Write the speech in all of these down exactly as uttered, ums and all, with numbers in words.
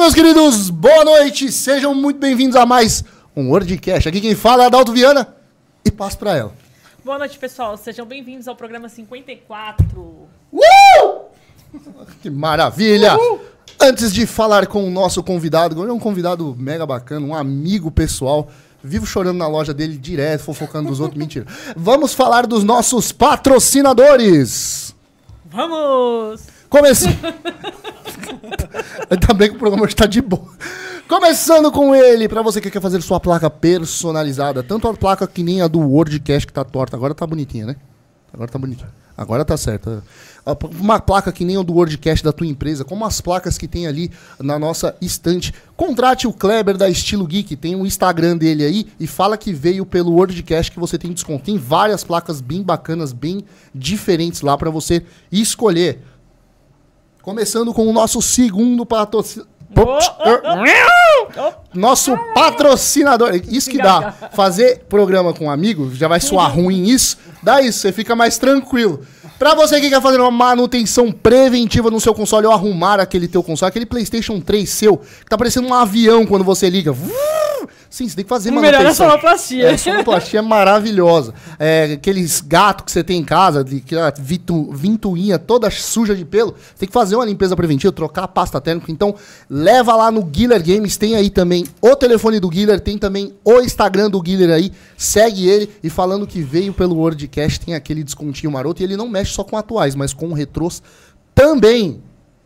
meus queridos, boa noite, sejam muito bem-vindos a mais um WordCast. Aqui quem fala é Adalto Viana e passo pra ela. Boa noite, pessoal, sejam bem-vindos ao programa cinquenta e quatro. Uh! Que maravilha! Uhul! Antes de falar com o nosso convidado, hoje é um convidado mega bacana, um amigo pessoal, vivo chorando na loja dele direto, fofocando dos outros, mentira. Vamos falar dos nossos patrocinadores. Vamos! Começando. Ainda bem que o programa está de boa. Começando com ele, para você que quer fazer sua placa personalizada, tanto a placa que nem a do WordCast que tá torta, agora tá bonitinha, né? Agora tá bonitinha. Agora tá certo. Uma placa que nem a do WordCast da tua empresa, como as placas que tem ali na nossa estante. Contrate o Kleber da Estilo Geek, tem o Instagram dele aí e fala que veio pelo WordCast que você tem desconto. Tem várias placas bem bacanas, bem diferentes lá para você escolher. Começando com o nosso segundo patrocinador. Oh, oh, oh. Nosso patrocinador. Isso que dá. Fazer programa com um amigo, já vai soar ruim isso. Dá isso, você fica mais tranquilo. Pra você que quer fazer uma manutenção preventiva no seu console ou arrumar aquele teu console, aquele PlayStation três seu, que tá parecendo um avião quando você liga. Sim, você tem que fazer manutenção. Melhor é a sonoplastia. É, a sonoplastia é maravilhosa. É, aqueles gatos que você tem em casa, de, aquela vitu, vintuinha toda suja de pelo, você tem que fazer uma limpeza preventiva, trocar a pasta térmica. Então, leva lá no Guiller Games, tem aí também o telefone do Guiller, tem também o Instagram do Guiller aí, segue ele e falando que veio pelo WordCast, tem aquele descontinho maroto e ele não mexe só com atuais, mas com retrôs também.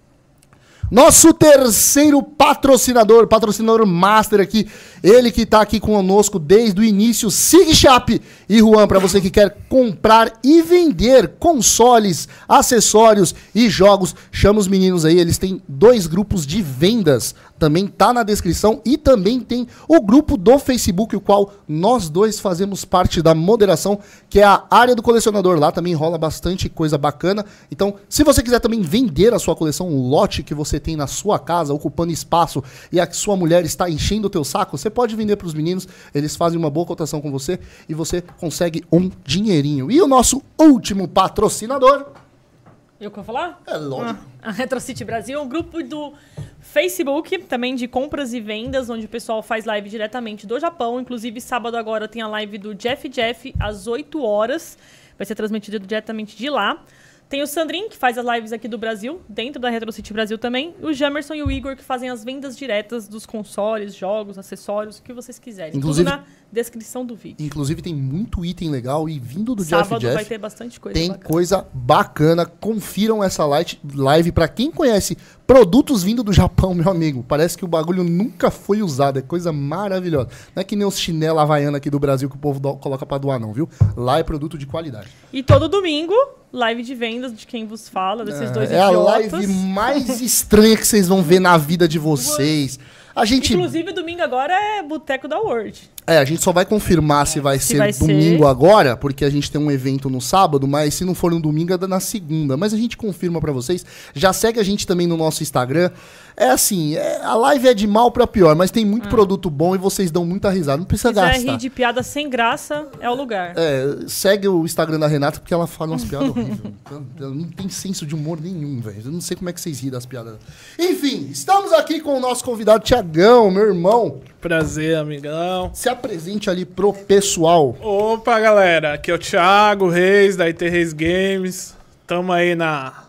Nosso terceiro patrocinador, patrocinador master aqui, ele que está aqui conosco desde o início, SigShop e Juan, para você que quer comprar e vender consoles, acessórios e jogos, chama os meninos aí, eles têm dois grupos de vendas, também tá na descrição e também tem o grupo do Facebook, o qual nós dois fazemos parte da moderação, que é a área do colecionador, lá também rola bastante coisa bacana, então se você quiser também vender a sua coleção, um lote que você tem na sua casa, ocupando espaço, e a sua mulher está enchendo o teu saco, você pode vender para os meninos, eles fazem uma boa cotação com você e você consegue um dinheirinho. E o nosso último patrocinador... Eu que vou falar? É lógico. Ah, a RetroCity Brasil é um grupo do Facebook, também de compras e vendas, onde o pessoal faz live diretamente do Japão. Inclusive, sábado agora tem a live do Jeff Jeff, às oito horas. Vai ser transmitido diretamente de lá. Tem o Sandrin, que faz as lives aqui do Brasil, dentro da RetroCity Brasil também. O Jamerson e o Igor, que fazem as vendas diretas dos consoles, jogos, acessórios, o que vocês quiserem. Inclusive, tudo na descrição do vídeo. Inclusive tem muito item legal e vindo do Sábado Jeff Jeff... vai ter bastante coisa Tem bacana. coisa bacana. Confiram essa live para quem conhece produtos vindo do Japão, meu amigo. Parece que o bagulho nunca foi usado. É coisa maravilhosa. Não é que nem os chinelo havaiano aqui do Brasil que o povo do, coloca pra doar, não, viu? Lá é produto de qualidade. E todo domingo, live de vendas de quem vos fala, desses é, dois É idiotas. a live mais estranha que vocês vão ver na vida de vocês. A gente... Inclusive, domingo agora é Boteco da Word. É, a gente só vai confirmar se vai se ser vai domingo ser. agora, porque a gente tem um evento no sábado, mas se não for no domingo, é na segunda. Mas a gente confirma pra vocês. Já segue a gente também no nosso Instagram. É assim, é, a live é de mal pra pior, mas tem muito ah. produto bom e vocês dão muita risada. Não precisa se quiser gastar. rir de piada sem graça, é o lugar. É, segue o Instagram da Renata, porque ela fala umas piadas horríveis. Ela não tem senso de humor nenhum, velho. Eu não sei como é que vocês rir das piadas. Enfim, estamos aqui com o nosso convidado, Tiagão, meu irmão. Prazer, amigão. Se apresente ali pro pessoal. Opa, galera. Aqui é o Thiago Reis, da I T Reis Games. Tamo aí na...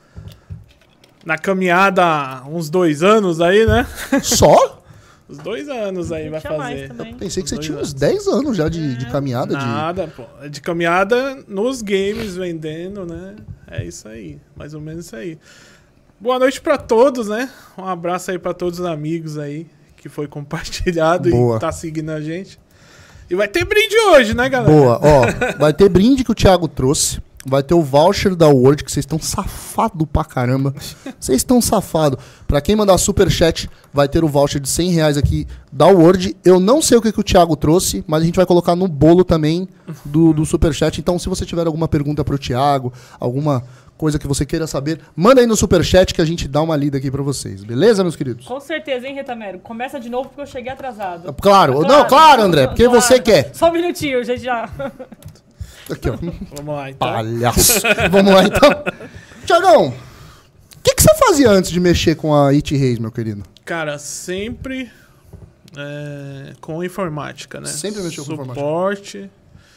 Na caminhada há uns dois anos aí, né? Só? Uns dois anos aí vai fazer. Eu pensei que você tinha uns dez anos já de, de caminhada. Nada, de... pô. De caminhada nos games, vendendo, né? É isso aí. Mais ou menos isso aí. Boa noite pra todos, né? Um abraço aí pra todos os amigos aí que foi compartilhado Boa. E tá seguindo a gente. E vai ter brinde hoje, né, galera? Boa. Ó, vai ter brinde que o Thiago trouxe. Vai ter o voucher da Word, que vocês estão safado pra caramba. Vocês estão safado. Pra quem mandar superchat, vai ter o voucher de cem reais aqui da Word. Eu não sei o que, que o Thiago trouxe, mas a gente vai colocar no bolo também do, do superchat. Então, se você tiver alguma pergunta pro Thiago, alguma coisa que você queira saber, manda aí no superchat que a gente dá uma lida aqui pra vocês. Beleza, meus queridos? Com certeza, hein, Retamero? Começa de novo porque eu cheguei atrasado. Claro. Claro. Não, claro, André, porque Claro. você quer. Só um minutinho, gente, já. Aqui, ó. Vamos lá, então. Palhaço. Vamos lá, então. Tiagão, o que, que você fazia antes de mexer com a It Reis, meu querido? Cara, sempre é, com informática, né? Sempre mexeu com informática. Suporte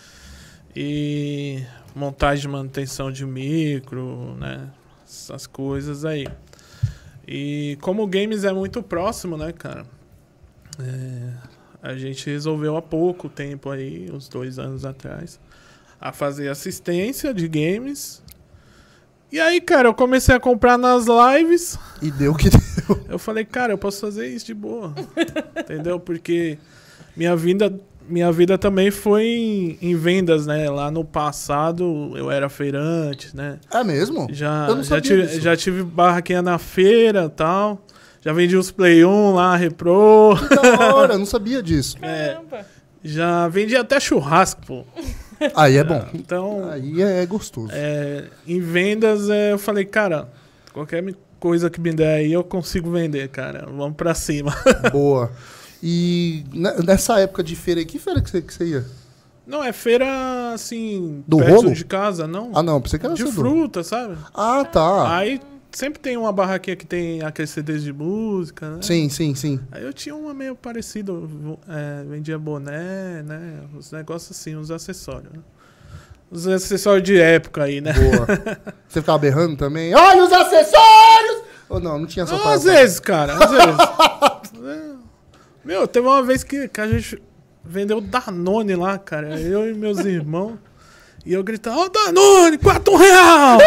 e montagem e manutenção de micro, né? Essas coisas aí. E como o games é muito próximo, né, cara? É, a gente resolveu há pouco tempo aí, uns dois anos atrás, a fazer assistência de games. E aí, cara, eu comecei a comprar nas lives. E deu o que deu. Eu falei, cara, eu posso fazer isso de boa. Entendeu? Porque minha vida, minha vida também foi em, em vendas, né? Lá no passado eu era feirante, né? É mesmo? Já, Eu não já, sabia tive, disso. já tive barraquinha na feira e tal. Já vendi os Play um lá, Repro. Que da hora, eu não sabia disso. Caramba. Já vendi até churrasco, pô. Aí é bom. Então, Aí é gostoso. é, em vendas, é, eu falei, cara, qualquer me- coisa que me der aí eu consigo vender, cara. Vamos pra cima. Boa. E ne- nessa época de feira aí, que feira que você, que você ia? Não, é feira, assim, Do perto rolo? de casa, não. Ah, não, pensei que era de cedo. fruta, sabe? Ah, tá. Aí sempre tem uma barraquinha que tem aqueles C Ds de música, né? Sim, sim, sim. Aí eu tinha uma meio parecida, é, vendia boné, né? Os negócios assim, os acessórios. Né? Os acessórios de época aí, né? Boa. Você ficava berrando também? Olha os acessórios! Ou não, não tinha essa Não, parada. às vezes, cara, às vezes. É. Meu, teve uma vez que, que a gente vendeu Danone lá, cara. Eu e meus irmãos. E eu gritava, ó, Danone, quatro real!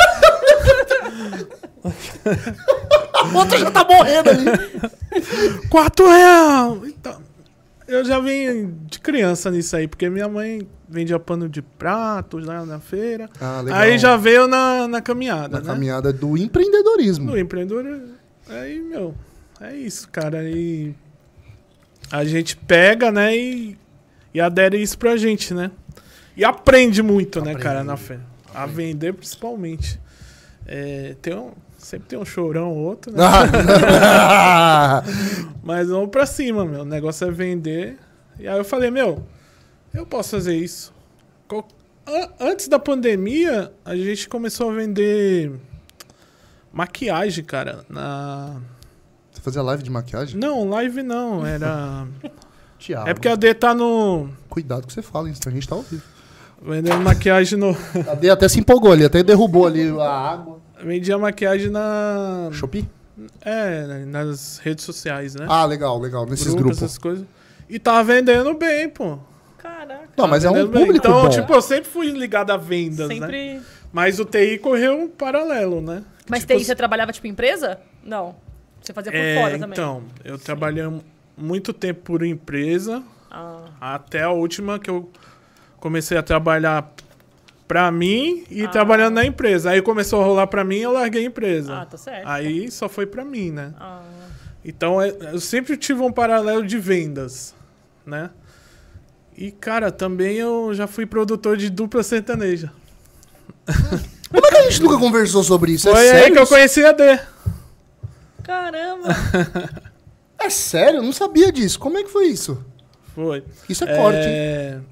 Outra já tá morrendo ali. Quatro real! Então, eu já vim de criança nisso aí, porque minha mãe vendia pano de pratos lá na feira. Ah, legal. Aí já veio na, na caminhada, Na né? caminhada do empreendedorismo. Do empreendedor. Aí, meu, é isso, cara. E a gente pega, né, e, e adere isso pra gente, né? E aprende muito, né, Aprende. cara, na feira. A vender, principalmente. É, tem um, sempre tem um chorão ou outro, né? Ah. Mas vamos pra cima, meu. O negócio é vender. E aí eu falei, meu, eu posso fazer isso. Co- An- Antes da pandemia, a gente começou a vender maquiagem, cara. Na... Você fazia live de maquiagem? Não, live não. Era. Thiago. É porque a D tá no. Cuidado com o que você fala, hein? A gente tá ao vivo. Vendendo maquiagem no. A D até se empolgou ali, até derrubou ali a água. Vendia maquiagem na. Shopee? É, nas redes sociais, né? Ah, legal, legal. Nesses Grupos, grupos. essas coisas. E tava vendendo bem, pô. Caraca. Não, mas é um Vendendo bem. público Então, bom. tipo, eu sempre fui ligado a vendas, né? Sempre. Mas o T I correu um paralelo, né? Mas Tipo, T I, você trabalhava tipo em empresa? Não. Você fazia por é, fora também. então, eu trabalhei muito tempo por empresa, Ah, até a última que eu comecei a trabalhar pra mim e Ah. trabalhando na empresa. Aí começou a rolar pra mim e eu larguei a empresa. ah, tá certo. Aí só foi pra mim, né? Ah. Então, é- eu sempre tive um paralelo de vendas, né? E, cara, também eu já fui produtor de dupla sertaneja. Como é que a gente nunca conversou sobre isso? Foi é aí sério? que eu isso? conheci a D. Caramba. É sério? Eu não sabia disso. Como é que foi isso? Foi. Isso é corte, hein? É...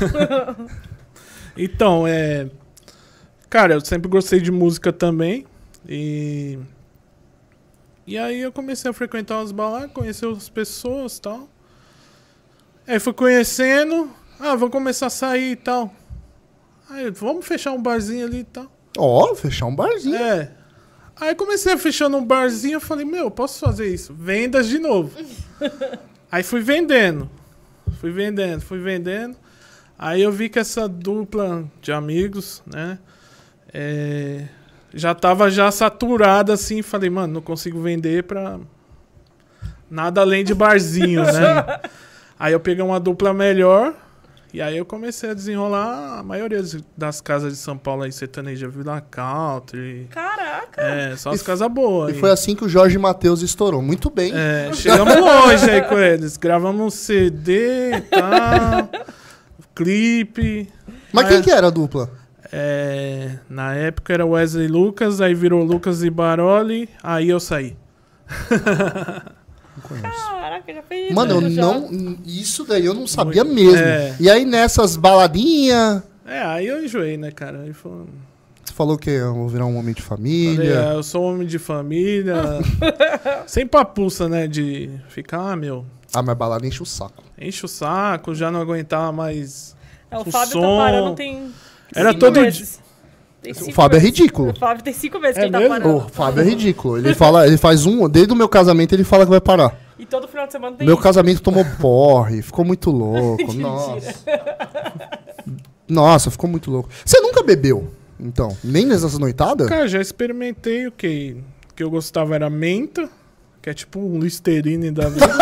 Então, é... Cara, eu sempre gostei de música também. E... E aí eu comecei a frequentar umas baladas, conhecer as pessoas e tal. Aí fui conhecendo. Ah, vamos começar a sair e tal. Aí, vamos fechar um barzinho ali e tal. Ó, fechar um barzinho. É. Aí comecei a fechando um barzinho, eu falei, meu, eu posso fazer isso. Vendas de novo. Aí fui vendendo. Fui vendendo, fui vendendo. Aí eu vi que essa dupla de amigos, né? é, já tava já saturada, assim. Falei, mano, não consigo vender pra nada além de barzinho, né? Aí eu peguei uma dupla melhor. E aí eu comecei a desenrolar a maioria das casas de São Paulo aí, sertaneja, Vila Country. Caraca. É, só as E- casas boas. E aí. foi assim que o Jorge Matheus estourou. Muito bem. É, chegamos longe aí com eles. Gravamos um C D e tal. Clipe. Mas quem que era a dupla? É, na época era Wesley Lucas, aí virou Lucas e Baroli, aí eu saí. Não conheço. Caraca, já fez Mano, eu isso já. não. Isso daí eu não sabia Muito- mesmo. é. E aí nessas baladinhas. É, aí eu enjoei, né, cara? Aí foi... Você falou que eu vou virar um homem de família. Falei, é, eu sou um homem de família. Sem papuça, né? De ficar, ah, meu... Ah, mas balada enche o saco. Enche o saco, já não aguentava mais É, o o Fábio som. tá parando tem Era cinco todo meses. Tem O cinco Fábio é meses. ridículo. O Fábio tem cinco meses É que ele tá mesmo? parando. O Fábio é ridículo. Ele fala, ele faz um... Desde o meu casamento ele fala que vai parar. E todo final de semana tem Meu isso. casamento tomou porre, ficou muito louco. Mentira. Nossa. Nossa, ficou muito louco. Você nunca bebeu, então? Nem nessas noitadas? Cara, já experimentei o que o que eu gostava era menta, que é tipo um Listerine da vida.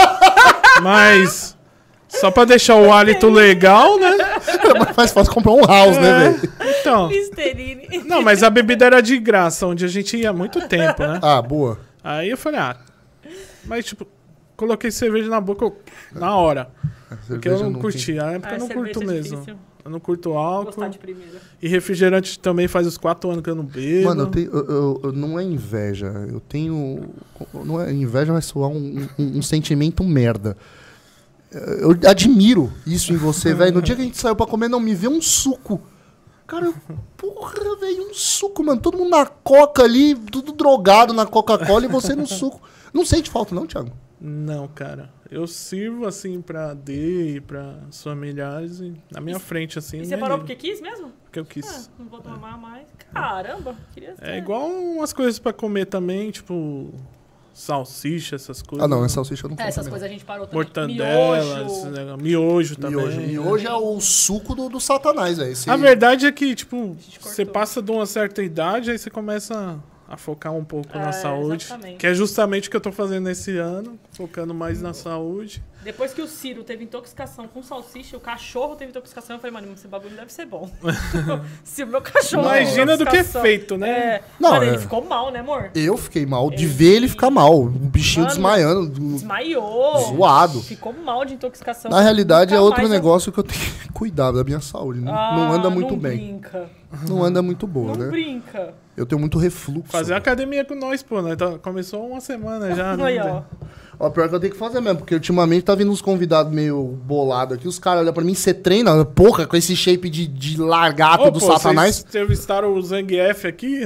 Mas só pra deixar o hálito legal, né? É mais fácil comprar um house, né, É, velho? então. Listerine. Não, mas a bebida era de graça, onde a gente ia há muito tempo, né? Ah, boa. Aí eu falei, ah, mas tipo, coloquei cerveja na boca eu- na hora. Porque eu Cerveja não curti. tem- A época Ah, eu não cerveja curto é mesmo. difícil. Eu não curto álcool. Gostar de primeira. E refrigerante também faz uns quatro anos que eu não bebo. Mano, eu tenho, eu- eu- eu- não é inveja. Eu tenho. Não é inveja, vai soar um, um- um sentimento merda. Eu admiro isso em você, velho. No dia que a gente saiu pra comer, não, me vê um suco. Cara, porra, velho, um suco, mano. Todo mundo na coca ali, tudo drogado na Coca-Cola e você no suco. Não sente falta, não, Thiago? Não, cara. Eu sirvo assim pra D e pra os familiares e na minha frente, assim. E nem você parou ligo, porque quis mesmo? porque eu Ah, quis. não vou tomar mais. Caramba, queria ser. É igual umas coisas pra comer também, tipo salsicha, essas coisas. Ah, não, essa salsicha eu não É, como essas também. coisas a gente parou também. Mortadela, Miojo. esses negócios. Miojo também. Miojo. Miojo é o suco do, do satanás, velho. Esse- A verdade é que, tipo, gente você cortou. passa de uma certa idade, aí você começa a focar um pouco É, na saúde. exatamente. Que é justamente o que eu tô fazendo esse ano, focando mais na saúde. Depois que o Ciro teve intoxicação com salsicha, o cachorro teve intoxicação, eu falei, mano, esse bagulho deve ser bom. Se o meu cachorro teve Imagina do que é intoxicação- feito, né? É. Não, Mano, é. ele ficou mal, né, amor? Eu fiquei mal de Ele- ver ele ficar mal. O bichinho Mano, desmaiando. Desmaiou. Zoado. Ficou mal de intoxicação. Na realidade, é Nunca outro mais eu- negócio que eu tenho que cuidar da minha saúde. Não, Ah, não anda muito não bem. Brinca. Não anda muito boa, Não né? brinca. Eu tenho muito refluxo. Fazer academia com nós, pô. Né? Tá- Começou uma semana já. né? Aí, ó. Ó, pior que eu tenho que fazer mesmo, porque ultimamente tá vindo uns convidados meio bolados aqui. Os caras olham pra mim, você treina, porra, com esse shape de, de largato Ô, do pô, satanás. Vocês entrevistaram o Zangief aqui?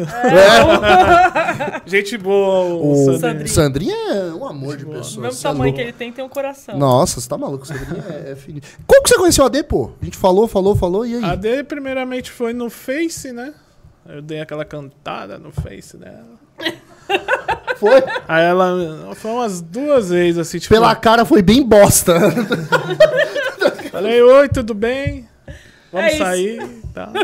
É. Gente boa, o, O Sandrinho. Sandrinho. Sandrinha é um amor de Boa. O pessoa. mesmo cê é tamanho louco. que ele tem, tem um coração. Nossa, você tá maluco, Sandrinha é, é fininho. Como que você conheceu a D, pô? A gente falou, falou, falou, e aí? A D, primeiramente, foi no Face, né? Eu dei aquela cantada no Face dela. Foi? Aí ela... Foi umas duas vezes, assim, tipo... Pela cara foi bem bosta. Falei, oi, tudo bem? Vamos É isso. sair, tá?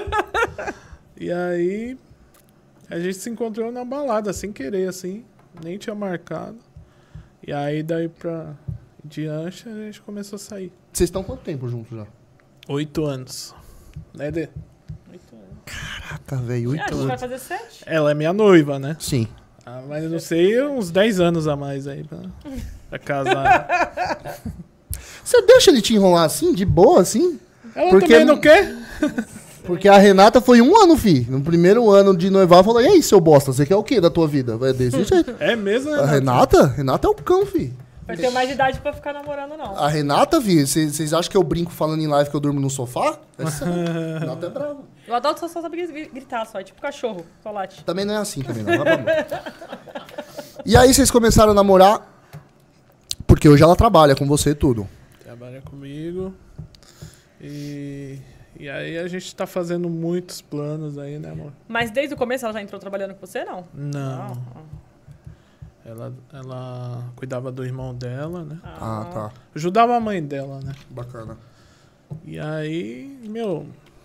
E aí... A gente se encontrou na balada, sem querer, assim. Nem tinha marcado. E aí, daí pra diante, a gente começou a sair. Vocês estão quanto tempo juntos já? Oito anos. Né, Dê? Muito bom. Caraca, velho, Ah, oito a gente vai anos. fazer sete? Ela é minha noiva, né? Sim. Ah, mas eu não sei, uns dez anos a mais aí pra, pra casar. Você deixa ele te enrolar assim, de boa, assim? Ela Porque também não- não quer? Porque a Renata foi um ano, fi. No primeiro ano de noivar, falou: e aí, seu bosta, você quer o quê da tua vida? Vai desse jeito. É mesmo, né? A Renata? Renata é o cão, fi. Vai ter mais idade pra ficar namorando, não. A Renata, fi, vocês acham que eu brinco falando em live que eu durmo no sofá? É sério. A Renata é brava. O adulto só sabe gri- gritar só, é tipo cachorro, só late. Também não é assim, também não. Vai pra mão. E aí vocês começaram a namorar, porque hoje ela trabalha com você e tudo. Trabalha comigo. E, e aí a gente tá fazendo muitos planos aí, né, amor? Mas desde o começo ela já entrou trabalhando com você, não? Não. Ela, ela cuidava do irmão dela, né? Ah, tá. Ajudava a mãe dela, né? Bacana. E aí, meu...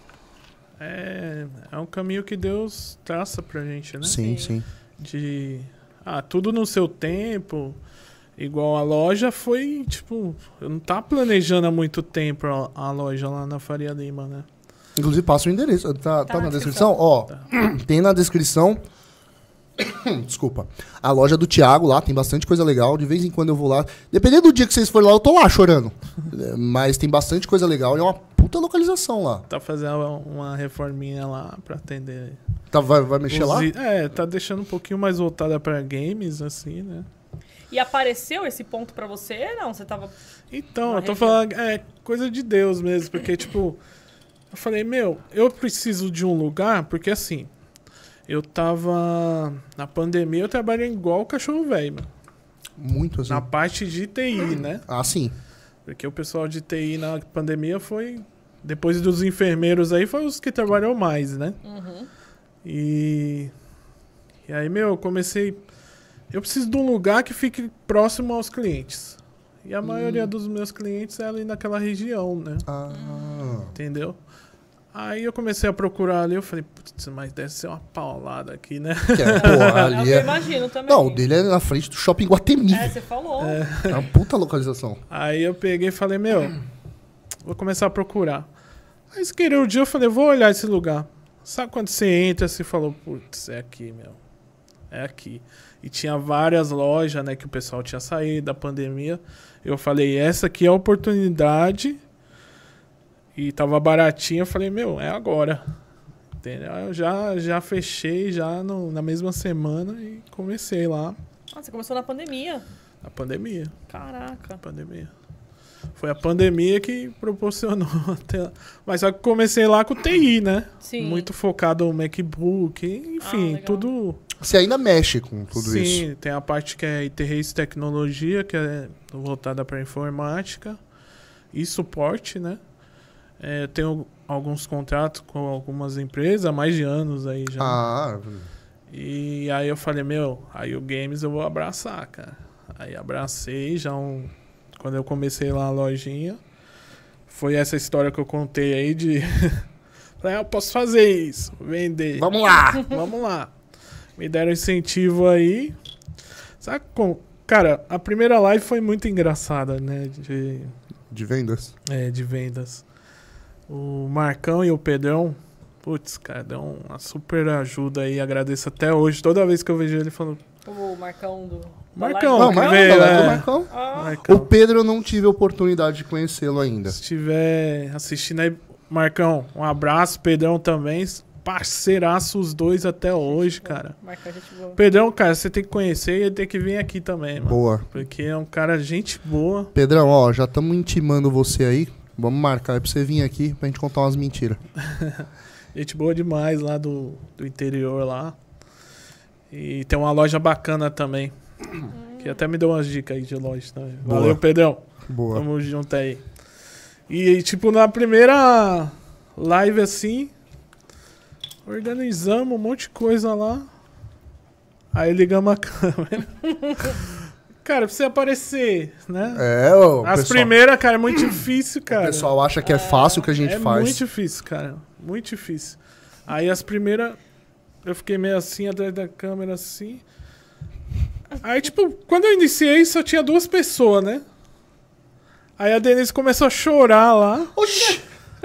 É, é um caminho que Deus traça pra gente, né? Sim, Sim. sim. De... Ah, tudo no seu tempo. Igual a loja foi, tipo... Eu não tava planejando há muito tempo a, a loja lá na Faria Lima, né? Inclusive, passa o endereço. Tá, tá na na descrição? descrição. Ó, tem na descrição. Desculpa. A loja do Thiago lá, tem bastante coisa legal. De vez em quando eu vou lá. Dependendo do dia que vocês forem lá, eu tô lá chorando. É, Mas tem bastante coisa legal. E é uma puta localização lá. Tá fazendo uma reforminha lá pra atender. Tá, vai, vai mexer os lá? i- É, tá deixando um pouquinho mais voltada pra games, assim, né? E apareceu esse ponto pra você? Não, você tava... Então, Uma eu tô região. falando, é coisa de Deus mesmo, porque, tipo, eu falei, meu, eu preciso de um lugar, porque assim, Eu tava... Na pandemia eu trabalhei igual cachorro velho, mano. Muito assim. Na parte de T I, né? Ah, sim. Porque o pessoal de T I na pandemia foi... Depois dos enfermeiros aí, foi os que trabalhou mais, né? Uhum. E... E aí, meu, eu comecei... Eu preciso de um lugar que fique próximo aos clientes. E a hum. maioria dos meus clientes é ali naquela região, né? Ah. Entendeu? Aí eu comecei a procurar ali, eu falei, putz, mas deve ser uma paulada aqui, né? Que é, porra, ali eu é... imagino também. Não, o dele é na frente do Shopping Guatemi. É, você falou. É. É uma puta localização. Aí eu peguei e falei, meu, vou começar a procurar. Aí esse querido dia eu falei, vou olhar esse lugar. Sabe quando você entra, você falou, putz, é aqui, meu. É aqui. E tinha várias lojas, né, que o pessoal tinha saído da pandemia. Eu falei, essa aqui é a oportunidade. E tava baratinho, eu falei, meu, é agora. Entendeu? Eu já, já fechei já no, na mesma semana e comecei lá. Ah, você começou na pandemia. Na pandemia. Caraca. Pandemia. Foi a pandemia que proporcionou até... Mas só que comecei lá com T I, né? Sim. Muito focado no MacBook, enfim, ah, tudo... Você ainda mexe com tudo Sim, isso? Sim, tem a parte que é Interface Tecnologia, que é voltada para informática e suporte, né? É, eu tenho alguns contratos com algumas empresas há mais de anos aí já. Ah. E aí eu falei, meu, aí o Games eu vou abraçar, cara. Aí abracei já um... Quando eu comecei lá a lojinha, foi essa história que eu contei aí de... Falei, ah, eu posso fazer isso, vender. Vamos lá! Vamos lá. Me deram incentivo aí. Sabe como... Cara, a primeira live foi muito engraçada, né? De, de vendas? É, de vendas. O Marcão e o Pedrão, putz, cara, deu uma super ajuda aí. Agradeço até hoje. Toda vez que eu vejo ele falando... O Marcão do... Marcão, não, que Marcão, veio, não, é. Marcão. Ah. Marcão. O Pedro eu não tive a oportunidade de conhecê-lo ainda. Se estiver assistindo aí, Marcão, um abraço. Pedrão também. Parceiraço os dois até hoje, cara. Marcão, gente boa. Pedrão, cara, você tem que conhecer e ele tem que vir aqui também, mano. Boa. Porque é um cara gente boa. Pedrão, ó, já estamos intimando você aí. Vamos marcar aí pra você vir aqui pra gente contar umas mentiras. Gente boa demais lá do, do interior lá. E tem uma loja bacana também. Hum. Que até me deu umas dicas aí de loja também. Boa. Valeu, Pedrão. Boa. Tamo junto aí. E, tipo, na primeira live assim, organizamos um monte de coisa lá. Aí ligamos a câmera. Cara, pra você aparecer, né? É, ô, As pessoal, primeiras, cara, é muito difícil, cara. O pessoal acha que é fácil o que a gente é faz. É muito difícil, cara. Muito difícil. Aí as primeiras, eu fiquei meio assim, atrás da câmera, assim. Aí, tipo, quando eu iniciei, só tinha duas pessoas, né? Aí a Denise começou a chorar lá. Oxi!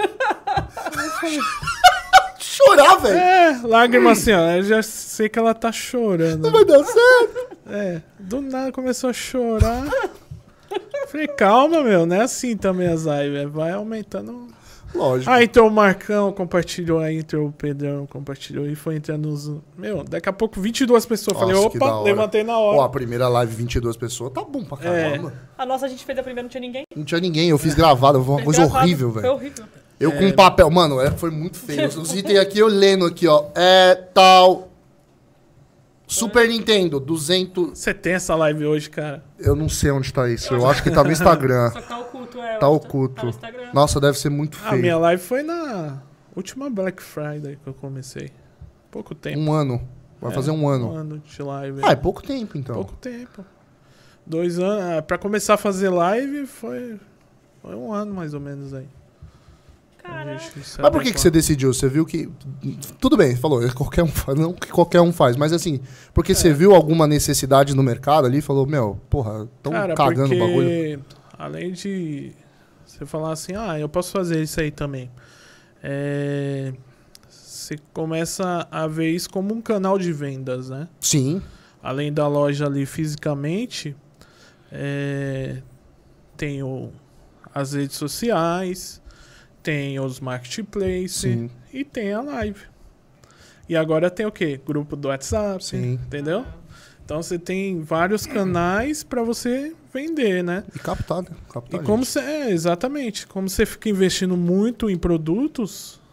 Chorar, velho! É, lágrima assim, ó. Eu já sei que ela tá chorando. Não vai dar certo! É, do nada começou a chorar. Falei, calma, meu, não é assim também as lives. Vai aumentando. Lógico. Ah, então o Marcão compartilhou, aí entrou o Pedrão, compartilhou e foi entrando nos... Meu, daqui a pouco vinte e duas pessoas. Nossa, falei, que da opa, hora. levantei na hora. Ó, a primeira live, vinte e duas pessoas, tá bom pra caramba. A nossa a gente fez a primeira, não tinha ninguém. Não tinha ninguém, eu fiz gravado, foi uma Fez coisa gravado, horrível, Foi velho. horrível. Eu É, com papel, mano, é, foi muito feio. Os itens aqui, eu lendo aqui, ó. É tal... Super Nintendo, duzentos... Você tem essa live hoje, cara? Eu não sei onde tá isso, eu acho que tá no Instagram. Só que tá oculto, é. Tá eu- oculto. Tá no Instagram. Nossa, deve ser muito A feio. minha live foi na última Black Friday que eu comecei. Pouco tempo. Um ano. Vai É, fazer um ano. Um ano de live. Ah, é pouco tempo, então. Pouco tempo. Dois anos. ah, Pra começar a fazer live foi, foi um ano mais ou menos aí. Caraca. Mas por que, que você decidiu? Você viu que... Tudo bem, você falou, qualquer um faz, não que qualquer um faz, mas assim, porque É. você viu alguma necessidade no mercado ali e falou, meu, porra, tão Cara, cagando o porque, bagulho. além de você falar assim, ah, eu posso fazer isso aí também. É, você começa a ver isso como um canal de vendas, né? Sim. Além da loja ali fisicamente, é, tem o, as redes sociais, tem os marketplaces Sim. e tem a live. E agora tem o quê? Grupo do WhatsApp, Sim. entendeu? Então você tem vários canais para você vender, né? E captar, né? Captar E como gente. você, é, exatamente, como você fica investindo muito em produtos,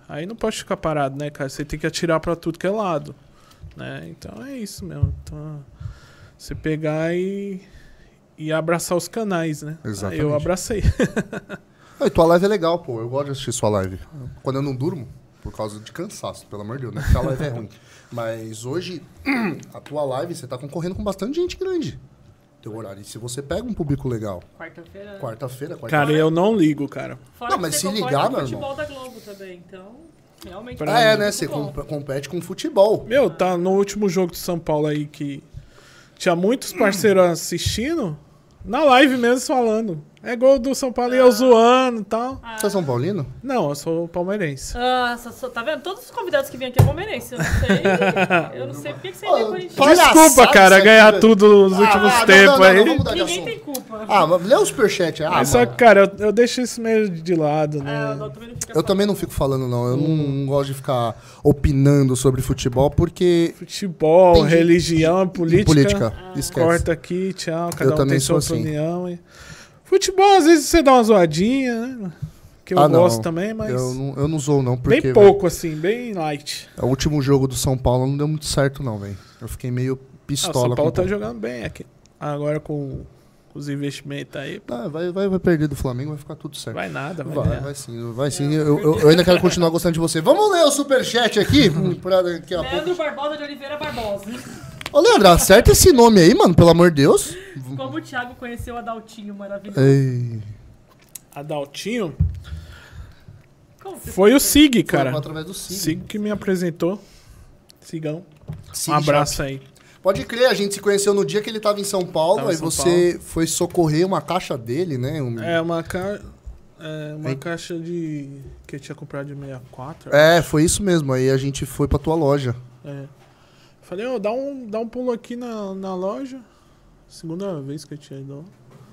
Aí não pode ficar parado, né, cara? Você tem que atirar pra tudo que é lado, né? Então é isso mesmo. Então, você pegar e, e abraçar os canais, né? Exatamente. Aí eu abracei. Ah, e tua live é legal, pô. Eu gosto de assistir sua live. Quando eu não durmo, por causa de cansaço, pelo amor de Deus, né? Porque a live é ruim. Mas hoje, a tua live, você tá concorrendo com bastante gente grande. Teu horário. E se você pega um público legal, Quarta-feira. quarta-feira, quarta-feira. Cara, eu não ligo, cara. Fora Não, que mas você se concorre ligar, com o meu futebol irmão. da Globo também, então... Realmente. Pra Ah, é, muito né? Você bom. com- compete com futebol. Meu, tá no último jogo de São Paulo aí que tinha muitos parceiros assistindo, na live mesmo falando. É gol do São Paulo e eu zoando e tal. Você é São Paulino? Não, eu sou palmeirense. Ah, só- só- tá vendo? Todos os convidados que vêm aqui é palmeirense. Eu não sei. Eu não sei por que que você Ó, é corintiano. palhaçada Desculpa, cara, isso aqui, ganhar velho. tudo nos Ah, últimos ah, não, tempos não, não, aí. não, vamos mudar de Ninguém assunto. tem culpa. Ah, mas lê o superchat. Ah, Mas só mano. que, cara, eu, eu deixo isso meio de lado, né? Ah, eu também não fica Eu também não fico falando, não. Eu não, não gosto de ficar opinando sobre futebol, porque... Futebol, Tem gente- religião, política. Política, esquece. Corta aqui, tchau. Cada Eu um também tem sua sou assim. opinião. E... Futebol, às vezes você dá uma zoadinha, né? Que eu Ah, não. gosto também, mas. Eu não, eu não zoo, não, porque... bem pouco, assim, bem light. velho, o último jogo do São Paulo não deu muito certo, não, velho. Eu fiquei meio Ah, o pistola. São Paulo com tá o- jogando bem aqui. Agora com os investimentos aí. Ah, vai, vai, vai perder do Flamengo, vai ficar tudo certo. Vai nada, vai. Vai, ganhar. vai sim, vai sim. Eu, eu- eu ainda quero continuar gostando de você. Vamos ler o superchat aqui? pra daqui a pouco. Leandro Barbosa de Oliveira Barbosa. Ô, Leandro, acerta esse nome aí, mano, pelo amor de Deus. Como o Thiago conheceu o Adaltinho, maravilhoso. Ei. Adaltinho Como você foi o sabe? Sig, Foi cara. através do Sig. Sig que me apresentou. Sigão. Sig Um abraço Sharp. aí. Pode crer, a gente se conheceu no dia que ele tava em São Paulo, Tava em aí São você foi socorrer uma caixa dele, né? Um- É uma, ca... é uma Hein? caixa de. Que eu tinha comprado de sessenta e quatro. É, foi isso mesmo. Aí a gente foi pra tua loja. É. Falei, ô, dá um, dá um pulo aqui na, na loja. Segunda vez que eu tinha ido.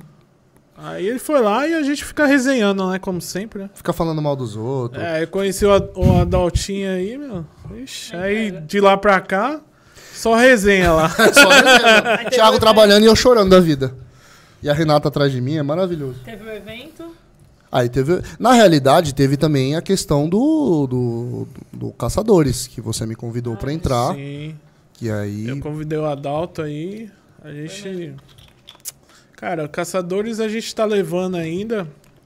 Aí ele foi lá e a gente fica resenhando, né? Como sempre, né? Fica falando mal dos outros. É, eu conheci o, Ad- o Adaltinho aí, meu. Ixi, aí de lá pra cá, só resenha lá. Só resenha. Aí teve Thiago o trabalhando e eu chorando da vida. E a Renata atrás de mim, é maravilhoso. Teve o evento. Aí teve. Na realidade, teve também a questão do, do, do Caçadores, que você me convidou pra entrar. Sim. E aí. Eu convidei o Adalto aí. A gente. Cara, Caçadores a gente tá levando ainda.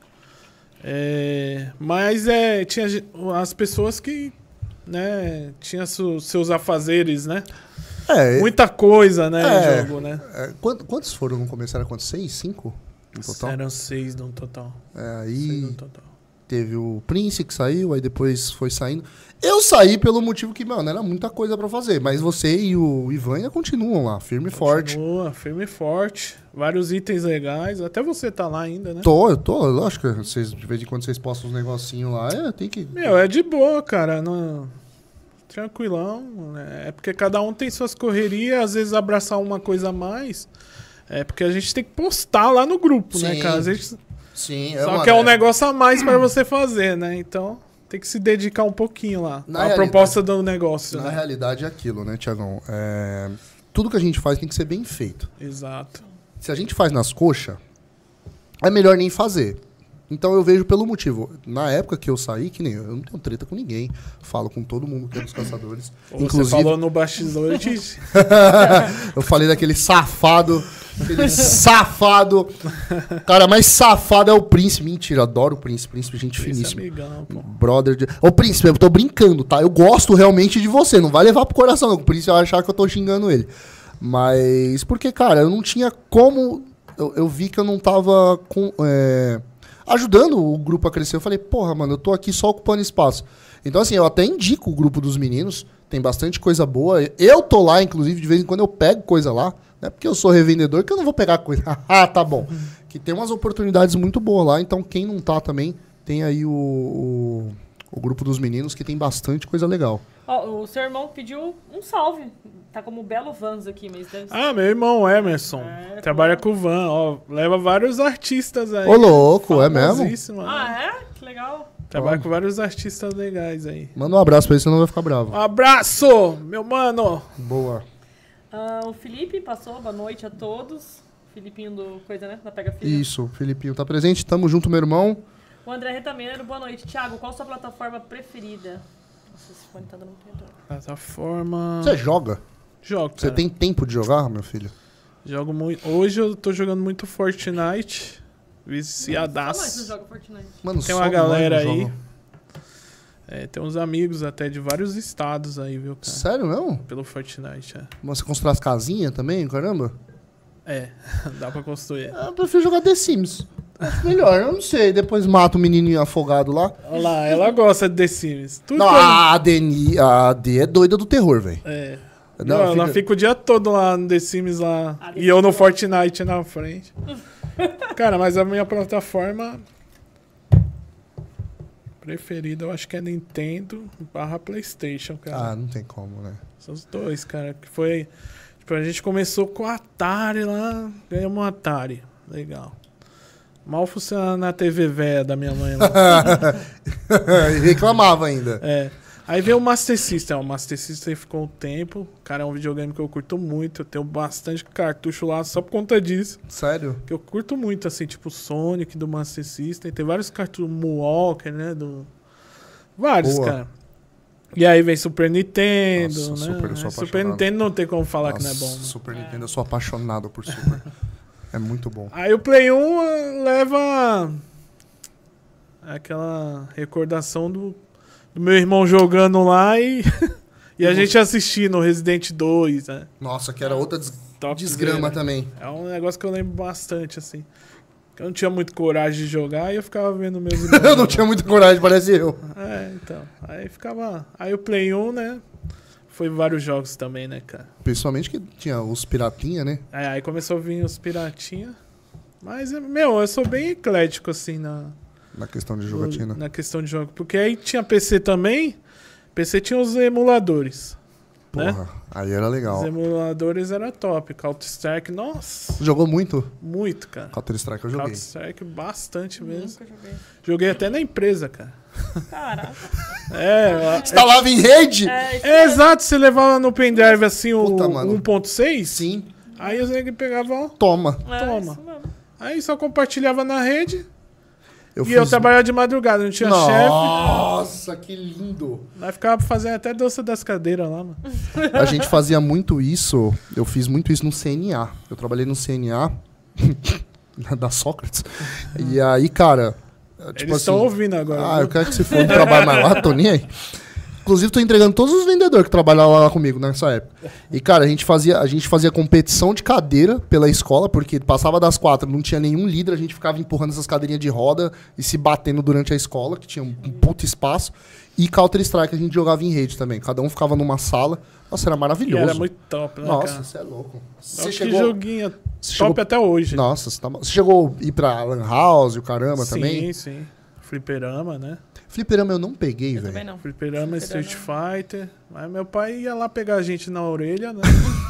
É, mas é, tinha ge- as pessoas que, né, tinha su- seus afazeres, né? É, Muita coisa, né, É. no jogo, né? é, quant- quantos foram no começo? Era quantos? Seis? Cinco? No total? Eram seis no total. É, Seis aí no total. teve o Prince que saiu, aí depois foi saindo. Eu saí pelo motivo que, mano, era muita coisa pra fazer. Mas você e o Ivan ainda continuam lá, firme e forte. Continua, firme e forte. Vários itens legais. Até você tá lá ainda, né? Tô, eu tô, lógico. Vocês, de vez em quando vocês postam uns negocinhos lá, é, tem que. Meu, é de boa, cara. Não... Tranquilão. Né? É porque cada um tem suas correrias, às vezes abraçar uma coisa a mais. É porque a gente tem que postar lá no grupo, né, Sim. cara? Às vezes... Sim, Só mano, que é um negócio a mais pra você fazer, né? Então tem que se dedicar um pouquinho lá. Na a realidade- proposta do negócio, Na né? realidade é aquilo, né, Tiagão? É, tudo que a gente faz tem que ser bem feito. Exato. Se a gente faz nas coxas, é melhor nem fazer. Então eu vejo pelo motivo. Na época que eu saí, que nem eu, eu não tenho treta com ninguém. Falo com todo mundo que é dos caçadores. Você Inclusive, falou no bastidor, eu disse. eu falei daquele safado. Aquele safado. Cara, mais safado é o Príncipe. Mentira, adoro o Príncipe. Príncipe, gente Esse finíssima. amigão, pô. Brother de... Ô, Príncipe, eu tô brincando, tá? Eu gosto realmente de você. Não vai levar pro coração, não. O Príncipe vai achar que eu tô xingando ele. Mas... Porque, cara, eu não tinha como... Eu, eu vi que eu não tava com, é, ajudando o grupo a crescer. Eu falei, porra, mano, eu tô aqui só ocupando espaço. Então, assim, eu até indico o grupo dos meninos. Tem bastante coisa boa. Eu tô lá, inclusive, de vez em quando eu pego coisa lá. Não é porque eu sou revendedor que eu não vou pegar coisa. Ah, tá bom. Que tem umas oportunidades muito boas lá. Então, quem não tá também, tem aí o, o, o grupo dos meninos que tem bastante coisa legal. Ó, o seu irmão pediu um salve. Tá como Belo Vans aqui, mas deve ser. Ah, meu irmão Emerson. É, trabalha com o Van, ó. Leva vários artistas aí. Ô, louco, é mesmo? famosíssimo, né? Ah, é? Que legal. Trabalha Ó. com vários artistas legais aí. Manda um abraço pra ele, senão vai ficar bravo. Um abraço, meu mano. Boa. Ah, o Felipe passou, boa noite a todos. Filipinho do Coisa, né? Da Pega Filho. Isso, o Felipinho tá presente. Tamo junto, meu irmão. O André Retameiro, boa noite. Thiago, qual a sua plataforma preferida? Nossa, esse fone tá dando muito retorno. Plataforma... Você joga? Jogo, Você cara. tem tempo de jogar, meu filho? Jogo muito... Hoje eu tô jogando muito Fortnite. Só nós não Viciadaço. joga Fortnite. Mano, Tem só uma nós galera não aí. joga. É, tem uns amigos até de vários estados aí, viu, cara? Sério mesmo? Pelo Fortnite, é. Você constrói as casinhas também, caramba? É, dá pra construir. Eu prefiro jogar The Sims. Acho melhor, eu não sei. Depois mata o menininho afogado lá. Olha lá, ela gosta de The Sims. Tudo Não, que eu- a Deni, a D é doida do terror, velho. É. Não, Não, ela fica- fica o dia todo lá no The Sims lá. Ah, The E eu no Sims. Fortnite na frente. Cara, mas a minha plataforma preferida eu acho que é Nintendo barra PlayStation, cara. Ah, não tem como, né? São os dois, cara. Que foi. Tipo, a gente começou com o Atari lá, ganhamos um Atari. Legal. Mal funcionava na T V velha da minha mãe lá. E reclamava ainda. É. Aí veio o Master System. O Master System ficou um tempo. Cara, é um videogame que eu curto muito. Eu tenho bastante cartucho lá só por conta disso. Sério? Que eu curto muito, assim, tipo Sonic do Master System. Tem vários cartuchos, Moonwalker, né? Do... Vários, Boa. cara. E aí vem Super Nintendo, Nossa, né? Super, eu sou Super apaixonado. Nintendo não tem como falar Nossa, que não é bom. Né? Super Nintendo, eu sou apaixonado por Super. É muito bom. Aí o Play um eh, leva aquela recordação do, do meu irmão jogando lá e, e a gente assistindo Resident dois, né? Nossa, que era outra des- Top desgrama né? também. É um negócio que eu lembro bastante, assim. Eu não tinha muito coragem de jogar e eu ficava vendo meus irmãos. Eu não jogar. tinha muita coragem, parece eu. É, então. Aí ficava. Aí o Play um, né? Foi vários jogos também, né, cara? Principalmente que tinha os piratinha, né? Aí, aí começou a vir os piratinha. Mas, meu, eu sou bem eclético, assim, na, Na questão de jogatina. na questão de jogo. Porque aí tinha P C também. P C tinha os emuladores. né? Porra, aí era legal. Os emuladores era top. Counter-Strike, nossa, Jogou muito? muito, cara. Counter-Strike eu joguei. Counter-Strike bastante mesmo. Nunca joguei. Joguei até na empresa, cara. Caraca. É, Você tá lá em rede? É, isso é, exato, você levava no pendrive assim o Puta, mano. um ponto seis, Sim. aí os negros pegavam, ó, Toma. é toma. isso mesmo. aí só compartilhava na rede Eu e eu trabalhava de madrugada, não tinha chefe. Nossa, que lindo. Nós ficava fazendo até doce das cadeiras lá, mano. A gente fazia muito isso, eu fiz muito isso no C N A. Eu trabalhei no C N A, da Sócrates. E aí, cara, tipo Eles estão assim, ouvindo agora. ah, viu? eu quero que você for não trabalhar mais lá, tô nem aí. Inclusive, tô entregando todos os vendedores que trabalhavam lá comigo nessa época. E, cara, a gente fazia, a gente fazia competição de cadeira pela escola, porque passava das quatro, não tinha nenhum líder, a gente ficava empurrando essas cadeirinhas de roda e se batendo durante a escola, que tinha um puto espaço. E Counter-Strike a gente jogava em rede também. Cada um ficava numa sala. Nossa, era E maravilhoso. era muito top, né, Nossa, cara? você é louco. Nossa, Você que chegou... joguinho você top chegou- até hoje. Nossa, você, tá... você chegou a ir pra Lan House e o caramba sim, também? sim. Fliperama, né? Fliperama eu não peguei, Eu também velho. não. Fliperama, Fliperama. Street Fighter. Mas meu pai ia lá pegar a gente na orelha, né?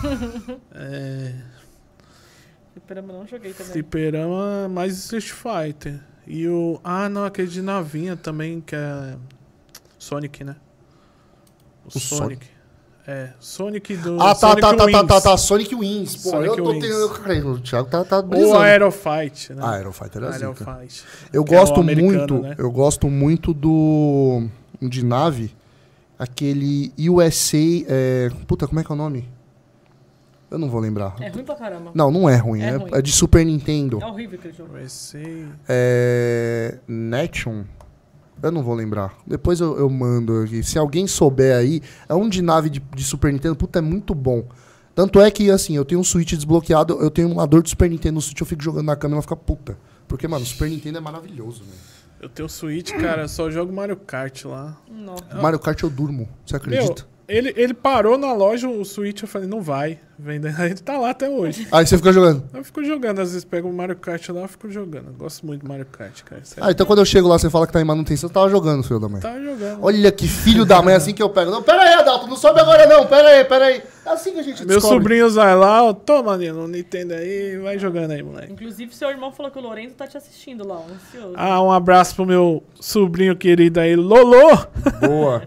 é, Fliperama eu não joguei também. fliperama mais Street Fighter. E o... Ah, não, aquele de navinha também, que é... Sonic, né? O, O Sonic. É, Sonic do... Ah, tá, Sonic tá, tá, tá, Wings. tá, tá. Sonic Wings. Pô, Sonic eu tô Wings. tendo... O Thiago tá, tá Ou brisando. Aerofight, né? Ah, Aerofighter era zica. Aerofight. Eu que é o gosto americano, muito, né? eu gosto muito do de nave, aquele U S A, é, puta, como é que é o nome? Eu não vou lembrar. É ruim pra caramba. Não, não é ruim, É é, ruim. é de Super Nintendo. É horrível aquele jogo. U S A... É, Nation. Eu não vou lembrar. Depois eu, eu mando aqui. Se alguém souber aí, é um de nave de, de Super Nintendo, puta, é muito bom. Tanto é que, assim, eu tenho um Switch desbloqueado, eu tenho um emulador de Super Nintendo no Switch, eu fico jogando na câmera e ela fica puta. Porque, mano, o Super Nintendo é maravilhoso, velho. Eu tenho Switch, cara, eu só jogo Mario Kart lá. Não. Mario Kart eu durmo, você acredita? Meu, ele, ele parou na loja, o Switch, eu falei, não vai. Vende. Aí ele tá lá até hoje. Aí você fica jogando. Eu fico jogando, às vezes pego o Mario Kart lá, eu fico jogando. Eu gosto muito do Mario Kart, cara. Sério. Ah, então quando eu chego lá, você fala que tá em manutenção, eu tava jogando, filho da mãe. Tava jogando. Olha que filho da mãe, assim que eu pego. Não, pera aí, Adalto, não sobe agora não, pera aí, pera aí. É assim que a gente Meus descobre. sobrinhos vai lá, ó, toma, Nino, no Nintendo aí, vai jogando aí, moleque. Inclusive, seu irmão falou que o Lorenzo tá te assistindo lá, ó, ansioso. Ah, um abraço pro meu sobrinho querido aí, Lolo. Boa.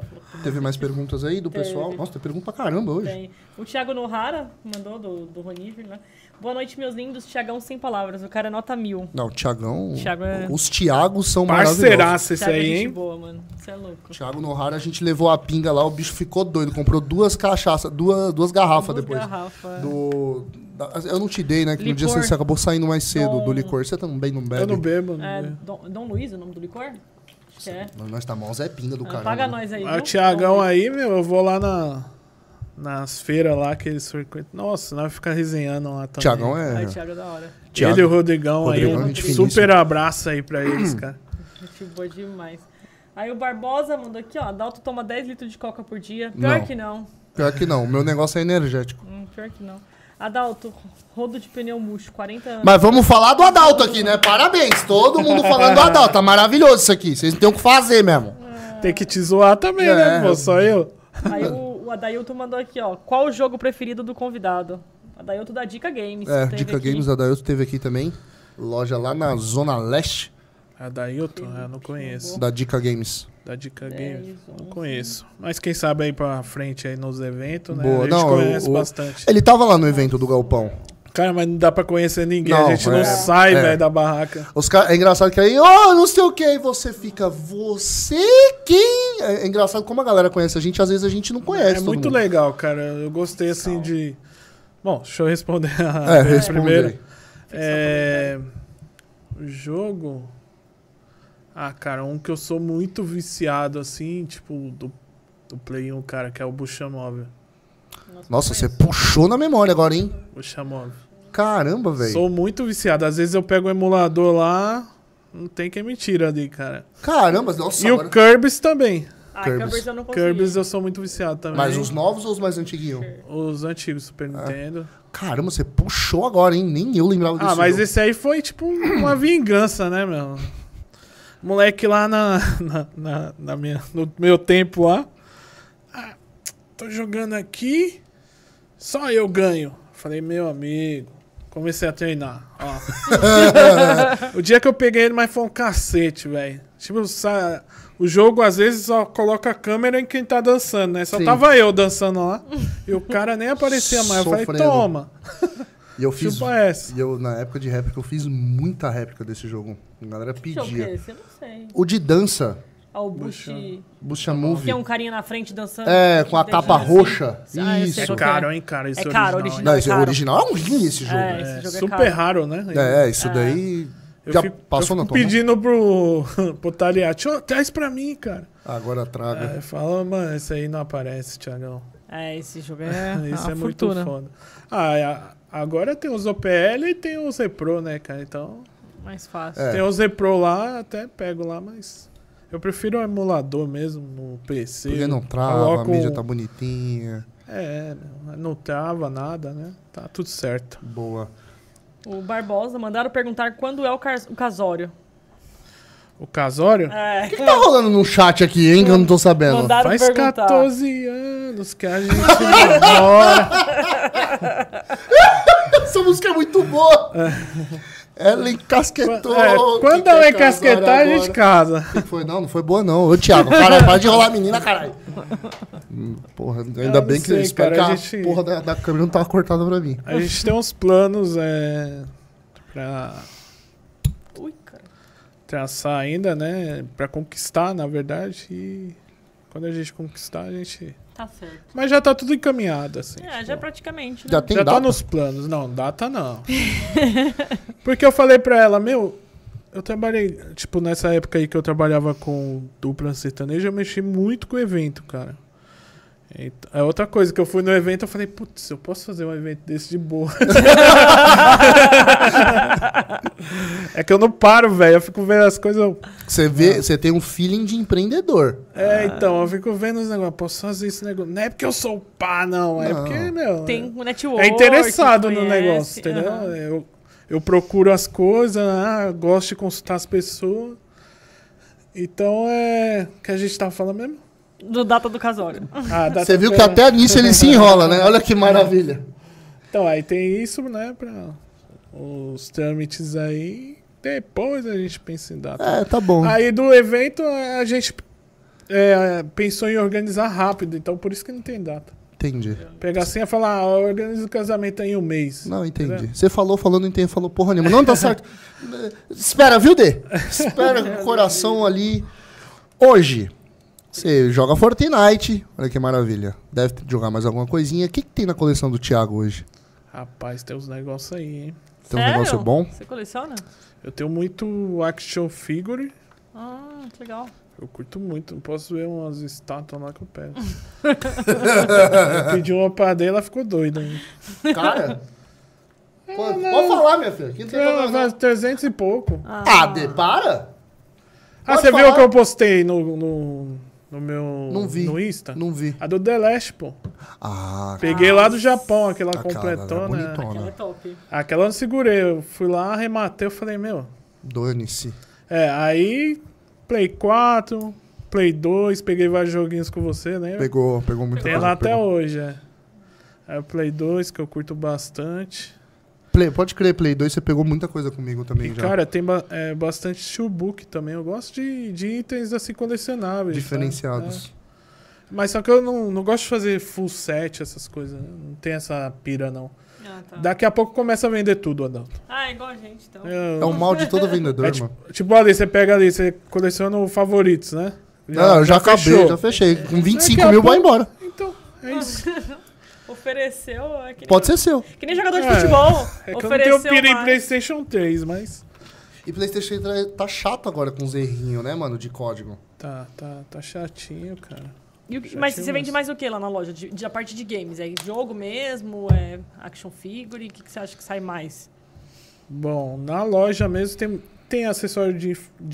teve mais perguntas aí do pessoal? Teve. Nossa, tem pergunta pra caramba hoje. Tem. O Thiago Nohara mandou, do, do Roniver, né? Boa noite, meus lindos. Thiagão sem palavras. O cara é nota mil. Não, o Thiagão... Thiago é- Os Thiagos são maravilhosos. Parceiraço esse Thiago é aí, gente hein? boa, mano. Você é louco. Thiago Nohara, a gente levou a pinga lá, o bicho ficou doido. Comprou duas cachaças, duas, duas garrafas Duas depois. garrafas. Do... da- Eu não te dei, né? Que no dia Licor. você acabou saindo mais cedo Dom- do licor. Você também não bebe. Eu não bebo, não É, bebo. Dom, Dom Luiz, o nome do licor? Acho que é. Nós- Nós tá mó Zé Pinga do Ah, caramba. paga nós aí, Mas viu? o Thiagão Dom Luiz. aí, meu, eu vou lá na, nas feiras lá que eles frequentam. Nossa, nós ficar resenhando lá também. Thiagão Ai, é... Thiago é da hora. Thiago- Ele e o Rodrigão, Rodrigão, aí, gente um finíssima. super abraço aí pra eles, cara. Gente boa demais. Aí o Barbosa mandou aqui, ó. Adalto toma dez litros de coca por dia. Pior Não. que não. Pior que não, o meu negócio é energético. Hum, pior que não. Adalto, rodo de pneu murcho, quarenta anos. Mas vamos falar do Adalto aqui, né? Parabéns, todo mundo falando do Adalto. Tá maravilhoso isso aqui. Vocês não tem o que fazer mesmo. Tem que te zoar também, É. né, pô? Só eu. Aí o, o Adailton mandou aqui, ó. Qual o jogo preferido do convidado? Adailton da Dica Games. É, teve Dica aqui. Games, a Adalto teve aqui também. Loja lá na Zona Leste A Dailton, eu não conheço. da Dica Games. Da Dica dez, Games, não onze. conheço. Mas quem sabe aí pra frente aí nos eventos, né? Boa. A gente Não, conhece o- o- bastante. Ele tava lá no evento do Galpão. Cara, mas não dá pra conhecer ninguém. Não, a gente não é, sai, é. velho, da barraca. Os cara, é engraçado que aí, oh, não sei o que, aí você fica, você quem? É, é engraçado como a galera conhece a gente, às vezes a gente não conhece. É todo muito mundo. legal, cara. Eu gostei assim de. Bom, deixa eu responder a É, a responde primeira. aí. É. O jogo. Ah, cara, um que eu sou muito viciado, assim, tipo, do, do Play um, cara, que é o Bucha Móvel. Nossa, você puxou na memória agora, hein? Bucha Móvel. Caramba, velho. Sou muito viciado. Às vezes eu pego o emulador lá, não tem quem me tira ali, cara. Caramba, nossa. E agora- o Kirby's também. Ah, Kirby's. Kirby's eu não consegui. Kirby's eu sou muito viciado também. Mas os novos ou os mais antiguinhos? Os antigos Super Nintendo. Caramba, você puxou agora, hein? Nem eu lembrava disso. Ah, mas esse aí foi tipo uma vingança, né, meu? Moleque lá na, na, na, na minha, no meu tempo lá. Ah, tô jogando aqui, só eu ganho. Falei, meu amigo, comecei a treinar. Ó. O dia que eu peguei ele, mas foi um cacete, velho. Tipo, sa- o jogo às vezes só coloca a câmera em quem tá dançando, né? Só Sim. tava eu dançando lá. E o cara nem aparecia mais. Eu falei, Sofrendo. toma. E eu fiz. Chupa essa. E eu, na época de réplica, eu fiz muita réplica desse jogo. A galera Que jogo que é pedia. esse? Eu não sei. O de dança, Ah, o Bush... Bucha Que Movie. é um carinha na frente dançando. É, com a Tem capa assim. roxa. Ah, eu sei Isso. É qual que caro, hein, cara? Esse É caro, original. original. Não, é esse caro. original é um rim esse jogo. É, É, esse É, jogo é super caro. raro, né? é, isso É. daí Eu já fico, passou eu na fico tua mão? pedindo pro, pro Taliati, "Ô, traz pra mim, cara. Agora traga. Aí fala, mano, esse aí não aparece, Thiagão. É, esse jogo é Isso uma é muito fortuna. foda. Ah, a- agora tem os O P L e tem os Repro, né, cara? Então, Mais fácil. É. tem os Repro lá, até pego lá, mas eu prefiro o emulador mesmo, no P C. Porque não trava, Coloco a mídia um- tá bonitinha. É, não trava nada, né? Tá tudo certo. Boa. O Barbosa mandaram perguntar quando é o, cas- o casório. O casório? É. O que, que tá rolando no chat aqui, hein? Que eu não tô sabendo. Mandaram Faz perguntar. quatorze anos que a gente namora. Essa música é muito boa. Ela encasquetou. É, que quando que ela é encasquetar, casar a gente agora? casa. Que foi? Não, não foi boa não. Ô, Thiago, caralho, para de enrolar a menina, caralho. Hum, Porra, ainda Eu bem não que eu sei, espero cara, que a a gente- porra da, da câmera não tava cortada pra mim. A gente tem uns planos é, pra Ui, cara. traçar ainda, né? Pra conquistar, na verdade. E quando a gente conquistar, a gente. Tá certo. Mas já tá tudo encaminhado, assim. É, tipo, já praticamente, né? Já tem já data? tá nos planos. Não, data não. Porque eu falei pra ela, meu, eu trabalhei, tipo, nessa época aí que eu trabalhava com dupla sertaneja, eu mexi muito com o evento, cara. Então, é outra coisa que eu fui no evento, eu falei, putz, eu posso fazer um evento desse de boa. É que eu não paro, velho. Eu fico vendo as coisas. eu- Você vê, você tem um feeling de empreendedor. É, então, eu fico vendo os negócios. Posso fazer esse negócio. Não é porque eu sou o pá, não. É Não. porque, meu. Tem um network. É interessado no conhece, negócio, entendeu? aham. Eu, eu procuro as coisas, ah, gosto de consultar as pessoas. Então é. O que a gente tava falando mesmo? Do data do casório. Ah, dá Você viu que pra- até nisso ele se enrola, né? Olha que maravilha. Então, aí tem isso, né? Pra os trâmites aí. Depois a gente pensa em data. É, tá bom. Aí do evento a gente é, pensou em organizar rápido, então por isso que não tem data. Entendi. Pegar assim e falar, ah, organiza o casamento em um mês. Não, entendi. Entendeu? Você falou, falou, não entendi, falou porra nenhuma. Não, tá certo. Espera, viu, Dê? Espera com o coração ali. Hoje, você joga Fortnite. Olha que maravilha. Deve jogar mais alguma coisinha. O que, que tem na coleção do Thiago hoje? Rapaz, tem uns negócios aí, hein? Tem um negócio bom? Você coleciona? Eu tenho muito action figure. Ah, que legal. Eu curto muito, não posso ver umas estátuas lá que eu pego. Eu pedi uma pra dela, ela ficou doida ainda. Cara, pode, pode falar, minha filha. Aqui não tem problema, não. trezentos e pouco. Ah, Ah, Dê, para. Ah, Pode você viu falar. o que eu postei no, no, no meu Não vi. no Insta? Não vi. A do The Last, pô. Ah, Peguei lá do Japão, aquela Aquela, completona. ela é bonitona. aquela é top. Aquela eu não segurei. Eu fui lá, arrematei, eu falei, meu. dane-se. É, aí Play quatro, Play dois, peguei vários joguinhos com você, né? Pegou, pegou muita Tem coisa. lá até pegou. hoje, é. Aí o Play dois, que eu curto bastante. Play, pode crer, Play dois, você pegou muita coisa comigo também E, já. cara, tem ba é, bastante steelbook também. Eu gosto de, de itens assim colecionáveis. Diferenciados. Tá? É. Mas só que eu não, não gosto de fazer full set, essas coisas. Né? Não tem essa pira, não. Ah, tá. Daqui a pouco começa a vender tudo, Adalto. Ah, é igual a gente, então. Eu- É um mal de todo vendedor, é mano. tipo, tipo ali, você pega ali, você coleciona os favoritos, né? Não, eu já, acabei, fechou. já fechei. Com vinte e cinco Daqui a mil, vai pouco- embora. Então, é isso. Ofereceu. É que nem, Pode ser seu. Que nem jogador de É, futebol. É que eu não ofereceu tenho pira em mais. PlayStation três, mas E PlayStation tá chato agora com os errinhos, né, mano, de código. tá, tá, tá chatinho, cara. E o que- Já mas tinha você vende umas- mais o que lá na loja? De, de- a parte de games? É jogo mesmo? É action figure? O que, que você acha que sai mais? Bom, na loja mesmo tem, tem acessório de,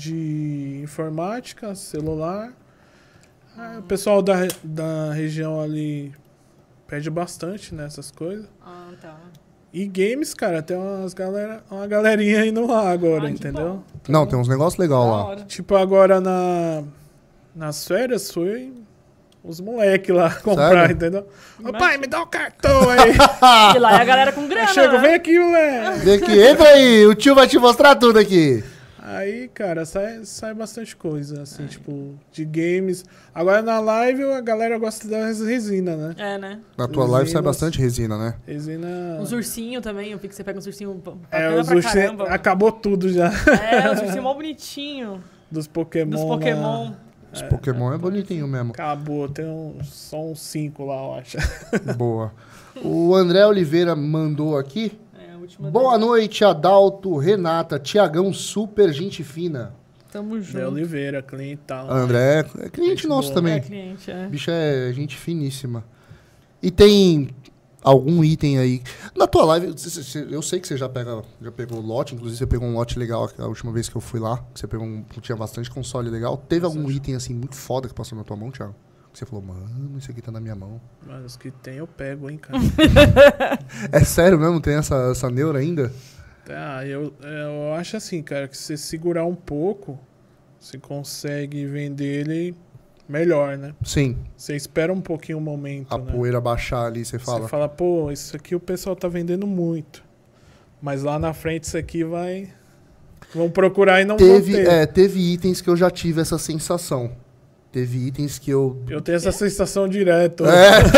de informática, celular. Ah, o pessoal da, da região ali pede bastante nessas coisas. Ah, tá. E games, cara, tem umas galera, uma galerinha indo lá agora, Ah, que entendeu? bom. Não, tem uns negócios legais Da lá. hora. Tipo, agora na, nas férias foi os moleque lá comprar, Sério? entendeu? Ô Imagina. pai, me dá o cartão aí. E lá é a galera com grana, Aí chego, né? vem aqui, moleque. Vem aqui, entra aí, o tio vai te mostrar tudo aqui. Aí, cara, sai, sai bastante coisa, assim, tipo, de games. Agora na live a galera gosta das resinas, né? É, né? Na tua live sai Resinas. bastante resina, né? Resina. Os ursinhos também, eu vi que você pega uns ursinhos É, bacana os pra ursinhos. caramba. Acabou tudo já. É, os ursinhos mó bonitinhos. Dos Pokémon. Dos lá. Pokémon. Os Pokémon é bonitinho mesmo. Acabou, tem um, só uns cinco lá, eu acho. Boa. O André Oliveira mandou aqui. É, a última Boa dele. noite, Adalto, Renata, Tiagão, super gente fina. Tamo Zé junto. Oliveira, cliente e tal. André é cliente Gente nosso boa. É, também. cliente, é. Bicho é gente finíssima. E tem algum item aí. Na tua live, c- c- eu sei que você já, pega, já pegou lote, inclusive você pegou um lote legal a última vez que eu fui lá. Você pegou um. Tinha bastante console legal. Teve algum item assim muito foda que passou na tua mão, Thiago? Que você falou, mano, isso aqui tá na minha mão. Mas os que tem eu pego, hein, cara. É sério mesmo? Tem essa, essa neura ainda? Ah, eu, eu acho assim, cara, que se você segurar um pouco, você consegue vender ele melhor, né? Sim. Você espera um pouquinho o momento, A né? poeira baixar ali, você fala. Você fala, pô, isso aqui o pessoal tá vendendo muito. Mas lá na frente isso aqui vai... Vão procurar e não Teve, vão ter. é, teve itens que eu já tive essa sensação. Teve itens que eu. Eu tenho essa sensação direto.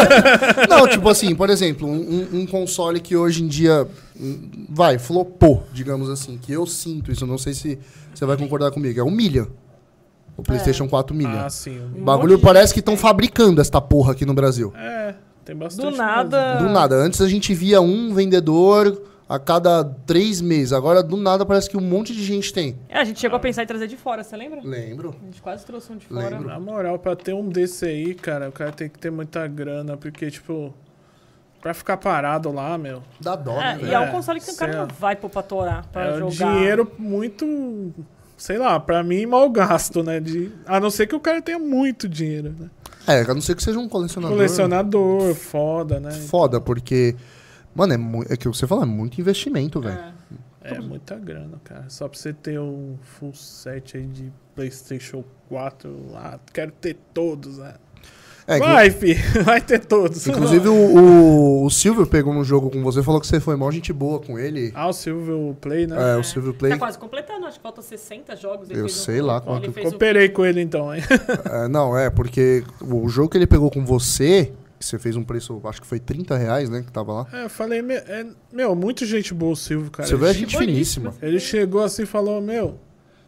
É. Não, tipo assim, por exemplo, um, um console que hoje em dia hum, vai, flopou, digamos assim, que eu sinto isso, eu não sei se você vai concordar comigo, é o Milha. O PlayStation quatro Milha. Ah, sim. O Um bagulho monte de parece gente que estão tem. fabricando esta porra aqui no Brasil. É, tem bastante. Do nada. coisa. Do nada. Antes a gente via um vendedor a cada três meses. Agora, do nada, parece que um monte de gente tem. É, a gente chegou a pensar em trazer de fora, você lembra? Lembro. A gente quase trouxe um de fora. Lembro. Na moral, pra ter um desse aí, cara, o cara tem que ter muita grana, porque, tipo, pra ficar parado lá, meu, Dá dó, É, né, e velho? é um console que o cara Sei não lá. vai pôr pra torar, pra é um jogar. dinheiro muito, sei lá, pra mim, mal gasto, né? De, a não ser que o cara tenha muito dinheiro, né? É, a não ser que seja um colecionador. Colecionador, foda, né? Foda, porque... Mano, é, mu- é que você fala, é muito investimento, velho. É. É muita grana, cara. Só pra você ter um full set aí de PlayStation quatro lá, quero ter todos, né? É, Vai, filho. Vai ter todos. inclusive, o, o, o Silvio pegou um jogo com você, falou que você foi mó gente boa com ele. Ah, o Silvio Play, né? É, o Silvio Play. Tá quase completando, acho que falta sessenta jogos. ele Eu fez um- sei lá ele quanto. fez um- Cooperei com ele então, hein? É, não, é, porque o jogo que ele pegou com você, que você fez um preço, acho que foi trinta reais, né, que tava lá. É, eu falei, me- é, meu, muito gente boa o Silvio, cara. Silvio é Ele, gente boníssimo. finíssima. ele chegou assim e falou, meu.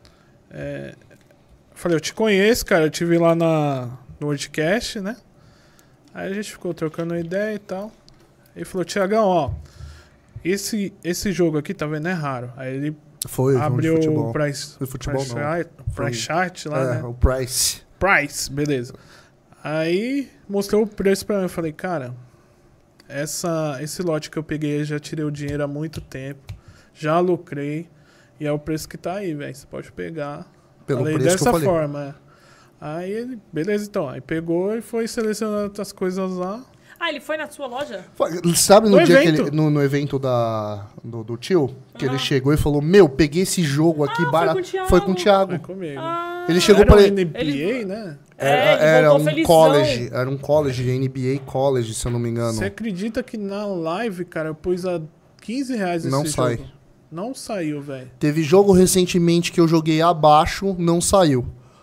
É, eu falei, eu te conheço, cara. Eu tive lá na, no Wordcast, né? Aí a gente ficou trocando uma ideia e tal. Ele falou, Tiagão, ó. Esse, esse jogo aqui, tá vendo? É raro. Aí ele Foi, foi um de abriu futebol. o Price, De futebol price, não. chart, Foi- price chart lá, É, né? o Price. Price, beleza. Aí mostrou o preço pra mim. Eu falei, cara, essa, esse lote que eu peguei, eu já tirei o dinheiro há muito tempo. Já lucrei. E é o preço que tá aí, velho. Você pode pegar. Pelo falei preço dessa que eu falei. forma, é. Aí ele, beleza então. Aí pegou e foi selecionando outras coisas lá. Ah, ele foi na sua loja? Foi- Sabe no, No dia que evento. ele, no, no evento da, do, do tio, que Ah. ele chegou e falou, meu, peguei esse jogo aqui Ah, foi barato. com o Thiago. Foi com o Thiago. Foi comigo. Ah, Ele chegou Era pra um ele. N B A, ele- né? Era, É, ele era voltou um felizão. college, era um college, N B A college, se eu não me engano. Você acredita que na live, cara, eu pus a quinze reais esse Não sai. jogo? Não saiu, velho. Teve jogo recentemente que eu joguei abaixo, não saiu.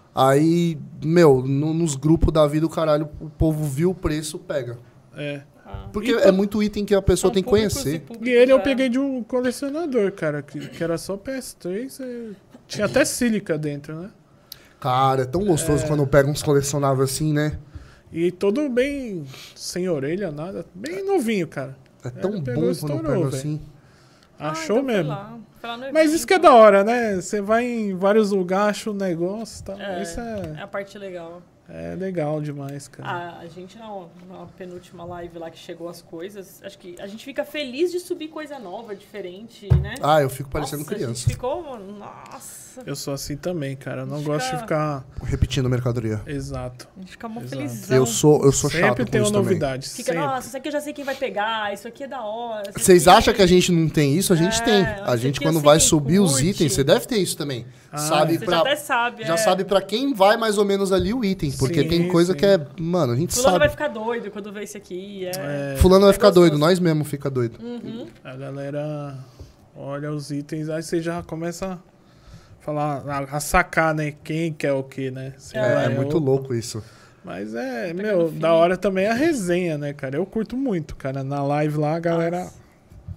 Aí, meu, no- nos grupos da vida, o caralho, o povo viu o preço, pega. É. ah. Porque E é muito item que a pessoa São tem que públicos conhecer. e públicos, E ele eu é. peguei de um colecionador, cara, que, que era só P S três. e Tinha até sílica dentro, né? Cara, é tão gostoso quando eu pego uns colecionáveis assim, né? E todo bem sem orelha, nada. Bem novinho, cara. É tão Ele bom pegou quando e eu estourou, pego velho. assim. Ah, Achou então foi mesmo. lá. Foi lá no Mas evento. isso que é da hora, né? Você vai em vários lugares, acha o negócio, tá? É, Isso é é, a parte legal. é legal demais, cara. Ah, a gente na, na penúltima live lá que chegou as coisas, acho que a gente fica feliz de subir coisa nova, diferente, né? Ah, eu fico parecendo Nossa, A criança. gente ficou, nossa, Eu sou assim também, cara. Eu não Fica- gosto de ficar. Repetindo mercadoria. Exato. a gente fica mó Exato. felizão. Eu sou, eu sou chato Sempre com tem uma isso também. novidade. Fica, sempre. nossa, isso aqui eu já sei quem vai pegar, isso aqui é da hora. isso Vocês aqui- acham que a gente não tem isso? A gente É, tem. isso A gente, aqui eu quando sei vai quem subir os curte. itens, você deve ter isso também. Ah, sabe Você pra, já até sabe, já é. sabe pra quem vai mais ou menos ali o item. Porque Sim, tem coisa sim. que é. Mano, a gente Fulano sabe. vai ficar doido quando vê esse aqui, é... É, Fulano vai é ficar gostoso. doido, nós mesmo fica doido. Uhum. a galera olha os itens, aí você já começa a falar, a, a sacar, né? Quem quer o que, né? Sei É, lá, é eu- muito louco isso. Mas é, Pegando meu, fio. da hora também a resenha, né, cara? Eu curto muito, cara. Na live lá, a galera Nossa.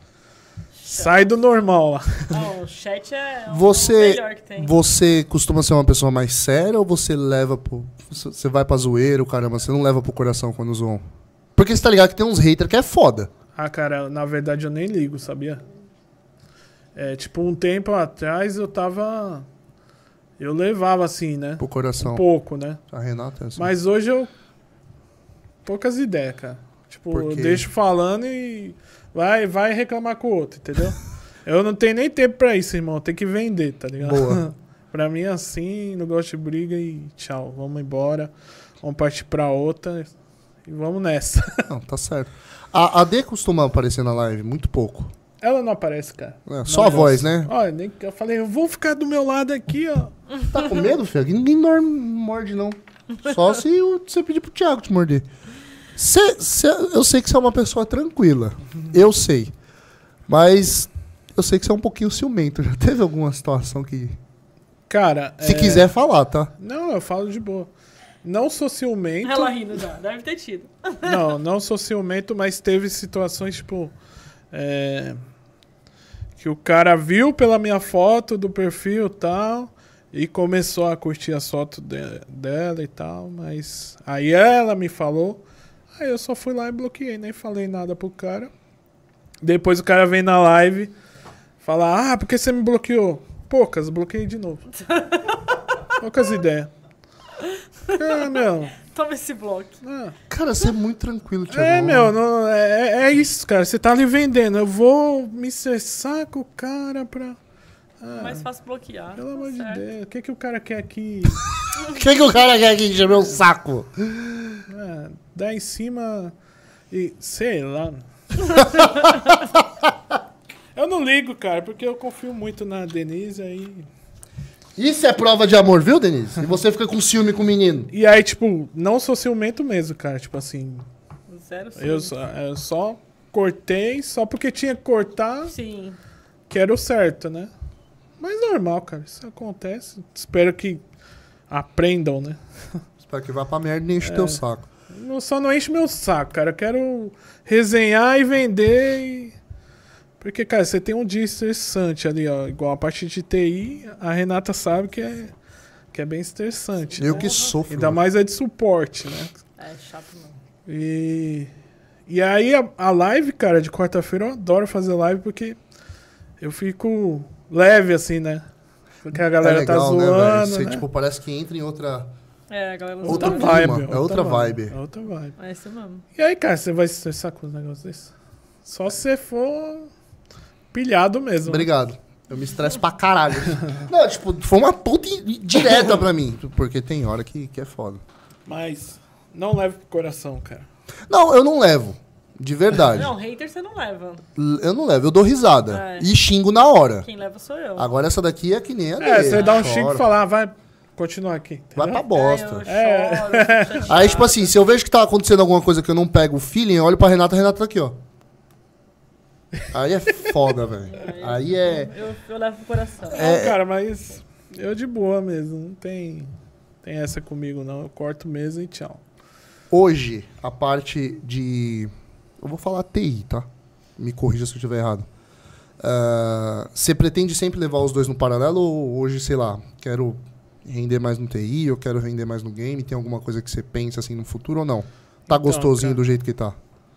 sai do normal lá. Não, o chat é o Você, melhor que tem. você costuma ser uma pessoa mais séria ou você leva pro. Você vai pra zoeira, caramba, você não leva pro coração quando zoam? Porque você tá ligado que tem uns haters que é foda. Ah, cara, na verdade eu nem ligo, sabia? É, tipo, um tempo atrás eu tava. Eu levava assim, né? Pro coração. Um pouco, né? A Renata é assim. Mas hoje eu. Poucas ideias, cara. Tipo, Por eu quê? deixo falando e vai, vai reclamar com o outro, entendeu? Eu não tenho nem tempo pra isso, irmão. Tem que vender, tá ligado? Boa. Pra mim é assim, não gosto de briga e tchau. Vamos embora. Vamos partir pra outra e vamos nessa. Não, tá certo. A, a D costuma aparecer na live, muito pouco. Ela não aparece, cara. É, só a voz, né? Olha, nem, eu falei, eu vou ficar do meu lado aqui, ó. Tá com medo, filho? Aqui ninguém dorme, morde, não. Só se o- você pedir pro Thiago te morder. Cê, cê- eu sei que você é uma pessoa tranquila. Eu sei. Mas eu sei que você é um pouquinho ciumento. Já teve alguma situação que... Cara. Se é, quiser falar, tá? Não, eu falo de boa. Não sou ciumento. Ela rindo já, deve ter tido. Não, não sou ciumento, mas teve situações, tipo. é, que o cara viu pela minha foto do perfil e tal. E começou a curtir as fotos de- dela e tal. Mas. Aí ela me falou. Aí eu só fui lá e bloqueei, nem falei nada pro cara. Depois o cara vem na live. Fala, ah, por que você me bloqueou? Poucas, bloqueei de novo. Poucas ideias. É, meu. Toma esse bloco. Ah. Cara, você é muito tranquilo, Thiago. É, meu, não, é, é isso, cara. Você tá ali vendendo. Eu vou me cessar com o cara pra. Ah, Mais fácil bloquear. pelo tá amor de certo. Deus. O que, que o cara quer aqui? O que, que o cara quer aqui encher meu saco? Ah, dá em cima e. Sei lá. Eu não ligo, cara, porque eu confio muito na Denise aí. Isso é prova de amor, viu, Denise? E você fica com ciúme com o menino. E aí, tipo, não sou ciumento mesmo, cara. Tipo assim, Zero sim. eu só, eu só cortei só porque tinha que cortar, Sim. que era o certo, né? Mas normal, cara. Isso acontece. Espero que aprendam, né? Espero que vá pra merda e nem enche o teu saco. Não, só não enche meu saco, cara. Eu quero resenhar e vender. E... Porque, cara, você tem um dia estressante ali, ó. Igual a parte de T I, a Renata sabe que é, que é bem estressante. Eu né? que sofro. Ainda mais a de suporte, né? É chato não. E, e aí a, a live, cara, de quarta-feira eu adoro fazer live porque eu fico leve, assim, né? Porque a galera é legal, tá zoando, Você, né? tipo, parece que entra em outra... É, a galera Outra zoa. vibe. vibe. É outra vibe. É outra vibe. É isso mesmo. E aí, cara, você vai se estressar com os negócios desses? Só se você for pilhado mesmo. Obrigado. Eu me estresso pra caralho. Não, tipo, foi uma puta direta pra mim. Porque tem hora que, que é foda. Mas não leve pro coração, cara. Não, eu não levo. De verdade. Não, hater você não leva. L- Eu não levo, eu dou risada. É. E xingo na hora. Quem leva sou eu. Agora essa daqui é que nem a É, dele. você dá um Chora. xingo e falar, ah, vai continuar aqui. Vai pra entendeu? bosta. É, eu choro, É. eu fico chateada. Aí, tipo assim, se eu vejo que tá acontecendo alguma coisa que eu não pego o feeling, eu olho pra Renata, a Renata tá aqui, ó. Aí é foda, velho. Aí é... Eu, eu levo pro coração. Não, É- cara, mas eu de boa mesmo. Não tem, tem essa comigo, não. Eu corto mesmo e tchau. Hoje, a parte de... Eu vou falar T I, tá? Me corrija se eu estiver errado. Ah, Você pretende sempre levar os dois no paralelo ou hoje, sei lá, quero render mais no T I, eu quero render mais no game? Tem alguma coisa que você pensa assim no futuro ou não? Tá Então, gostosinho cara. do jeito que tá?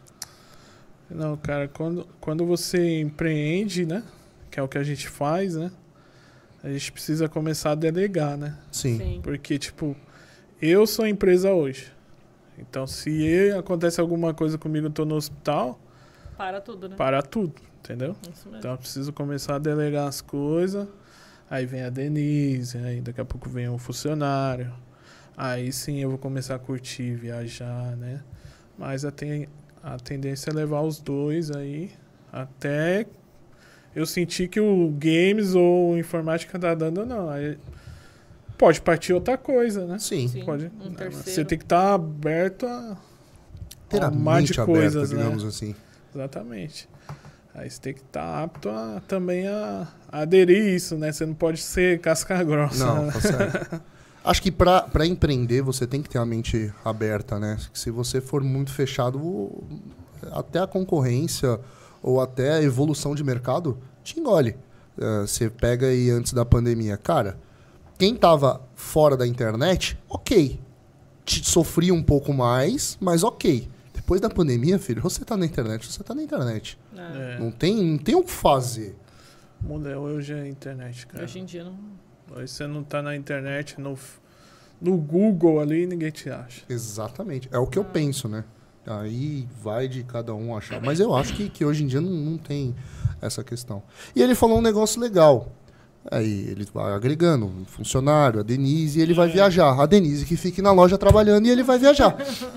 Não, cara, quando, quando você empreende, né? Que é o que a gente faz, né? A gente precisa começar a delegar, né? Sim. Sim. Porque, tipo, eu sou a empresa hoje. Então, se acontece alguma coisa comigo, eu tô no hospital, Para tudo, né? para tudo, entendeu? Isso mesmo. Então, eu preciso começar a delegar as coisas. Aí vem a Denise, aí daqui a pouco vem o funcionário. Aí sim eu vou começar a curtir, viajar, né? Mas a, ten a tendência é levar os dois aí até eu sentir que o games ou informática tá dando, não. Aí pode partir outra coisa, né? Sim. Sim, Pode. um terceiro. Você tem que estar aberto a Ter a ao mar mente de aberta, coisas, né? digamos assim. Exatamente. Aí você tem que estar apto a, também a, a aderir isso, né? Você não pode ser casca grossa. Não, né? tá certo. Acho que pra, pra empreender você tem que ter a mente aberta, né? Se você for muito fechado, o- até a concorrência ou até a evolução de mercado te engole. Eh, Você pega aí antes da pandemia. Cara, quem tava fora da internet, ok. Te sofria um pouco mais, mas ok. Depois da pandemia, filho, você tá na internet, você tá na internet. É. É, Não tem, não tem o que fazer. muda hoje é a internet, cara. Hoje em dia não. Hoje você não tá na internet, no, no Google ali, ninguém te acha. Exatamente. É o que eu penso, né? Aí vai de cada um achar. Mas eu acho que, que hoje em dia não, não tem essa questão. E ele falou um negócio legal. Aí ele vai agregando um funcionário, a Denise, e ele vai viajar. A Denise que fique na loja trabalhando e ele vai viajar.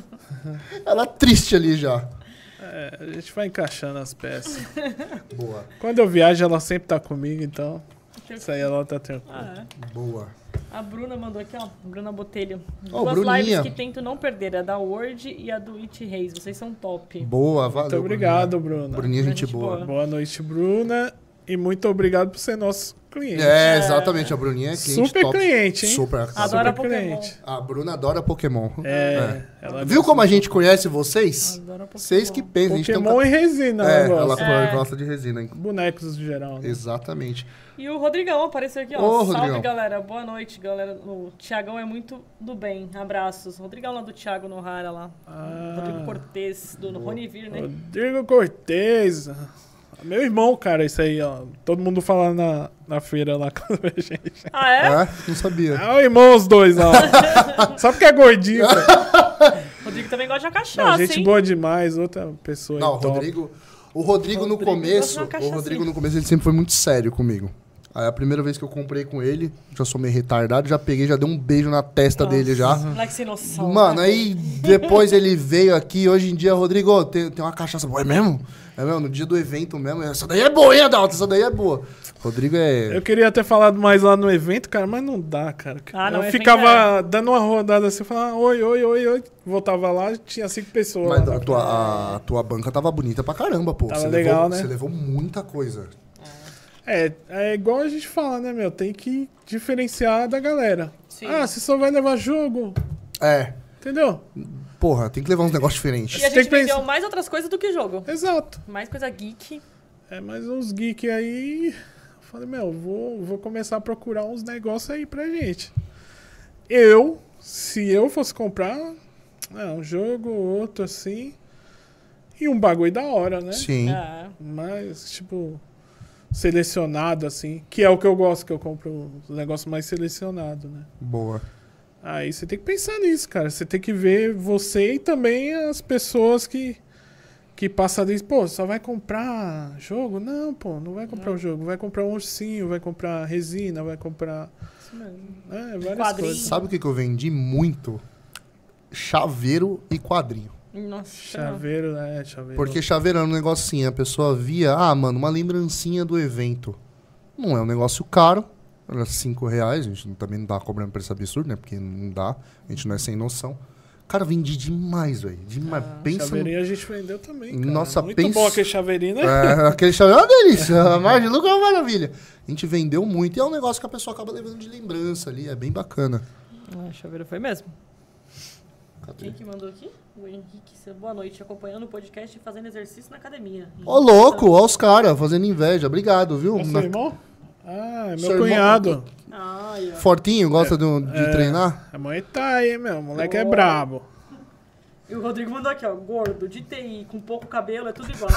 Ela triste ali já. É, a gente vai encaixando as peças. Boa, Quando eu viajo, ela sempre tá comigo, então isso aí ela tá tranquila. Ah, é. boa. A Bruna mandou aqui, ó. Bruna Botelho. Ó, Duas Bruninha. lives que tento não perder. A da Word e a do It Reis. Vocês são top. Boa, valeu. Muito obrigado, Bruninha. Bruna. Bruninha, gente Gente boa. boa. Boa noite, Bruna. E muito obrigado por ser nosso cliente. É, exatamente. A Bruninha é cliente Super top. cliente, hein? Super. Adora Super Pokémon. cliente. A Bruna adora Pokémon. É, ela Viu como a gente conhece vocês? Adora Pokémon. Vocês que pensam. a gente tem um Pokémon e resina, É, ela ela gosta. É. gosta de resina. hein? Bonecos no geral, né? Exatamente. E o Rodrigão apareceu aqui, ó. Ô, Salve, Rodrigão. galera. Boa noite, galera. O Thiagão é muito do bem. Abraços. Rodrigão lá do Thiago Nohara lá. Ah. Rodrigo Cortez, do Ronivir, né? Rodrigo Cortez. Meu irmão, cara, isso aí, ó. Todo mundo fala na, na feira lá com a gente. Ah, é? É? Não sabia. É o irmão, os dois lá. Só porque é gordinho, cara. Rodrigo também gosta de Não, cachaça, gente hein? boa demais, outra pessoa Não, aí, o top. Rodrigo. O Rodrigo no Rodrigo começo. gosta de uma O Rodrigo cachaçinha. no começo ele sempre foi muito sério comigo. Aí a primeira vez que eu comprei com ele, já sou meio retardado, já peguei, já dei um beijo na testa Nossa. dele já. Moleque sem noção. Mano, né? Aí depois ele veio aqui, hoje em dia, Rodrigo, tem, tem uma cachaça boa, é mesmo? É mesmo? No dia do evento mesmo, essa daí é boa, hein, Adalto? Essa daí é boa. Rodrigo é... Eu queria ter falado mais lá no evento, cara, mas não dá, cara. Ah, não, eu ficava é. dando uma rodada assim, falava oi, oi, oi, oi. Voltava lá, tinha cinco pessoas. Mas lá a, tua, a, a tua banca tava bonita pra caramba, pô. Tava você legal, levou, né? Você levou muita coisa. É, é igual a gente fala, né, meu? Tem que diferenciar da galera. Sim. Ah, você só vai levar jogo. É. Entendeu? Porra, tem que levar uns negócios diferentes. E a Tem gente que vendeu pensar. mais outras coisas do que jogo. Exato. Mais coisa geek. É, mas uns geeks aí... Eu falei, meu, vou, vou começar a procurar uns negócios aí pra gente. Eu, se eu fosse comprar é, um jogo, outro assim... E um bagulho da hora, né? Sim. É. Mas, tipo... Selecionado, assim. Que é o que eu gosto, que eu compro os negócios mais selecionados, né? Boa. Aí você tem que pensar nisso, cara. Você tem que ver você e também as pessoas que, que passam disso. Pô, só vai comprar jogo? Não, pô, não vai comprar o jogo. Vai comprar um ursinho, vai comprar resina, vai comprar... Isso mesmo. É, várias Quadrinho. coisas. Sabe o que, que eu vendi muito? Chaveiro e quadrinho. Nossa. Chaveiro, né? Chaveiro. Porque chaveiro é um negócio assim, a pessoa via, ah, mano, uma lembrancinha do evento. Não é um negócio caro, era cinco reais, a gente também não tá cobrando preço absurdo, né? Porque não dá, a gente não é sem noção. Cara, vendi demais, velho. Demais. Ah, pensa chaveirinho a gente vendeu também, cara. Nossa, Muito pensa- bom aquele chaveirinho, né? É, aquele chaveiro é uma delícia, a margem de lucro é uma maravilha. A gente vendeu muito e é um negócio que a pessoa acaba levando de lembrança ali, é bem bacana. Ah, chaveiro foi mesmo. Quem que mandou aqui? O Henrique, boa noite, acompanhando o podcast e fazendo exercício na academia. Ô, louco, ó os caras fazendo inveja. Obrigado, viu? É seu Na- irmão? Ah, é Seu meu irmão- cunhado. Ai, ó. Fortinho, gosta do- de É, treinar? É Muay Thai, hein, meu? O moleque é Oh. brabo. E o Rodrigo mandou aqui, ó. Gordo, de T I, com pouco cabelo, é tudo igual.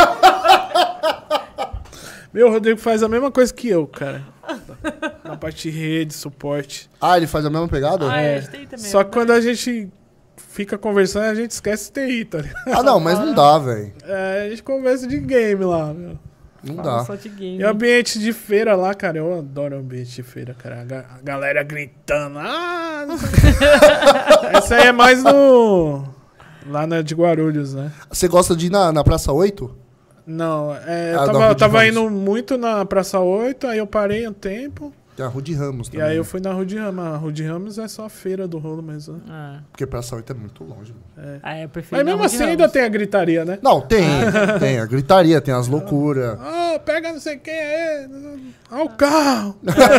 Meu, o Rodrigo faz a mesma coisa que eu, cara. Na parte de rede, suporte. Ah, ele faz a mesma pegada? Ah, É. é, de T I também. Só né? que quando a gente fica conversando, a gente esquece T I, tá ligado? Ah, não, mas não dá, velho. É, a gente conversa de game lá, meu. Não Fala dá. só de game. E o ambiente de feira lá, cara, eu adoro o ambiente de feira, cara. A, ga- a galera gritando. Ah, não sei o quê. Essa aí é mais no... Lá na de Guarulhos, né? Você gosta de ir na, na Praça oito? Não, é, eu Ah, da tava, Rua eu de tava Ramos. indo muito na Praça oito, aí eu parei um tempo. Tem a Rua de Ramos E também. aí eu fui na Rua de Ramos. A Rua de Ramos é só a feira do rolo mesmo, né? Ah, Porque Praça oito é muito longe. Mano. ah, eu prefiro Mas mesmo assim ainda tem a gritaria, né? Não, tem. Tem a gritaria, tem as loucuras. Ah, pega não sei quem é. Olha o carro.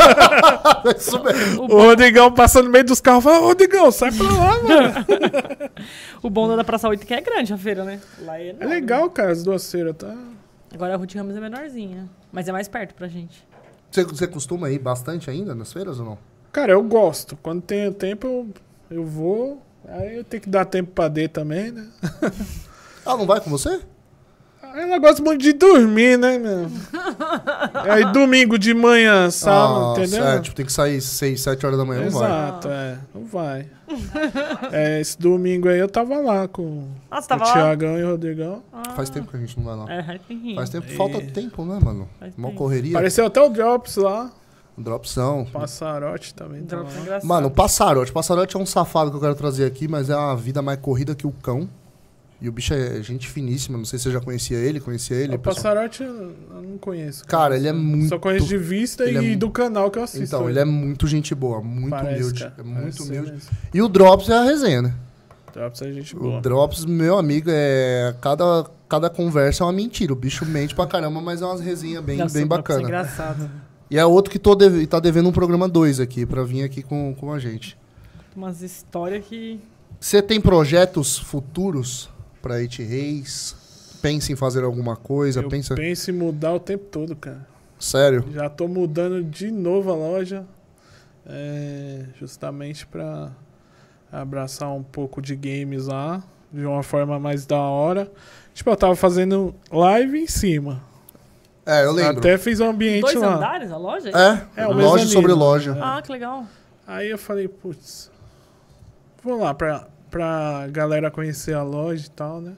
Isso mesmo. O Rodrigão passando no meio dos carros. Fala, Rodrigão, sai pra lá, mano. O bom da Praça oito que é grande a feira, né? Lá é, É enorme. legal, cara, as duas feiras, tá? Agora a Ruth Ramos é menorzinha. Mas é mais perto pra gente. Você, você costuma ir bastante ainda nas feiras ou não? Cara, eu gosto. Quando tenho tempo, eu, eu vou. Aí eu tenho que dar tempo pra D também, né? Ah, não vai com você? Ela gosta muito de dormir, né, meu? Aí domingo de manhã, sábado, Ah, entendeu? certo, tipo, tem que sair seis, sete horas da manhã, não vai. Exato, é. Não vai. É, esse domingo aí eu tava lá com Ah, você o tava lá? Tiagão e o Rodrigão. Ah, Faz tempo que a gente não vai lá. É, tem Faz tempo, E- falta tempo, né, mano? Faz Mó tempo. correria. Apareceu até o Drops lá. Dropção. Passarote também. Tá Drops é lá. engraçado. Mano, o Passarote. O Passarote é um safado que eu quero trazer aqui, mas é uma vida mais corrida que o cão. E o bicho é gente finíssima. Não sei se você já conhecia ele, conhecia ele. O pessoal. Passarote eu eu não conheço. Cara, ele é muito... Só conheço de vista ele e é do canal que eu assisto. Então, ele é muito gente boa, muito Parece, humilde. cara. É muito Parece ser humilde. mesmo. E o Drops é a resenha, né? Drops é gente O boa. Drops, meu amigo, é... Cada, cada conversa é uma mentira. O bicho mente pra caramba, mas é umas resenhas bem, Nossa, bem o Drops É bacana. engraçado. E é outro que tô deve... tá devendo um programa dois aqui, pra vir aqui com, com a gente. Umas histórias que... Você tem projetos futuros pra It Reis? Pensa em fazer alguma coisa? Eu Pensa... penso em mudar o tempo todo, cara. Sério? Já tô mudando de novo a loja. é, justamente pra abraçar um pouco de games lá. De uma forma mais da hora. Tipo, eu tava fazendo live em cima. É, eu lembro. Até fiz um ambiente Dois lá. andares a loja? É, É, o loja mezanino. sobre loja. Ah, que legal. Aí eu falei, putz, vou lá pra, pra galera conhecer a loja e tal, né?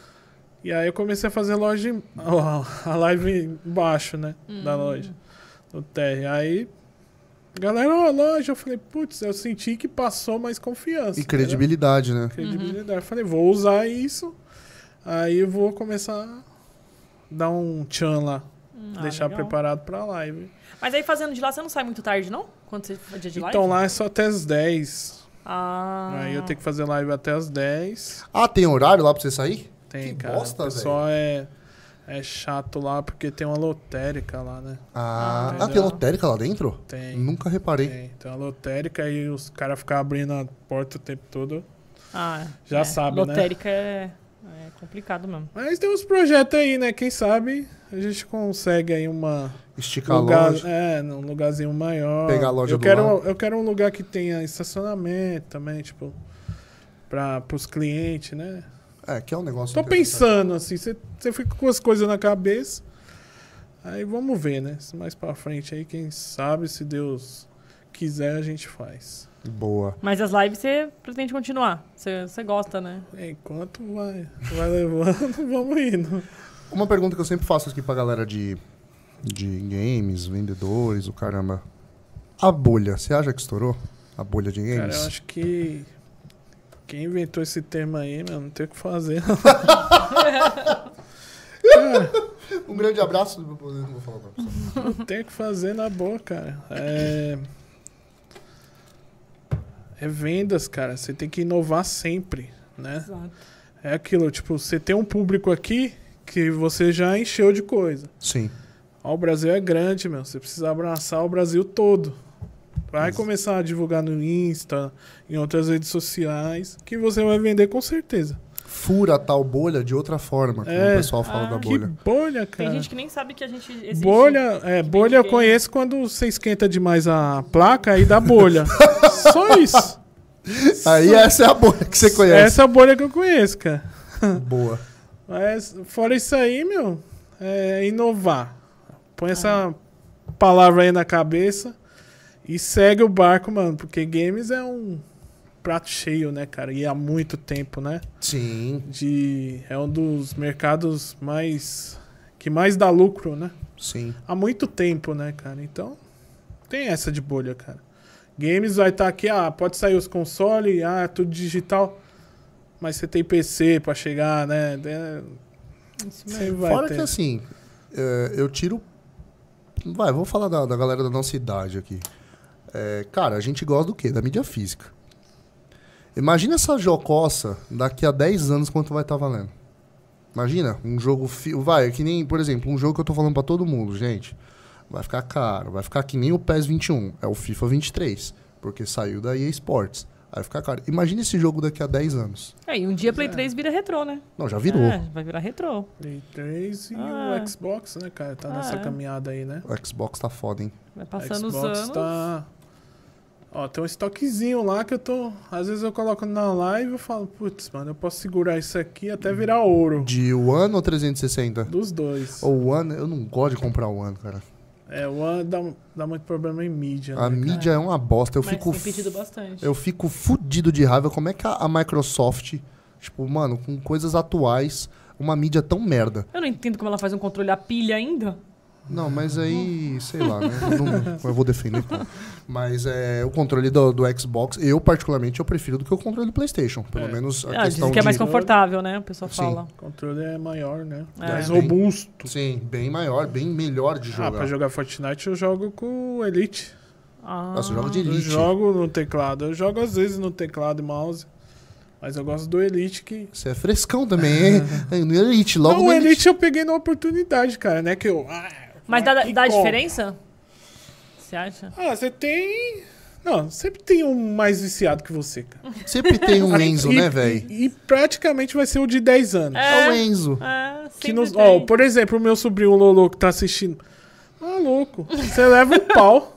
E aí eu comecei a fazer loja, em, ó, a live embaixo, né, da loja. no térreo. Aí, galera, ó, loja, eu falei, putz, eu senti que passou mais confiança. E credibilidade, entendeu? né? Credibilidade. Uhum. Eu falei, vou usar isso, aí eu vou começar a dar um tchan lá. Hum, deixar ah, preparado pra live. Mas aí fazendo de lá, você não sai muito tarde, não? Quando você faz dia de live? Então lá é só até as dez. Ah. Aí eu tenho que fazer live até as dez. Ah, tem horário lá pra você sair? Tem, que cara. bosta, o pessoal é, é chato lá porque tem uma lotérica lá, né? Ah, ah tem lotérica lá dentro? Tem. Nunca reparei. Tem, tem uma lotérica e os caras ficam abrindo a porta o tempo todo. Ah, já é. sabe, né? Lotérica é, é complicado mesmo. Mas tem uns projetos aí, né? Quem sabe a gente consegue aí uma... Esticar lugar, a loja. É, num lugarzinho maior. Pegar a loja eu do quero, lado. Eu quero um lugar que tenha estacionamento também, tipo, para pros clientes, né? É, que é um negócio... Tô pensando, assim, você fica com as coisas na cabeça, aí vamos ver, né? Mais pra frente aí, quem sabe, se Deus quiser, a gente faz. Boa. Mas as lives você pretende continuar? Você, você gosta, né? Enquanto vai, vai levando, vamos indo. Uma pergunta que eu sempre faço aqui pra galera de, de games, vendedores, o caramba. A bolha, você acha que estourou? A bolha de games? Cara, eu acho que quem inventou esse termo aí, meu, não tem o que fazer. Cara, um grande abraço. Não vou falar não. Não tem o que fazer na boa, cara. É... é vendas, cara. Você tem que inovar sempre, né? Exato. É aquilo, tipo, você tem um público aqui que você já encheu de coisa. Sim. Ó, o Brasil é grande, meu. Você precisa abraçar o Brasil todo. Vai Isso. começar a divulgar no Insta, em outras redes sociais, que você vai vender com certeza. Fura a tal bolha de outra forma, como é, o pessoal fala ah, da que bolha. bolha, cara. Tem gente que nem sabe que a gente existe. Bolha, é, bolha eu conheço quando você esquenta demais a placa e dá bolha. Só isso. Aí Só... essa é a bolha que você conhece. Essa é a bolha que eu conheço, cara. Boa. Mas fora isso aí, meu, é inovar. Põe ah. essa palavra aí na cabeça e segue o barco, mano. Porque games é um prato cheio, né, cara? E há muito tempo, né? Sim. De, é um dos mercados mais... que mais dá lucro, né? Sim. Há muito tempo, né, cara? Então, tem essa de bolha, cara. Games vai estar tá aqui, ah, pode sair os consoles, ah, tudo digital... Mas você tem P C pra chegar, né? Você vai Fora ter. Que assim, é, eu tiro... Vai, vou falar da, da galera da nossa idade aqui. É, cara, a gente gosta do quê? Da mídia física. Imagina essa jocosa daqui a dez anos quanto vai estar tá valendo. Imagina, um jogo... Fi... Vai, que nem, por exemplo, um jogo que eu tô falando pra todo mundo, gente. Vai ficar caro, vai ficar que nem o PES vinte e um. É o FIFA vinte e três, porque saiu da E A Sports. Aí fica caro. Imagina esse jogo daqui a dez anos. É, e um dia Play três vira retrô, né? Não, já virou. É, vai virar retrô. Play três e ah. o Xbox, né, cara? Tá ah, nessa é. caminhada aí, né? O Xbox tá foda, hein? Vai passando os anos. Tá... Ó, tem um estoquezinho lá que eu tô... Às vezes eu coloco na live e falo, putz, mano, eu posso segurar isso aqui até virar ouro. De One ou trezentos e sessenta? Dos dois. O One, eu não gosto de comprar o One, cara. É, o One dá, dá muito problema em mídia. A né, mídia cara? é uma bosta. Eu Mas fico. tem pedido bastante. Eu fico fudido de raiva. Como é que a, a Microsoft, tipo, mano, com coisas atuais, uma mídia tão merda. Eu não entendo como ela faz um controle a pilha ainda. Não, mas aí, sei lá, né? Eu, não, eu vou defender. Pô. Mas é, o controle do, do Xbox, eu particularmente, eu prefiro do que o controle do PlayStation. Pelo é. menos a ah, questão dizem que é mais de... confortável, né? O pessoal Sim. fala. O controle é maior, né? É. Mais bem, robusto. Sim, bem maior, bem melhor de jogar. Ah, pra jogar Fortnite eu jogo com o Elite. Ah. Nossa, eu jogo de Elite. Eu jogo no teclado. Eu jogo às vezes no teclado e mouse. Mas eu gosto do Elite que... Você é frescão também, hein? No Elite, logo Não, no o Elite. Elite eu peguei na oportunidade, cara, né? Que eu... Ah, mas dá, dá diferença? Você acha? Ah, você tem... Não, sempre tem um mais viciado que você, cara. Sempre tem um Enzo, e, né, velho? E, e praticamente vai ser o de dez anos. É, é o Enzo. É, que nos, ó, por exemplo, o meu sobrinho Lolo que tá assistindo. Maluco, você leva um pau.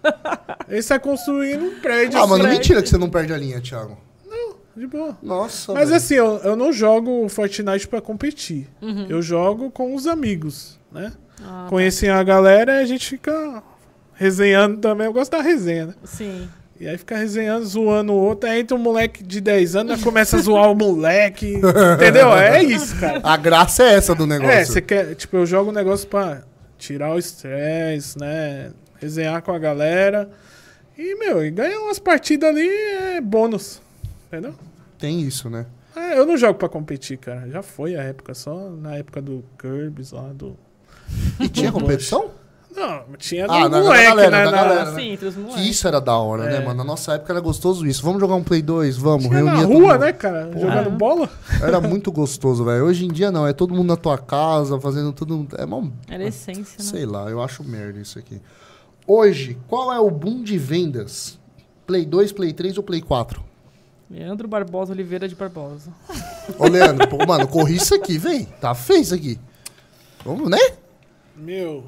Ele sai construindo um prédio. Ah, mano, prédio. mentira que você não perde a linha, Thiago. Não, de boa. Nossa, Mas velho. assim, eu, eu não jogo Fortnite pra competir. Uhum. Eu jogo com os amigos, né? Ah, Conhecem tá. a galera e a gente fica resenhando também. Eu gosto da resenha, né? Sim. E aí fica resenhando, zoando o outro. Aí entra um moleque de dez anos e começa a zoar o moleque. Entendeu? É isso, cara. A graça é essa do negócio. É, você quer... Tipo, eu jogo um negócio pra tirar o estresse, né? resenhar com a galera. E, meu, e ganhar umas partidas ali é bônus. Entendeu? Tem isso, né? É, eu não jogo pra competir, cara. Já foi a época, só na época do Kirby lá, do... E tinha competição? Não, tinha do Ah, na- na moleque, galera, né? da na- galera, né? Sim, entre os Que moleques. isso era da hora, né, É. mano? Na nossa época era gostoso isso. Vamos jogar um Play dois? Vamos. Tinha na Reunia todo rua, mundo. né, cara? Jogando bola. Era muito gostoso, velho. Hoje em dia não, é todo mundo na tua casa, fazendo tudo. É mó. Era a essência, né? Sei lá, eu acho merda isso aqui. Hoje, qual é o boom de vendas? Play dois, Play três ou Play quatro? Leandro Barbosa Oliveira de Barbosa. Ô, Leandro, pô, mano, corri isso aqui, véi. Tá feio isso aqui. Vamos, né? Meu...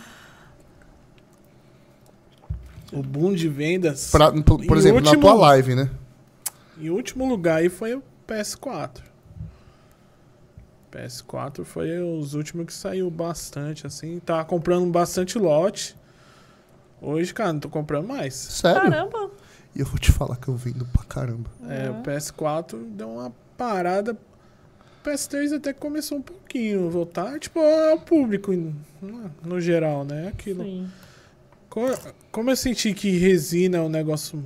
O boom de vendas... Pra- por por Em exemplo, na último- tua live, né? Em último lugar aí foi o P S quatro. P S quatro foi os últimos que saiu bastante, assim. Tava comprando bastante lote. Hoje, cara, não tô comprando mais. Sério? Caramba! E eu vou te falar que eu vendo pra caramba. É, o P S quatro deu uma parada. O P S três até que começou um pouquinho a voltar, tipo, ao público em- no geral, né? Aquilo. Sim. Co- Como eu senti que resina é um negócio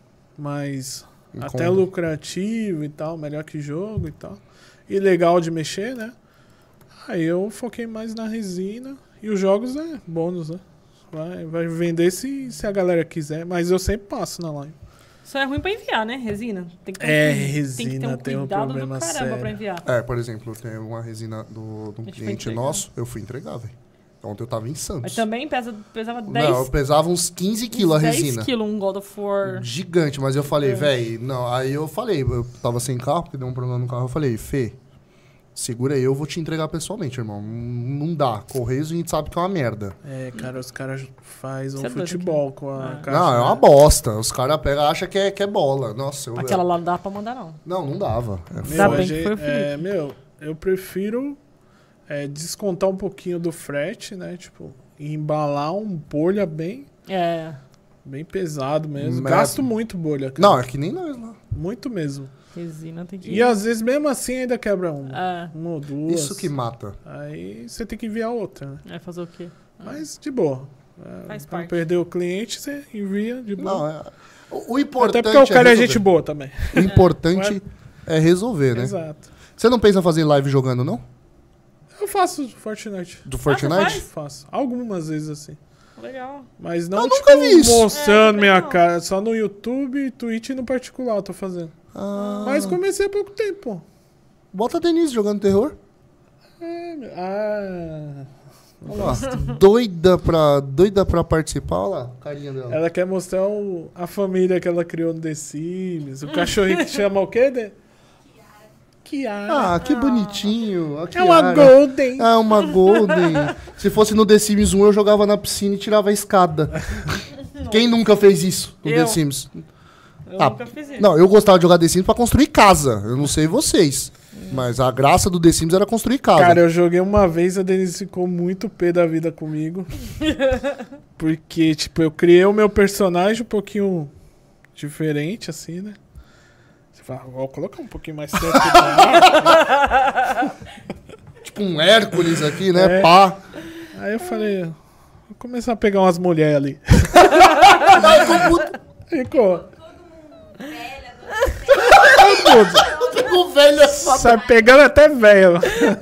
mais Em até conta. lucrativo e tal, melhor que jogo e tal. E legal de mexer, né? Aí eu foquei mais na resina. E os jogos é bônus, né? Vai, vai vender se, se a galera quiser, mas eu sempre passo na live. Só é ruim pra enviar, né? Resina. Tem que ter É, um, tem que ter resina um tem um cuidado problema do caramba sério. pra enviar. É, por exemplo, tem uma resina do, do A gente foi cliente entregar. nosso, eu fui entregar, velho. Ontem eu tava em Santos. Mas também pesa, pesava dez, Não, eu pesava uns quinze quilos a resina. dez quilos um God of War. Gigante, mas eu falei, É. velho, não, aí eu falei, eu tava sem carro, porque deu um problema no carro, eu falei, Fê, segura aí, eu vou te entregar pessoalmente, irmão. Não não dá. Correios a gente sabe que é uma merda. É, cara, os caras fazem Você um é doido futebol com a Ah. caixa. Não, é uma bosta. Os caras pegam, acham que é, que é bola. Nossa, eu. Aquela lá não dá pra mandar, não. Não, não dava. É Meu, Ainda foda. bem a que gente- foi o Felipe. é, meu, eu prefiro é, descontar um pouquinho do frete, né? Tipo, e embalar um bolha bem, É, bem pesado mesmo. Mas- Gasto muito bolha, cara. Não, é que nem nós lá. Muito mesmo. resina tem que... E às vezes, mesmo assim, ainda quebra uma. É, Uma ou duas. Isso que mata. Aí você tem que enviar outra, né? é fazer o quê? Mas de boa. É, Faz pra não parte. perder o cliente, você envia de boa. Não, é. O, o importante. Até porque o cara é, resolver. gente boa também. O importante é resolver, né? Exato. Você não pensa em fazer live jogando, não? Eu faço Fortnite. Do você Fortnite? faz? Faço. Algumas vezes assim. Legal. Mas não, Eu tipo, nunca vi isso. mostrando É, minha não. cara. Só no YouTube, Twitch e no particular eu tô fazendo. Ah, Mas comecei há pouco tempo. Bota a Denise jogando terror. É, meu- ah, Olha lá. doida, pra, doida pra participar. Olha lá, a carinha dela. ela quer mostrar o- a família que ela criou no The Sims. O cachorrinho que chama o quê? De... Kiara. Ah, que bonitinho. A é uma Kiara. Golden. Ah, uma Golden. Se fosse no The Sims um, eu jogava na piscina e tirava a escada. Quem nunca fez isso no Eu. The Sims? Eu Ah, nunca fiz isso. Não, eu gostava de jogar The Sims pra construir casa. Eu não sei vocês. Mas a graça do The Sims era construir casa. Cara, eu joguei uma vez, a Denise ficou muito pé da vida comigo. Porque, tipo, eu criei o meu personagem um pouquinho diferente, assim, né? Você fala, vou colocar um pouquinho mais tempo. Tipo um Hércules aqui, né? É. Pá. Aí eu falei, vou começar a pegar umas mulheres ali. Ficou. Ficou velho essa. Sai pegando até velho.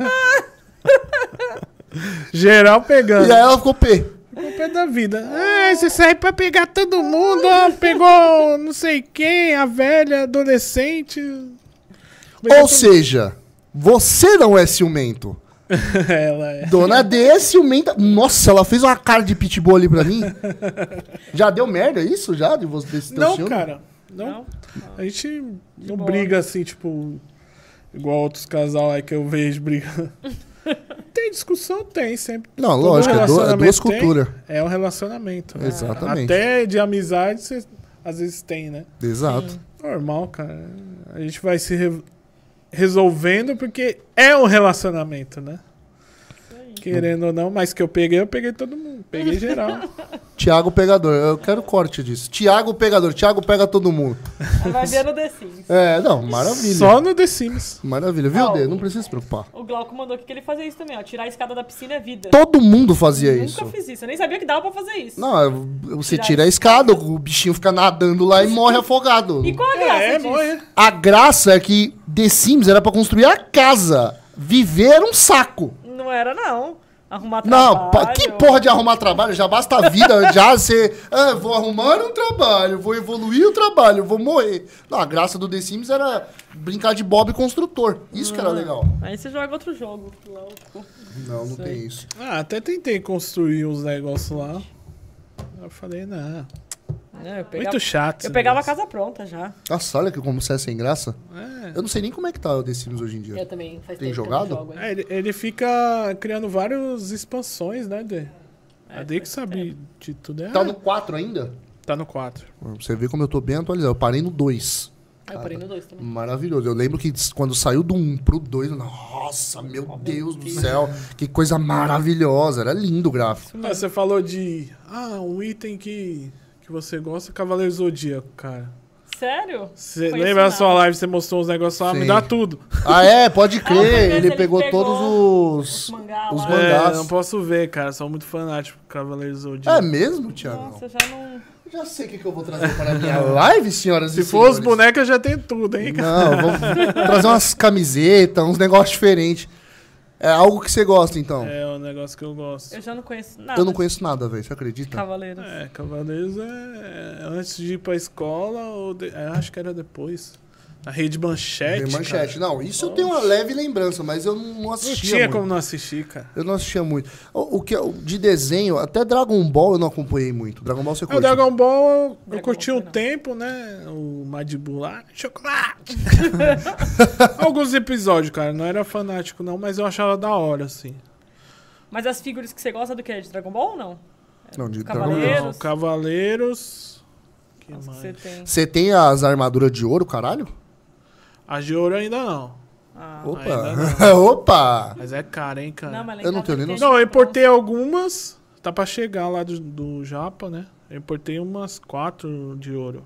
Geral pegando. E aí ela ficou pé. Ficou pé da vida. Ah, você sai pra pegar todo mundo, ó, pegou não sei quem, a velha, adolescente. Ou seja, você não é ciumento. Ela é. Dona D é ciumenta. Nossa, ela fez uma cara de pitbull ali pra mim. Já deu merda isso já? De você, desse teu Não, ciúme? cara. Não. Não? A gente não boa. briga assim, tipo, igual outros casal aí que eu vejo brigando. Tem discussão? Tem, sempre. Não, Todo lógico, é, do- é relacionamento duas tem. culturas. É um relacionamento. né? Exatamente. Até de amizade, você, às vezes tem, né? Exato. Normal, cara. A gente vai se re- resolvendo porque é um relacionamento, né? Querendo ou não, mas que eu peguei, eu peguei todo mundo. Peguei geral. Thiago Pegador. Eu quero corte disso. Thiago Pegador. Thiago pega todo mundo. Aí vai ver no The Sims. É, não, maravilha. Só no The Sims. Maravilha. Viu, Ó, Dê? Não precisa se preocupar. O Glauco mandou aqui que ele fazia isso também, ó. Tirar a escada da piscina é vida. Todo mundo fazia Nunca isso. fiz isso. Eu nem sabia que dava pra fazer isso. Não, você Tirar tira a escada, o bichinho fica nadando lá e morre afogado. E qual a graça É, disso? morre. A graça é que The Sims era pra construir a casa. Viver era um saco. Não era, não. Arrumar trabalho. Não, pa- que porra de arrumar trabalho? Já basta a vida, já você... Ah, vou arrumar um trabalho, vou evoluir o trabalho, vou morrer. Não, a graça do The Sims era brincar de Bob Construtor. Isso que era legal. Aí você joga outro jogo. Louco. Não, não Sei. tem isso. Ah, até tentei construir uns negócios lá. Eu falei, não. É, eu pegava, Muito chato. eu esse pegava a negócio. casa pronta já. Nossa, olha que como você é sem graça. É. Eu não sei nem como é que tá o The Sims hoje em dia. Eu também faz Tem tempo jogado? que eu não jogo, hein? É, ele, ele fica criando várias expansões, né, Dê? É, Dê que sabe de tudo. É, Tá no quatro ainda? tá no quatro. Você vê como eu tô bem atualizado. Eu parei no dois. Aí eu parei no dois também. Maravilhoso. Eu lembro que quando saiu do um pro dois, nossa, meu Deus do céu, que coisa maravilhosa. Era lindo o gráfico. Ah, você falou de. Ah, um item que, que você gosta, Cavaleiro Zodíaco, cara. Sério? Você Conheço lembra da nada. sua live, você mostrou uns negócios lá, Sim. me dá tudo. Ah, é? Pode Ah, crer. mas ele, ele pegou, pegou todos os, os mangá os lá. mangás. É, não posso ver, cara, sou muito fanático do Cavaleiro É Zodíaco. mesmo, Thiago? Nossa, eu já não... Já sei o que, que eu vou trazer para a minha live, senhoras Se e for os senhores. bonecos, já tem tudo, hein, cara. Não, eu vou trazer umas camisetas, uns negócios diferentes. É algo que você gosta, então. É um negócio que eu gosto. Eu já não conheço nada. Eu não conheço nada, velho. Você acredita? Cavaleiros. É, Cavaleiros é antes de ir pra escola, ou de- é, acho que era depois. Na Rede Manchete. Tem manchete. cara. Não, isso eu tenho uma leve lembrança, mas eu não Não assistia tinha muito. como não assistir, cara. Eu não assistia muito. O, o que eu- de desenho, até Dragon Ball eu não acompanhei muito. Dragon Ball você É, o curte? Dragon Ball, eu Dragon curti Ball um não. tempo, né? O Majin lá, chocolate. Alguns episódios, cara. Não era fanático, não, mas eu achava da hora, assim. Mas as figuras que você gosta do que? De Dragon Ball ou não? Não, de Cavaleiros. Dragon Ball. Não, Cavaleiros. Que As que mais? você tem. Você tem as armaduras de ouro, caralho? A de ouro ainda não. Ah. Opa! Opa! Mas é caro, hein, cara. Não, mas lá em Eu não casa tenho nem tem Não, eu tipo importei algumas. Tá pra chegar lá do, do Japa, né? Eu importei umas quatro de ouro.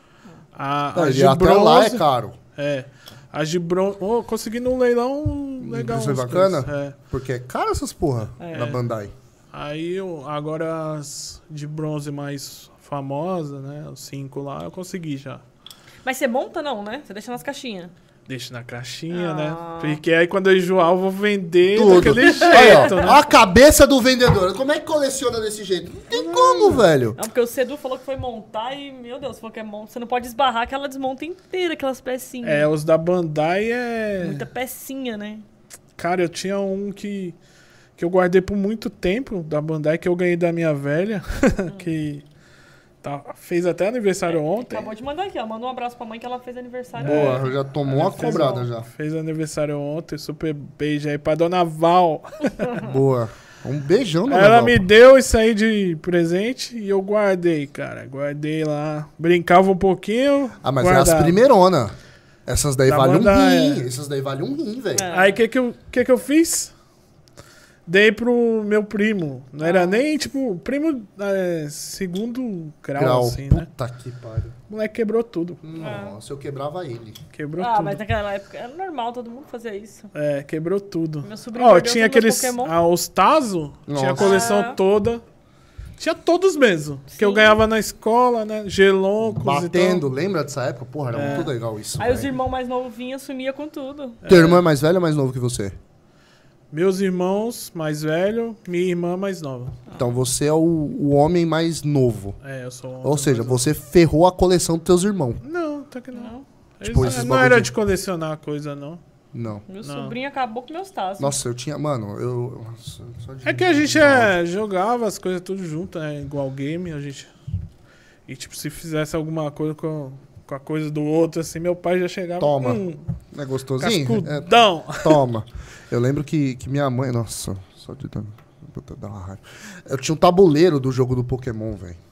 A, Não, as e de até lá é bronze. caro. É. As de bronze. Oh, consegui num leilão legal. Isso é uns bacana? preços, É. Porque é caro essas porra É. da Bandai. Aí eu, agora as de bronze mais famosas, né? Os cinco lá, eu consegui já. Mas você monta não, né? Você deixa nas caixinhas. Deixa na caixinha, Ah. né? Porque aí quando eu enjoar, eu vou vender Tudo. daquele Aí, jeito, ó, né? a cabeça do vendedor. Como é que coleciona desse jeito? Não tem como, velho. Não, porque o Cedu falou que foi montar e, meu Deus, falou que é mon... você não pode esbarrar que ela desmonta inteira aquelas pecinhas. É, os da Bandai é. Muita pecinha, né? Cara, eu tinha um que, que eu guardei por muito tempo da Bandai, que eu ganhei da minha velha, que tá, fez até aniversário ontem. Acabou de mandar aqui, ó. Manda um abraço pra mãe que ela fez aniversário. Boa, já tomou Ela uma fez cobrada um- já. Fez aniversário ontem, super beijo aí pra Dona Val. Boa. Um beijão, dona Ela Val. me deu isso aí de presente e eu guardei, cara. Guardei lá. Brincava um pouquinho. Ah, mas é guardava. as primeironas. Essas daí Da valem um Bandai, rim. é. Essas daí valem um rim, velho. É. Aí o que, que, eu, que, que eu fiz? Dei pro meu primo. Não era Ah. nem, tipo, primo é, segundo grau, Grau. assim, né? Puta que pariu. O moleque quebrou tudo. Nossa, eu quebrava ele. Quebrou Ah, tudo. mas naquela época era normal, todo mundo fazia isso. É, quebrou tudo. Meu sobrinho Ó, perdeu tinha todos meus aqueles. Pokémon. Ah, os Tazo, tinha a Nossa. coleção Ah. toda. Tinha todos mesmo. Que eu Sim. ganhava na escola, né? Geloncos Batendo, e lembra dessa época? Porra, era É. muito legal isso. Aí os velho. irmãos mais novos vinham, sumia com tudo. Teu irmão é mais velho ou mais novo que você? tal. Meus irmãos mais velho, minha irmã mais nova. Então você é o, o homem mais novo. É, eu sou. o Ou homem seja, mais novo. você ferrou a coleção dos teus irmãos. Não, tá que não. Não. Eles- Tipo, esses não bagulho era de- de colecionar coisa, não. Não. Meu Não. sobrinho acabou com meus tazos. Nossa, eu tinha. Mano, eu. Nossa, só de- É que a gente é, jogava as coisas tudo junto, né? Igual game, a gente. E tipo, se fizesse alguma coisa com, com a coisa do outro, assim, meu pai já chegava. Toma. Hum, Não é gostosinho? É, cascudão. toma. Eu lembro que, que minha mãe. Nossa, só de dar, puta, dar uma raiva. Eu tinha um tabuleiro do jogo do Pokémon, velho.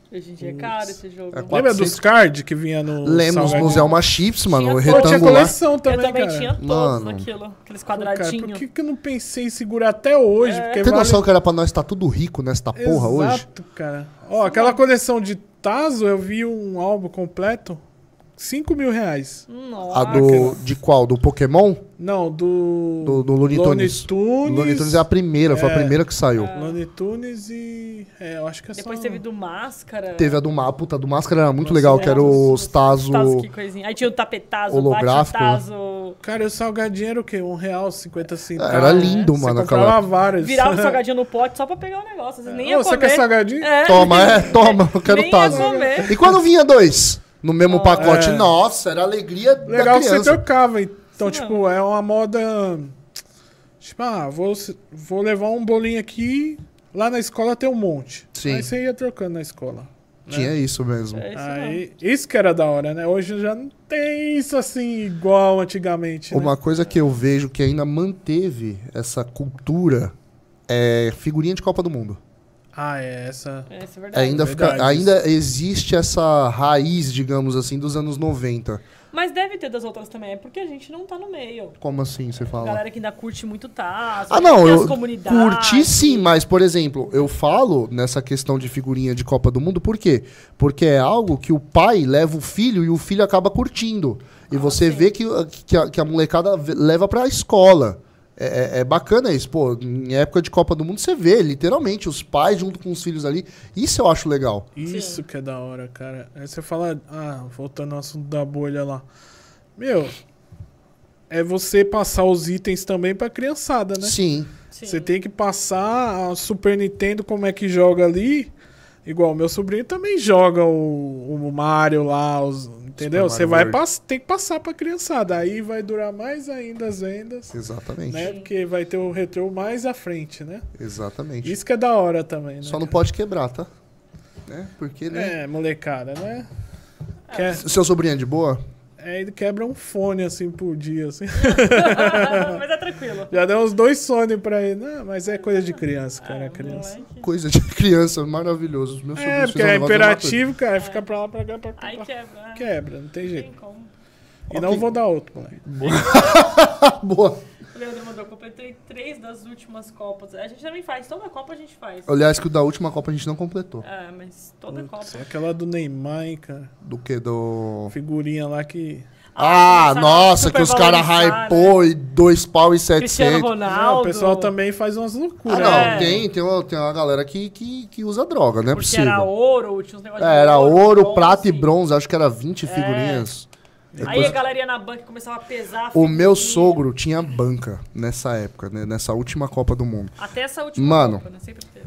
Hoje em dia é caro esse jogo. É Lembra quatrocentos. dos cards que vinha no Lemos salgadinho? no Zelma Chips, mano, Tinha o todos. Pô, tinha retangular. coleção também, eu também cara. tinha todos Mano. naquilo. Aqueles Pô, cara, quadradinhos. por que, que eu não pensei em segurar até hoje? É. Porque Tem noção vale... que era pra nós estar tudo rico nesta porra hoje? Exato, cara. Ó, aquela coleção de Tazo, eu vi um álbum completo, cinco mil reais. Nossa. A do. De qual? Do Pokémon? Não, do... Do, do Looney Tunes. Looney Tunes. O Looney Tunes é a primeira, foi a É. primeira que saiu. Looney Tunes e... É, eu acho que é Depois só... teve do Máscara. Teve a do Ma- puta, do Máscara era muito Nossa, legal, é, que era os Tazo. Tazo, que coisinha. Aí tinha o Tapetazo, o holográfico, né? Tazo. Cara, o salgadinho era o quê? Um real, cinquenta centavos. Era lindo, Você mano, comprava aquela. vários. Virava o salgadinho no pote só pra pegar o negócio. Você nem ia Ô, você comer. quer salgadinho? É. Toma, é, toma, eu quero Nem Tazo. ia comer. E quando vinha dois no mesmo Oh, pacote? é. Nossa, era a alegria Legal da que você criança. trocava. Então, Sim, tipo, é uma moda... Tipo, ah, vou, vou levar um bolinho aqui... Lá na escola tem um monte. Sim. Aí você ia trocando na escola. Tinha isso mesmo. É isso Aí, isso que era da hora, né? Hoje já não tem isso assim igual antigamente. Né? Uma coisa que eu vejo que ainda manteve essa cultura é figurinha de Copa do Mundo. Ah, é essa. mesmo. Isso é verdade. Ainda, fica, verdade, ainda existe essa raiz, digamos assim, dos anos noventa. Mas deve ter das outras também. É porque a gente não tá no meio. Como assim você A fala? galera que ainda curte muito Tazo. Ah, não, tem as eu comunidades. curti sim, mas, por exemplo, eu falo nessa questão de figurinha de Copa do Mundo, por quê? Porque é algo que o pai leva o filho e o filho acaba curtindo. E você sim. vê que, que, a, que a molecada ve- leva pra escola. É, é- é bacana isso, pô. Em época de Copa do Mundo, você vê, literalmente, os pais junto com os filhos ali. Isso eu acho legal. Isso Sim. que é da hora, cara. Aí você fala, ah, voltando ao assunto da bolha lá. Meu, é você passar os itens também pra criançada, né? Sim. Sim. Você tem que passar a Super Nintendo como é que joga ali. Igual, meu sobrinho também joga o, o Mario lá, os, entendeu? Super Você Mario vai World. pass, tem que passar pra criançada. Aí vai durar mais ainda as vendas, Exatamente. né? Porque vai ter o retrô mais à frente, né? Exatamente. Isso que é da hora também, né? Só não cara? pode quebrar, tá? Né? Porque, né? É, molecada, né? Quer, Seu sobrinho é de boa? é, ele quebra um fone assim por dia, assim. Mas é tranquilo. Já deu uns dois Sony pra ele. Não, mas é coisa de criança, cara, Ah, criança. moleque. Coisa de criança, maravilhoso. Os meus É, sobrinhos porque fizeram é um negócio de imperativo, cara. Fica pra lá, pra cá, pra cá. Aí pra- quebra. né? Quebra, não tem Não jeito. tem como. E não Ok. vou dar outro, moleque. matar. Boa. O Leandro mandou, eu completei três das últimas Copas. A gente também faz, toda Copa a gente faz. Aliás, que o da última Copa a gente não completou. É, mas toda Copa. Putz, é aquela do Neymar, hein, cara. Do que? Do. Figurinha lá que... Ah, começaram a nossa, que os caras supervalorizar, hypou e dois pau e Cristiano setecentos. Ronaldo. Não, o pessoal também faz umas Ah, loucuras. não, É. tem, tem, uma, tem uma galera que, que, que usa droga, não é Porque possível. era ouro, tinha uns negócios É, de era ouro, bronze. prata e bronze, acho que era vinte figurinhas. Aí Depois- a galera ia na banca e começava a pesar. a O meu figurinha. sogro tinha banca nessa época, né, nessa última Copa do Mundo. Até essa última Mano. Copa, né? Sempre teve.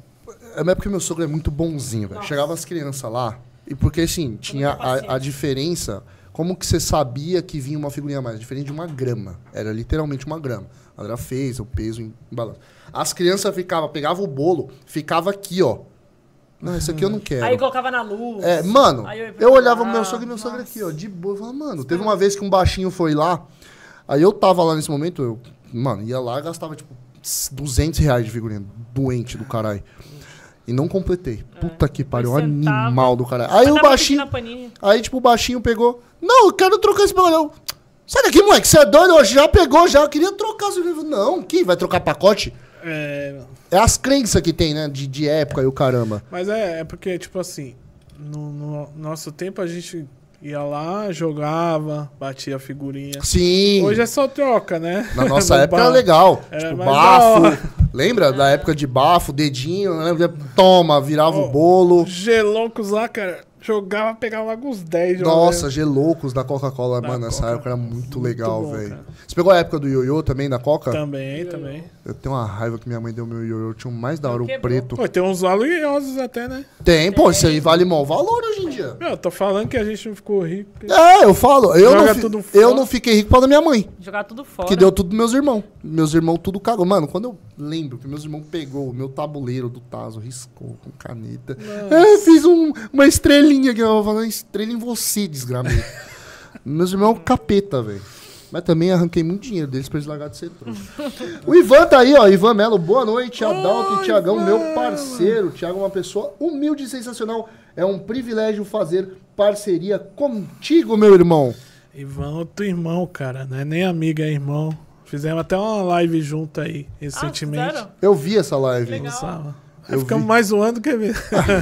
É mesmo porque meu sogro é muito bonzinho, velho. Nossa. Chegava as crianças lá, e porque assim, tinha muita a, a paciência. diferença. Como que você sabia que vinha uma figurinha a mais? Diferente de uma grama. Era literalmente uma grama. Ela era fez, o peso em balanço. As crianças ficavam, pegavam o bolo, ficava aqui, ó. Não, esse aqui eu não quero. Aí colocava na luz. É, mano, Aí ia eu olhava pro procurar. meu sogro e meu sogro Nossa. aqui, ó, de boa. Eu falava, mano, teve uma vez que um baixinho foi lá, aí eu tava lá nesse momento, eu, mano, ia lá e gastava, tipo, duzentos reais de figurinha. Doente do caralho. E não completei. Puta que pariu, um Depois sentava. animal do caralho. Aí o Tava baixinho, na paninha. aí tipo, o baixinho pegou, não, eu quero trocar esse bagulho. Eu, sai daqui, moleque, você é doido? Eu já pegou, já, eu queria trocar. Eu falei, não, que vai trocar pacote? É, É as crenças que tem, né, de, de época e o caramba. mas é, é porque, tipo assim, no, no nosso tempo a gente ia lá, jogava, batia a figurinha. Sim. Hoje é só troca, né? Na nossa No época bar. era legal. Era tipo, mais da bafo. hora. Lembra da época de bafo, dedinho, né? Toma, virava Oh, o bolo. Geloucos lá, cara, jogava, pegava logo uns dez. Nossa, geloucos da Coca-Cola, Da mano, essa Coca. época era muito, Muito legal, bom, velho. cara. Você pegou a época do ioiô também, da Coca? Também, também. Eu tenho uma raiva que minha mãe deu meu ioiô. Tinha um mais da hora, o Quebrou. preto. Pô, tem uns valiosos até, né? Tem, pô, isso aí vale mó valor hoje em dia. Meu, eu tô falando que a gente não ficou rico. É, eu falo, eu, Joga não, fi- tudo eu fora. não fiquei rico por causa da minha mãe. Jogar tudo fora. Que deu tudo pros meus irmãos. Meus irmãos tudo cagou. Mano, quando eu lembro que meus irmãos pegou o meu tabuleiro do Tazo, riscou com caneta. É, fiz um- uma estrelinha aqui. Eu vou falar estrela em você, desgramei. Meus irmãos capeta, velho. Mas também arranquei muito dinheiro deles pra eles largar de ser trouxa. O Ivan tá aí, ó. Ivan Melo, boa noite. Adalto e Tiagão, meu parceiro. Tiago é uma pessoa humilde e sensacional. É um privilégio fazer parceria contigo, meu irmão. Ivan, outro irmão, cara, não é nem amigo, é irmão. Fizemos até uma live junto aí, recentemente. Ah, eu vi essa live. legal. Aí ficamos vi. mais zoando que mesmo.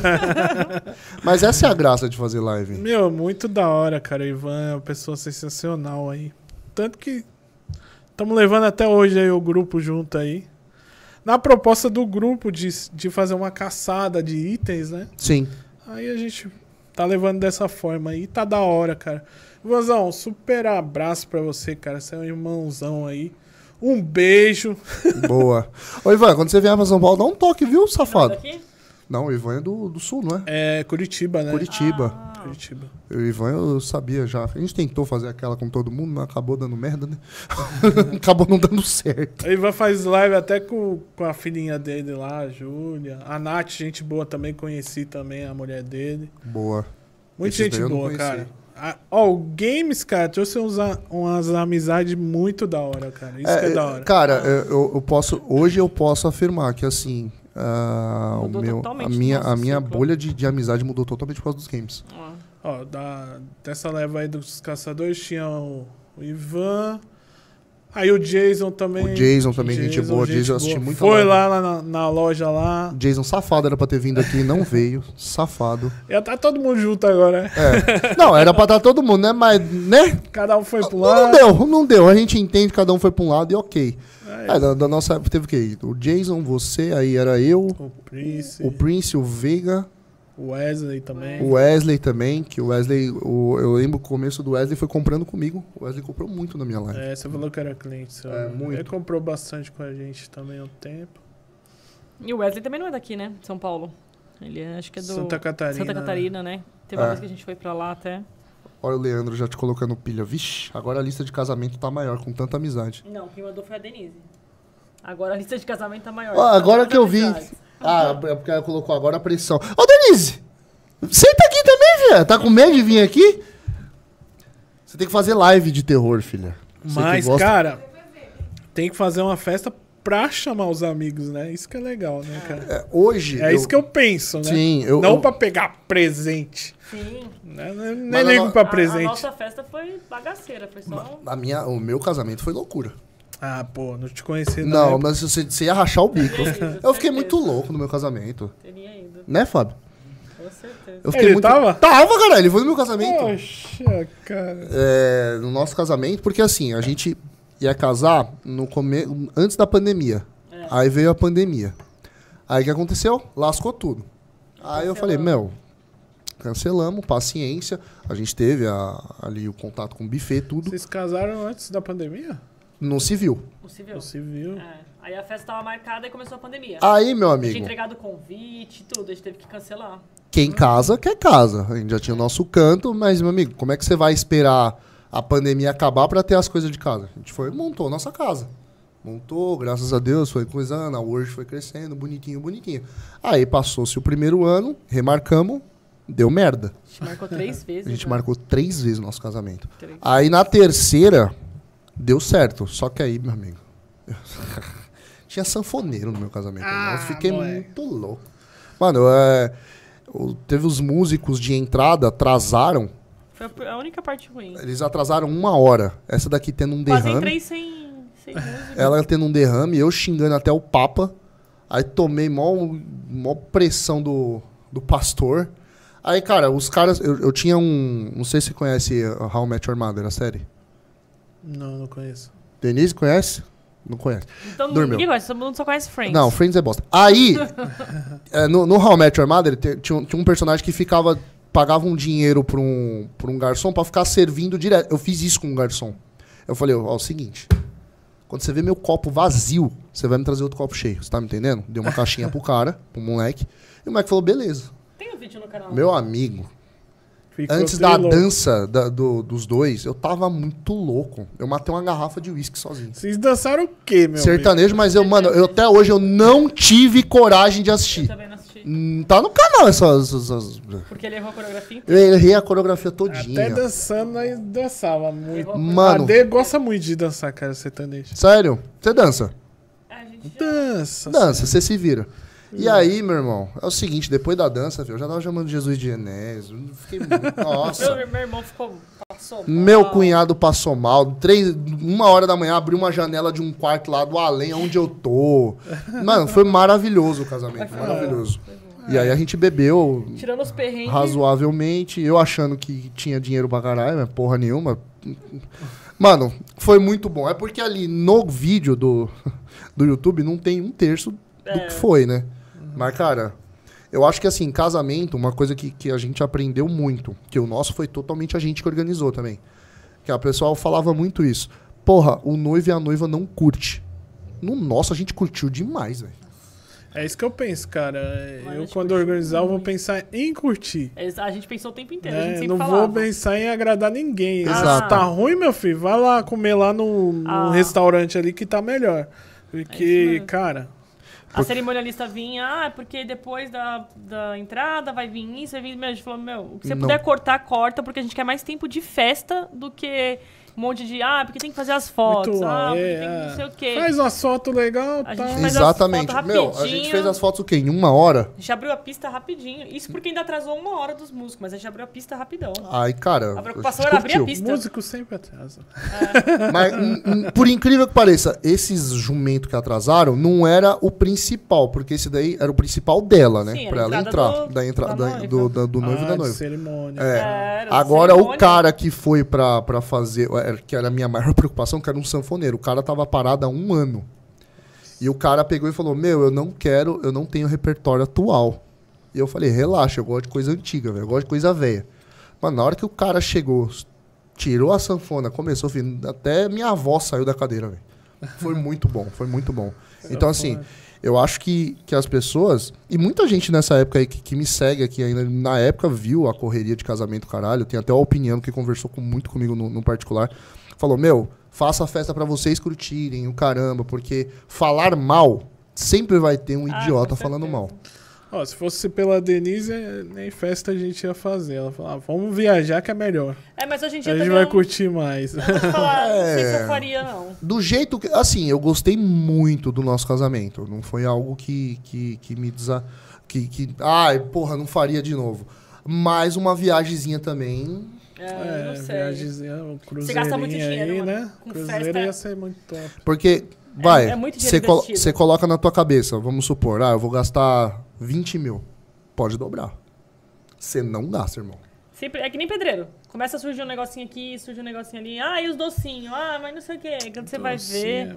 Mas essa é a graça de fazer live. Meu, muito da hora, cara. O Ivan é uma pessoa sensacional aí. Tanto que estamos levando até hoje aí o grupo junto aí. Na proposta do grupo de, de fazer uma caçada de itens, né? Sim. Aí a gente tá levando dessa forma aí. Tá da hora, cara. Ivanzão, super abraço pra você, cara. Você é um irmãozão aí. Um beijo. Boa. Ô, Ivan, quando você vier pra São Paulo, dá um toque, viu, safado? Não, não, o Ivan é do, do sul, não é? É Curitiba, né? Curitiba. Ah. Curitiba. O Ivan eu sabia já. A gente tentou fazer aquela com todo mundo, mas acabou dando merda, né? Acabou não dando certo. O Ivan faz live até com, com a filhinha dele lá, a Júlia. A Nath, gente boa também, conheci também a mulher dele. Boa. Muita gente boa, cara. Ah, ó, o Games, cara, trouxe uns, umas amizades muito da hora, cara. Isso é, que é da hora. Cara, eu, eu posso. Hoje eu posso afirmar que assim. Uh, o meu, a minha, a minha bolha de, de amizade mudou totalmente por causa dos games. Ah. Ó, da, dessa leva aí dos caçadores tinha o, o Ivan. Aí o Jason também. O Jason também, Jason, gente boa. O Jason eu assisti muito. Foi lá, lá na, na loja lá. Jason safado, era pra ter vindo aqui, não veio. Safado. Ia tá todo mundo junto agora, né? É. Não, era pra estar todo mundo, né? Mas, né? Cada um foi pro lado. Não deu, não deu. A gente entende, cada um foi pra um lado e ok. É, é da, da nossa época teve o quê? O Jason, você, aí era eu. O Prince. O Prince, o Veiga. O Wesley também. O Wesley também, que o Wesley, o, eu lembro que o começo do Wesley foi comprando comigo. O Wesley comprou muito na minha live. É, você falou que era cliente. Seu. É, muito. Ele comprou bastante com a gente também há um tempo. E o Wesley também não é daqui, né? São Paulo. Ele é, acho que é do... Santa Catarina. Santa Catarina, né? Teve uma É. vez que a gente foi pra lá até. Olha o Leandro já te colocando pilha. Vixe, agora a lista de casamento tá maior, com tanta amizade. Não, quem mandou foi a Denise. Agora a lista de casamento tá maior. Ó, agora que eu vi. Ah, é porque ela colocou agora a pressão. Ô, Denise! Senta aqui também, filha. Tá com medo de vir aqui? Você tem que fazer live de terror, filha. Você Mas, que gosta- cara, tem que fazer uma festa pra chamar os amigos, né? Isso que é legal, né, cara? É, hoje. É isso que eu penso, né? Sim, eu. Não eu... pra pegar presente. Sim. Né? Nem Mas ligo a- pra A, a presente. nossa festa foi bagaceira, foi só... A minha, o meu casamento foi loucura. Ah, pô, não te conheci na Não, época. mas você, você ia rachar o bico. Teria ido, Eu fiquei certeza. muito louco no meu casamento. Teria ido, Né, Fábio? com certeza. Eu fiquei Ele muito... tava? Tava, cara. Ele foi no meu casamento. Poxa, cara. É, no nosso casamento, porque assim, a gente ia casar no come... antes da pandemia. É. Aí veio a pandemia. Aí o que aconteceu? Lascou tudo. Aí eu falei, meu, cancelamos, paciência. A gente teve a- ali o contato com o buffet, tudo. Vocês casaram antes da pandemia? No civil. O civil. O civil. É. Aí a festa tava marcada e começou a pandemia. Aí, meu A gente tinha amigo, entregado o convite, tudo, a gente teve que cancelar. quem casa, quer casa. A gente já tinha o nosso canto, mas, meu amigo, como é que você vai esperar a pandemia acabar pra ter as coisas de casa? A gente foi e montou a nossa casa. Montou, graças a Deus, foi coisando, a Word foi crescendo, bonitinho, bonitinho. Aí passou-se o primeiro ano, remarcamos, deu merda. A gente marcou três vezes. A gente né? marcou três vezes o nosso casamento. Três. Aí na terceira, deu certo. Só que aí, meu amigo, tinha sanfoneiro no meu casamento. Ah, eu fiquei moleque. muito louco. Mano, é, o- teve os músicos de entrada, atrasaram. Foi a- a única parte ruim. Eles atrasaram uma hora. Essa daqui tendo um Quase derrame. entrei sem, sem música. Ela tendo um derrame, eu xingando até o Papa. Aí tomei mó, mó pressão do, do pastor. Aí, cara, os caras... Eu, eu tinha um... Não sei se você conhece How I Met Your Mother, a série. Não, não conheço. Denise, conhece? Não conhece. Então Dormiu. ninguém conhece, todo mundo só conhece Friends. Não, Friends é bosta. Aí, é, no, no How I Met Your Mother, te- tinha, um- tinha um personagem que ficava... Pagava um dinheiro pra um, pra um garçom pra ficar servindo direto. Eu fiz isso com um garçom. Eu falei, ó, é o seguinte... Quando você vê meu copo vazio, você vai me trazer outro copo cheio. Você tá me entendendo? Deu uma caixinha pro cara, pro moleque. E o moleque falou, beleza. Tem um vídeo no canal. Meu amigo, Ficou antes da trilouco. dança da- do- dos dois, eu tava muito louco. Eu matei uma garrafa de uísque sozinho. Vocês dançaram o quê, meu amigo? Sertanejo, mas eu, mano, eu até hoje eu não tive coragem de Eu assistir. também não assisti. Hum, Tá no canal essas... essas- Porque ele errou a coreografia. Eu errei a coreografia todinha. Até dançando, nós dançava muito. Mano. A D gosta muito de dançar, cara, sertanejo. Sério? Você dança? É, a gente já... Dança. Dança, você se vira. E aí, meu irmão, é o seguinte, depois da dança, filho, eu já tava chamando Jesus de Enés. Fiquei muito. Nossa. Meu, meu irmão ficou. Passou mal. Meu cunhado passou mal. Três, uma hora da manhã abriu uma janela de um quarto lá do além, onde eu tô. Mano, foi maravilhoso o casamento. Maravilhoso. E aí a gente bebeu. Tirando os perrengues. Razoavelmente. Eu achando que tinha dinheiro pra caralho, mas porra nenhuma. Mano, foi muito bom. É porque ali no vídeo do, do YouTube não tem um terço do É. que foi, né? Mas, cara, eu acho que assim, casamento, uma coisa que, que a gente aprendeu muito, que o nosso foi totalmente a gente que organizou também. Que a pessoa falava muito isso. Porra, o noivo e a noiva não curte. No nosso a gente curtiu demais, velho. É isso que eu penso, cara. Mas a Eu, gente quando curtiu organizar, eu vou muito. pensar em curtir. A gente pensou o tempo inteiro, a gente Né? sempre Não falava. vou pensar em agradar ninguém. Exato. Ah, tá ruim, meu filho? Vai lá comer lá no, no Ah. restaurante ali que tá melhor. É isso Porque, mesmo. cara... A cerimonialista vinha, ah, é porque depois da, da entrada vai vir isso, vai vir... Meu, a gente falou, meu, o que você Não. puder cortar, corta, porque a gente quer mais tempo de festa do que um monte de, ah, porque tem que fazer as fotos, Muito, ah, porque é, tem que não sei o quê. Faz uma foto legal, A tá? gente faz Exatamente. as fotos Meu, a gente rapidinho. fez as fotos o quê? Em uma hora? A gente abriu a pista rapidinho. Isso porque ainda atrasou uma hora dos músicos, mas a gente abriu a pista rapidão. Aí, cara. A preocupação gente era abrir a curtiu. pista. Músico sempre atrasa. Mas, hum, hum, por incrível que pareça, esses jumentos que atrasaram não era o principal, porque esse daí era o principal dela, né? Sim, a pra ela entrada entrar. do- da entra, da da- noiva. do, da- do noivo ah, e da de noiva. cerimônia. É. Era, Agora, o cerimônia. cara que foi pra, pra fazer, é, que era a minha maior preocupação, que era um sanfoneiro. O cara tava parado há um ano. E o cara pegou e falou: Meu, eu não quero, eu não tenho repertório atual. E eu falei: Relaxa, eu gosto de coisa antiga, velho. Eu gosto de coisa velha. Mas na hora que o cara chegou, tirou a sanfona, começou, filho, até minha avó saiu da cadeira, velho. Foi muito bom, foi muito bom. Então, assim, eu acho que, que as pessoas, e muita gente nessa época aí que, que me segue aqui ainda, na época viu a correria de casamento, caralho. Tem até o Opinião que conversou com, muito comigo no, no particular. Falou: Meu, faça a festa pra vocês curtirem, o caramba, porque falar mal sempre vai ter um Ah, idiota com falando certeza. mal. Ó, se fosse pela Denise, nem festa a gente ia fazer. Ela falava, ah, vamos viajar que é melhor. É, mas hoje em A dia gente também vai eu- curtir mais. eu vou falar, não sei se É. eu faria, não. Do jeito que. Assim, eu gostei muito do nosso casamento. Não foi algo que, que, que me desa. Que, que, ai, porra, não faria de novo. Mas uma viagemzinha também. É, não sei. viagemzinha, um Você gasta muito cruzeirinho dinheiro, aí, mano. né? Com Cruzeiro festa- ia ser muito top. Porque, vai, é muito você dinheiro colo investido. você coloca na tua cabeça, vamos supor, ah, eu vou gastar vinte mil. Pode dobrar. Você não gasta, irmão. Sempre, é que nem pedreiro. Começa a surgir um negocinho aqui, surge um negocinho ali. Ah, e os docinhos? Ah, mas não sei o quê. Quando você vai ver...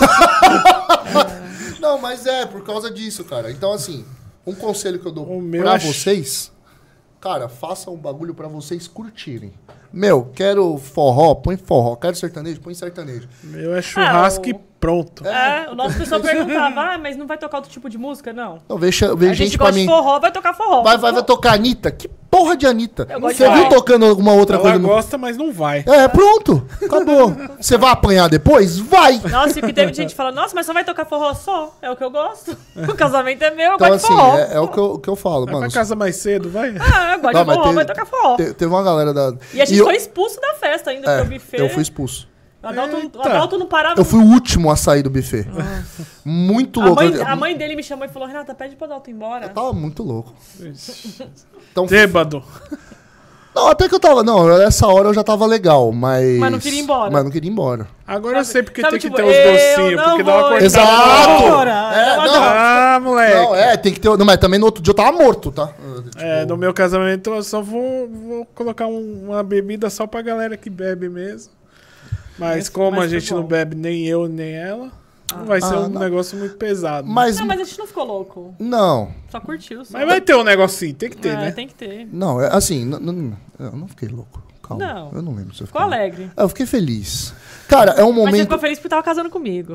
Não, mas é, por causa disso, cara. Então, assim, um conselho que eu dou O meu pra é ch- vocês, cara, façam um bagulho pra vocês curtirem. Meu, quero forró, põe forró. Quero sertanejo, põe sertanejo. Meu é churrasco Ah, e o- pronto. É, o nosso pessoal perguntava, ah, mas não vai tocar outro tipo de música? Não. Não, vem, che- vem A gente, gente pra gosta mim. de forró, vai tocar forró. Vai, vai, vai tocar Anitta? Que porra de Anitta? Eu gosto Você de viu forró. tocando alguma outra Ela coisa no... gosta, mas não vai. É, pronto. Acabou. Você vai apanhar depois? Vai. Nossa, e o que teve gente falando, nossa, mas só vai tocar forró só? É o que eu gosto. O casamento é meu, eu Então, gosto assim, de forró. é, é o que eu, o que eu falo, Vai mano. pra casa mais cedo, vai. Ah, eu gosto Não, de mas forró, teve- vai tocar forró. Te- teve uma galera da... E a gente eu- foi expulso da festa ainda, É, porque o buffet... eu fui expulso. O Adalto, o Eita. Adalto não parava... Eu fui o último a sair do buffet. Muito a, louco. mãe, Eu- a mãe dele me chamou e falou, Renata, pede pro Adalto ir embora. Eu tava muito louco. Então, Bêbado. não, até que eu tava... Não, essa hora eu já tava legal, mas... Mas não queria ir embora. Mas não queria ir embora. Agora eu sei porque Sabe, tem tipo, que ter os eu docinhos, não porque dá uma vou cortada. Exato! embora. É, Eu não. adoro. Ah, moleque. Não, é, tem que ter... Não, mas também no outro dia eu tava morto, tá? É, Tipo, no meu casamento eu só vou, vou colocar um- uma bebida só pra galera que bebe mesmo. Mas, Mas- como mas a foi gente bom. não bebe nem eu nem ela, não vai ser Ah, um não. negócio muito pesado. Mas... Não, mas a gente não ficou louco. Não, Só curtiu. Só. Mas vai ter um negocinho, tem que ter, É, né? tem que ter. não, é assim... Não, não, eu não fiquei louco. Calma. Não. Eu não lembro se eu Ficou fiquei... alegre. Eu fiquei feliz. Cara, é um Mas você momento... ficou feliz porque tava casando comigo.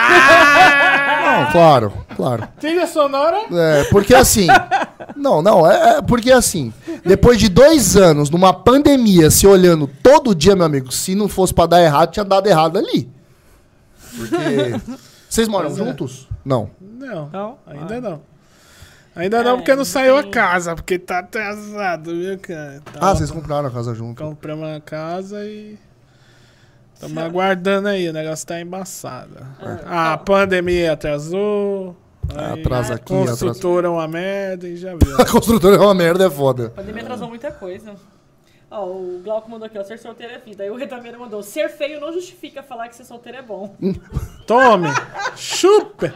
Não, claro, claro. Trilha sonora? É, porque assim. Não, não, é, é porque assim. Depois de dois anos, numa pandemia, se olhando todo dia, meu amigo, se não fosse pra dar errado, tinha dado errado ali. Porque. Vocês moram Pois é. juntos? Não. Não, Não? ainda Ah. não. Ainda É, não, porque não não saiu tem- a casa, porque tá atrasado, viu, cara? Tá- Ah, vocês compraram a casa junto. Compramos a casa e estamos aguardando aí, o negócio tá embaçado. É. A pandemia atrasou, Aí, Atrasa aqui, construtora é uma merda e já viu. A construtora é uma merda, é foda. A pandemia atrasou muita coisa. Ó, o Glauco mandou aqui, ó, ser solteiro é vida. Aí o Retameiro mandou, ser feio não justifica falar que ser solteiro é bom. Tome! Chupa!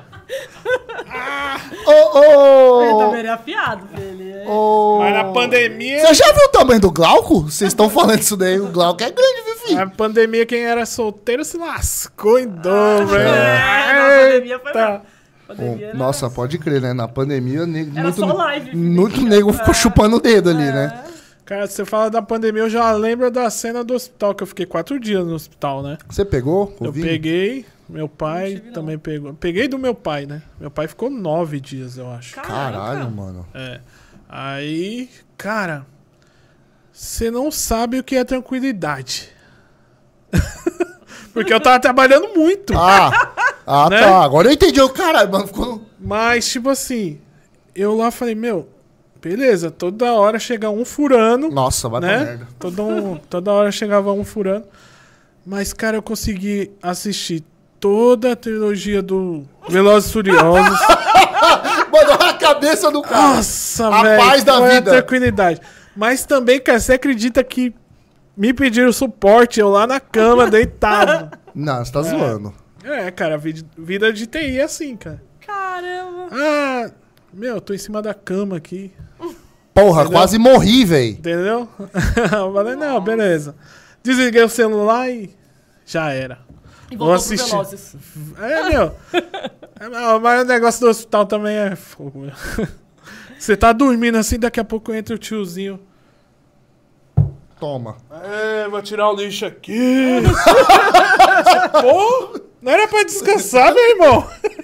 Ô, ô! O Retameiro é afiado, filho. ô. Mas na pandemia... Você já viu o tamanho do Glauco? Vocês estão falando isso daí, o Glauco é grande, viu, filho? Na pandemia, quem era solteiro se lascou em dobro, É, na pandemia foi Eita. Pandemia era- Nossa, pode crer, né? Na pandemia, nego, Era muito, só live, filho. muito nego ficou chupando o dedo ali, né? Cara, você fala da pandemia, eu já lembro da cena do hospital, que eu fiquei quatro dias no hospital, né? Você pegou? Eu Covid? peguei, meu pai tive, não. também pegou. Peguei do meu pai, né? Meu pai ficou nove dias, eu acho. Caralho, mano. É. Aí, cara, você não sabe o que é tranquilidade. Porque eu tava trabalhando muito. Ah, ah Né? tá. Agora eu entendi. O caralho, mano, ficou... Mas, tipo assim, eu lá falei, meu, beleza, toda hora chega um furando, Nossa, vai pra né? merda. Toda, um- toda hora chegava um furando. Mas, cara, eu consegui assistir toda a trilogia do Velozes e Furiosos. Mano, olha a cabeça do cara. Nossa, A velho. paz da foi a vida. tranquilidade. Mas também, cara, você acredita que me pediram suporte, eu lá na cama, deitado. Não, você tá zoando. É, cara, vida, vida de T I é assim, cara. Caramba. Ah, meu, eu tô em cima da cama aqui. Porra, Entendeu? quase morri, velho. Entendeu? Eu falei, não, beleza. Desliguei o celular e já era. E Vou voltou pro assistir. Velozes. É, meu. É, não, mas o negócio do hospital também é fogo, meu. Você tá dormindo assim, daqui a pouco entra o tiozinho. Toma. É, vou tirar o lixo aqui. Pô, não era pra descansar, meu irmão.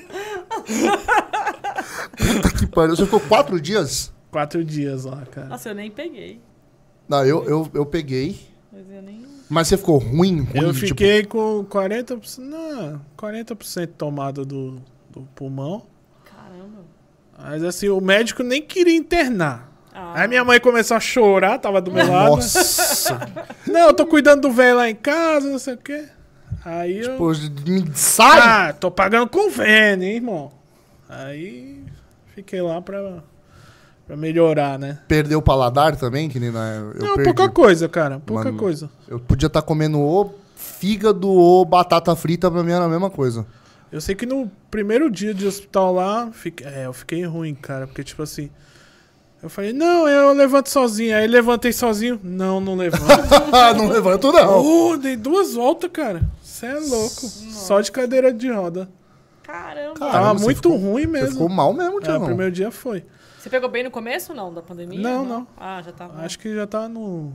Puta que pariu. Você ficou quatro dias? Quatro dias lá, cara. Nossa, eu nem peguei. Não, eu, eu, eu peguei. Mas eu nem... Mas você ficou ruim, ruim? Eu tipo, fiquei com quarenta por cento, não, quarenta por cento tomada do, do pulmão. Caramba. Mas assim, o médico nem queria internar. Ah. Aí minha mãe começou a chorar, tava do meu lado. Nossa. Não, eu tô cuidando do velho lá em casa, não sei o quê. Aí eu... Pô, me sai! Ah, tô pagando convênio, hein, irmão. Aí fiquei lá pra, pra melhorar, né? Perdeu o paladar também, que nem na... Eu não, perdi. pouca coisa, cara. Pouca Mano, coisa. Eu podia estar comendo o fígado ou batata frita, pra mim era a mesma coisa. Eu sei que no primeiro dia de hospital lá, fiquei, é, eu fiquei ruim, cara. Porque, tipo assim, eu falei, não, eu levanto sozinho. Aí levantei sozinho. Não, não levanto. Não levanto, não. Oh, dei duas voltas, cara. Você é louco. Só de cadeira de roda. Caramba. Cara, Tava você muito ficou- ruim Você mesmo. ficou mal mesmo, É, Tiagão. o primeiro dia foi. Você pegou bem no começo ou não, da pandemia? Não, não. Ah, já tava. Acho que já tá no,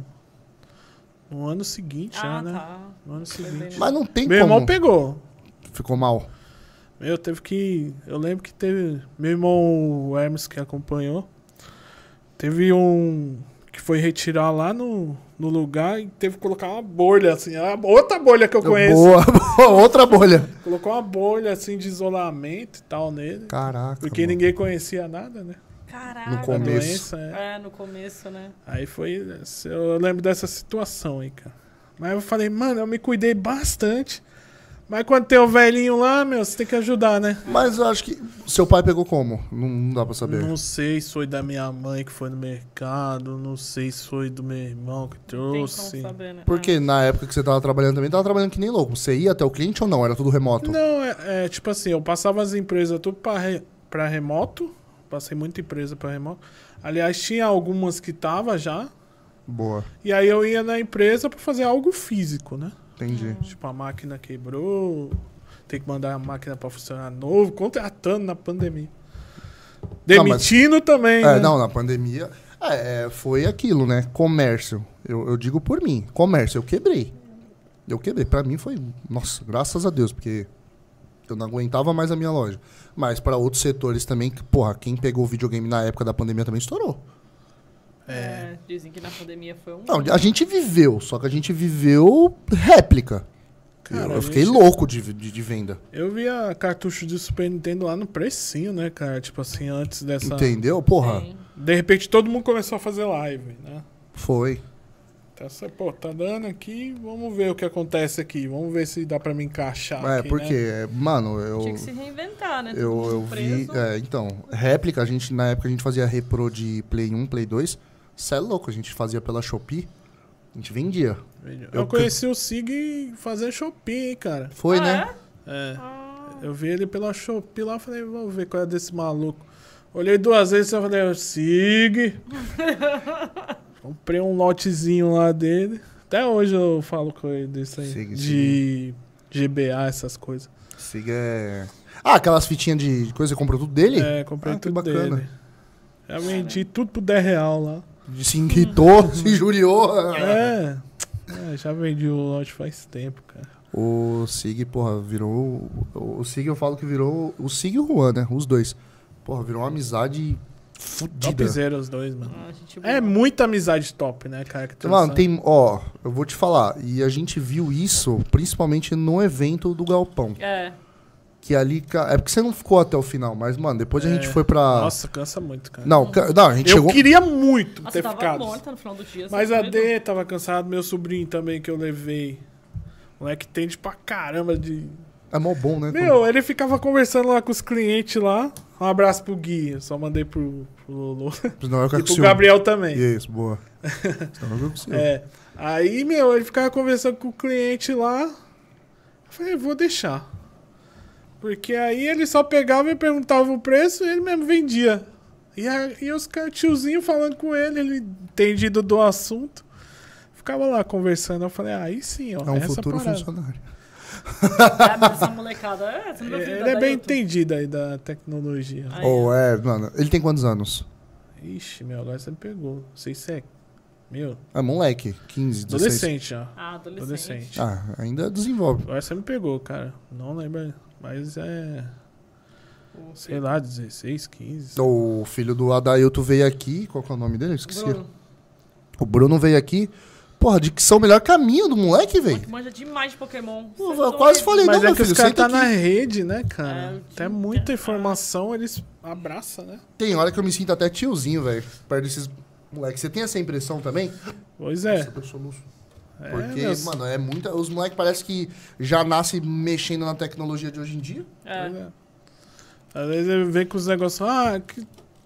no ano seguinte, ah, já, né? tá. No ano Foi seguinte. bem- Mas não tem Meu como. irmão pegou. Ficou mal. Eu teve que. Eu lembro que teve. Meu irmão o Hermes que acompanhou. Teve um. Que foi retirar lá no, no lugar e teve que colocar uma bolha, assim. a Outra bolha que eu conheço. Boa, boa. Outra bolha. Colocou uma bolha assim de isolamento e tal nele. Caraca, Porque mano. ninguém conhecia nada, né? Caraca. No A começo. doença, é. É, no começo, né? Aí foi. Eu lembro dessa situação aí, cara. Mas eu falei, mano, eu me cuidei bastante. Mas quando tem o velhinho lá, meu, você tem que ajudar, né? Mas eu acho que... Seu pai pegou como? Não, não dá pra saber. Não sei se foi da minha mãe que foi no mercado, não sei se foi do meu irmão que Tem como trouxe. saber, né? Porque na época que você tava trabalhando também, tava trabalhando que nem louco. Você ia até o cliente ou não? Era tudo remoto? Não, é, é tipo assim, eu passava as empresas tudo pra, re, pra remoto. Passei muita empresa pra remoto. Aliás, tinha algumas que tava já. Boa. E aí eu ia na empresa pra fazer algo físico, né? Entendi. Tipo, a máquina quebrou, tem que mandar a máquina pra funcionar novo, contratando na pandemia. Demitindo também, É, né? não, na pandemia... É, foi aquilo, né? Comércio. Eu, eu digo por mim. Comércio, eu quebrei. Eu quebrei. Pra mim foi... Nossa, graças a Deus, porque... Eu não aguentava mais a minha loja. Mas pra outros setores também, que, porra, quem pegou o videogame na época da pandemia também estourou. É, dizem que na pandemia foi um. Não, a gente viveu, só que a gente viveu réplica. Cara, eu, a eu fiquei gente- louco de, de, de venda. Eu via cartucho de Super Nintendo lá no precinho, né, cara? Tipo assim, antes dessa... Entendeu? Porra, Tem. De repente todo mundo começou a fazer live, né? foi. Tá, pô, tá dando aqui, vamos ver o que acontece aqui. Vamos ver se dá pra me encaixar É, aqui, porque, né? mano, eu... Tinha que se reinventar, né? Todo Eu, mundo eu vi... preso. É, então, réplica, a gente, na época a gente fazia repro de Play um, Play dois. Cê é louco, a gente fazia pela Shopee, a gente vendia. Eu, eu conheci o Sig fazendo Shopee, hein, cara. Foi, Ah, né? É. Ah, Eu vi ele pela Shopee lá, falei, vamos ver qual é desse maluco. Olhei duas vezes e falei, Sig. Comprei um lotezinho lá dele. Até hoje eu falo com ele disso aí. Sig, de G B A, essas coisas. Siga é... Ah, aquelas fitinhas de coisa, você comprou tudo dele? É, comprei Ah, que tudo bacana. dele. Já vendi tudo por dez real lá. Se irritou, se injuriou. É. É, já vendi o lote faz tempo, cara. O Sig, porra, virou... O, o Sig eu falo que virou... O Sig e o Juan, né? Os dois. Porra, virou uma amizade fudida. Topzera os dois, mano. ah, gente boa. É muita amizade top, né, cara? Que Mano, tem... Ó, eu vou te falar. E a gente viu isso principalmente no evento do Galpão. É. Que ali... ca- É porque você não ficou até o final. Mas, mano, depois a É. gente foi pra... Nossa, cansa muito, cara. Não, ca- não, a gente eu chegou... queria muito Nossa, ter eu tava ficado. morta no final do dia. Mas sem a medo. D tava cansado, meu sobrinho também que eu levei. O moleque tende pra caramba de. É mó bom, né? Meu, ele ficava conversando lá com os clientes lá. Um abraço pro Gui, eu só mandei pro, pro Lolo. Senão eu E quero pro Gabriel também. Isso, boa. Senão eu quero com o ciúme. É. Aí, meu, ele ficava conversando com o cliente lá. Eu falei, vou deixar. Porque aí ele só pegava e perguntava o preço e ele mesmo vendia. E aí e os caras, tiozinho falando com ele, ele entendido do assunto. Ficava lá conversando. Eu falei, ah, aí sim, ó. É um essa futuro parada. funcionário. É, mas essa molecada. É, você não viu o filho Ele da é bem Dailton? entendido aí da tecnologia. Aí, Ou ó. é, mano, ele tem quantos anos? Ixi, meu, agora você me pegou. Não sei se é. Meu, É moleque, quinze, dezesseis. adolescente já. Ah, adolescente. Adolescente. Ah, ainda desenvolve. Agora você me pegou, cara. Não lembro. Mas é. O Sei lá, dezesseis, quinze. O filho do Adailto veio aqui, qual que é o nome dele? Eu esqueci. Bruno. O Bruno veio aqui. Porra, dicção melhor caminho do moleque, velho. Que manja demais de Pokémon. Eu Você é quase doido. falei, Mas não, é meu que filho, os caras senta tá na aqui. rede, né, É, cara? o Até dia muita inteiro. informação, eles abraçam, né? Tem hora que eu me sinto até tiozinho, velho, perto desses moleques. Você tem essa impressão também? Pois é. Nossa, eu tô soluço. É, Porque, meus- mano, é muita. Os moleques parece que já nascem mexendo na tecnologia de hoje em dia. É. Pois é. Às vezes ele vem com os negócios, ah, que...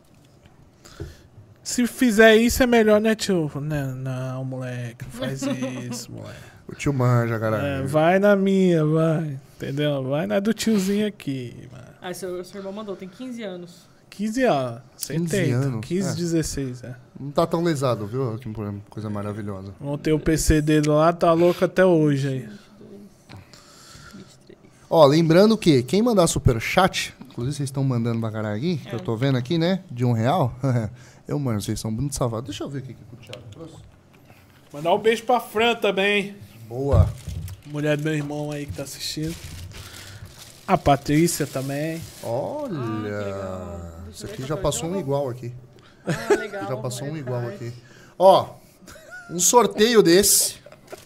se fizer isso é melhor, né, tio? Não, não, moleque, não faz isso, moleque. O tio manja, É, caralho. vai na minha, vai. Entendeu? Vai na do tiozinho aqui, mano. Ah, seu, seu irmão mandou, tem quinze anos. quinze anos. quinze setenta. anos, quinze, é. dezesseis, é. Não tá tão lesado, viu? Que coisa maravilhosa. Montei o P C dele lá, tá louco até hoje aí. vinte e três. Ó, lembrando que quem mandar superchat, inclusive vocês estão mandando pra caralho aqui, que É. eu tô vendo aqui, né? De um real. Eu, mano, vocês são muito salvados. Deixa eu ver o que, que o Thiago trouxe. Mandar um beijo pra Fran também. Boa. Mulher do meu irmão aí que tá assistindo. A Patrícia também. Olha. Ah, que legal. Deixa Isso eu ver aqui qual já foi o passou um jogo. igual aqui. Ah, legal. Já passou um Mario igual Kart. aqui. Ó, um sorteio desse.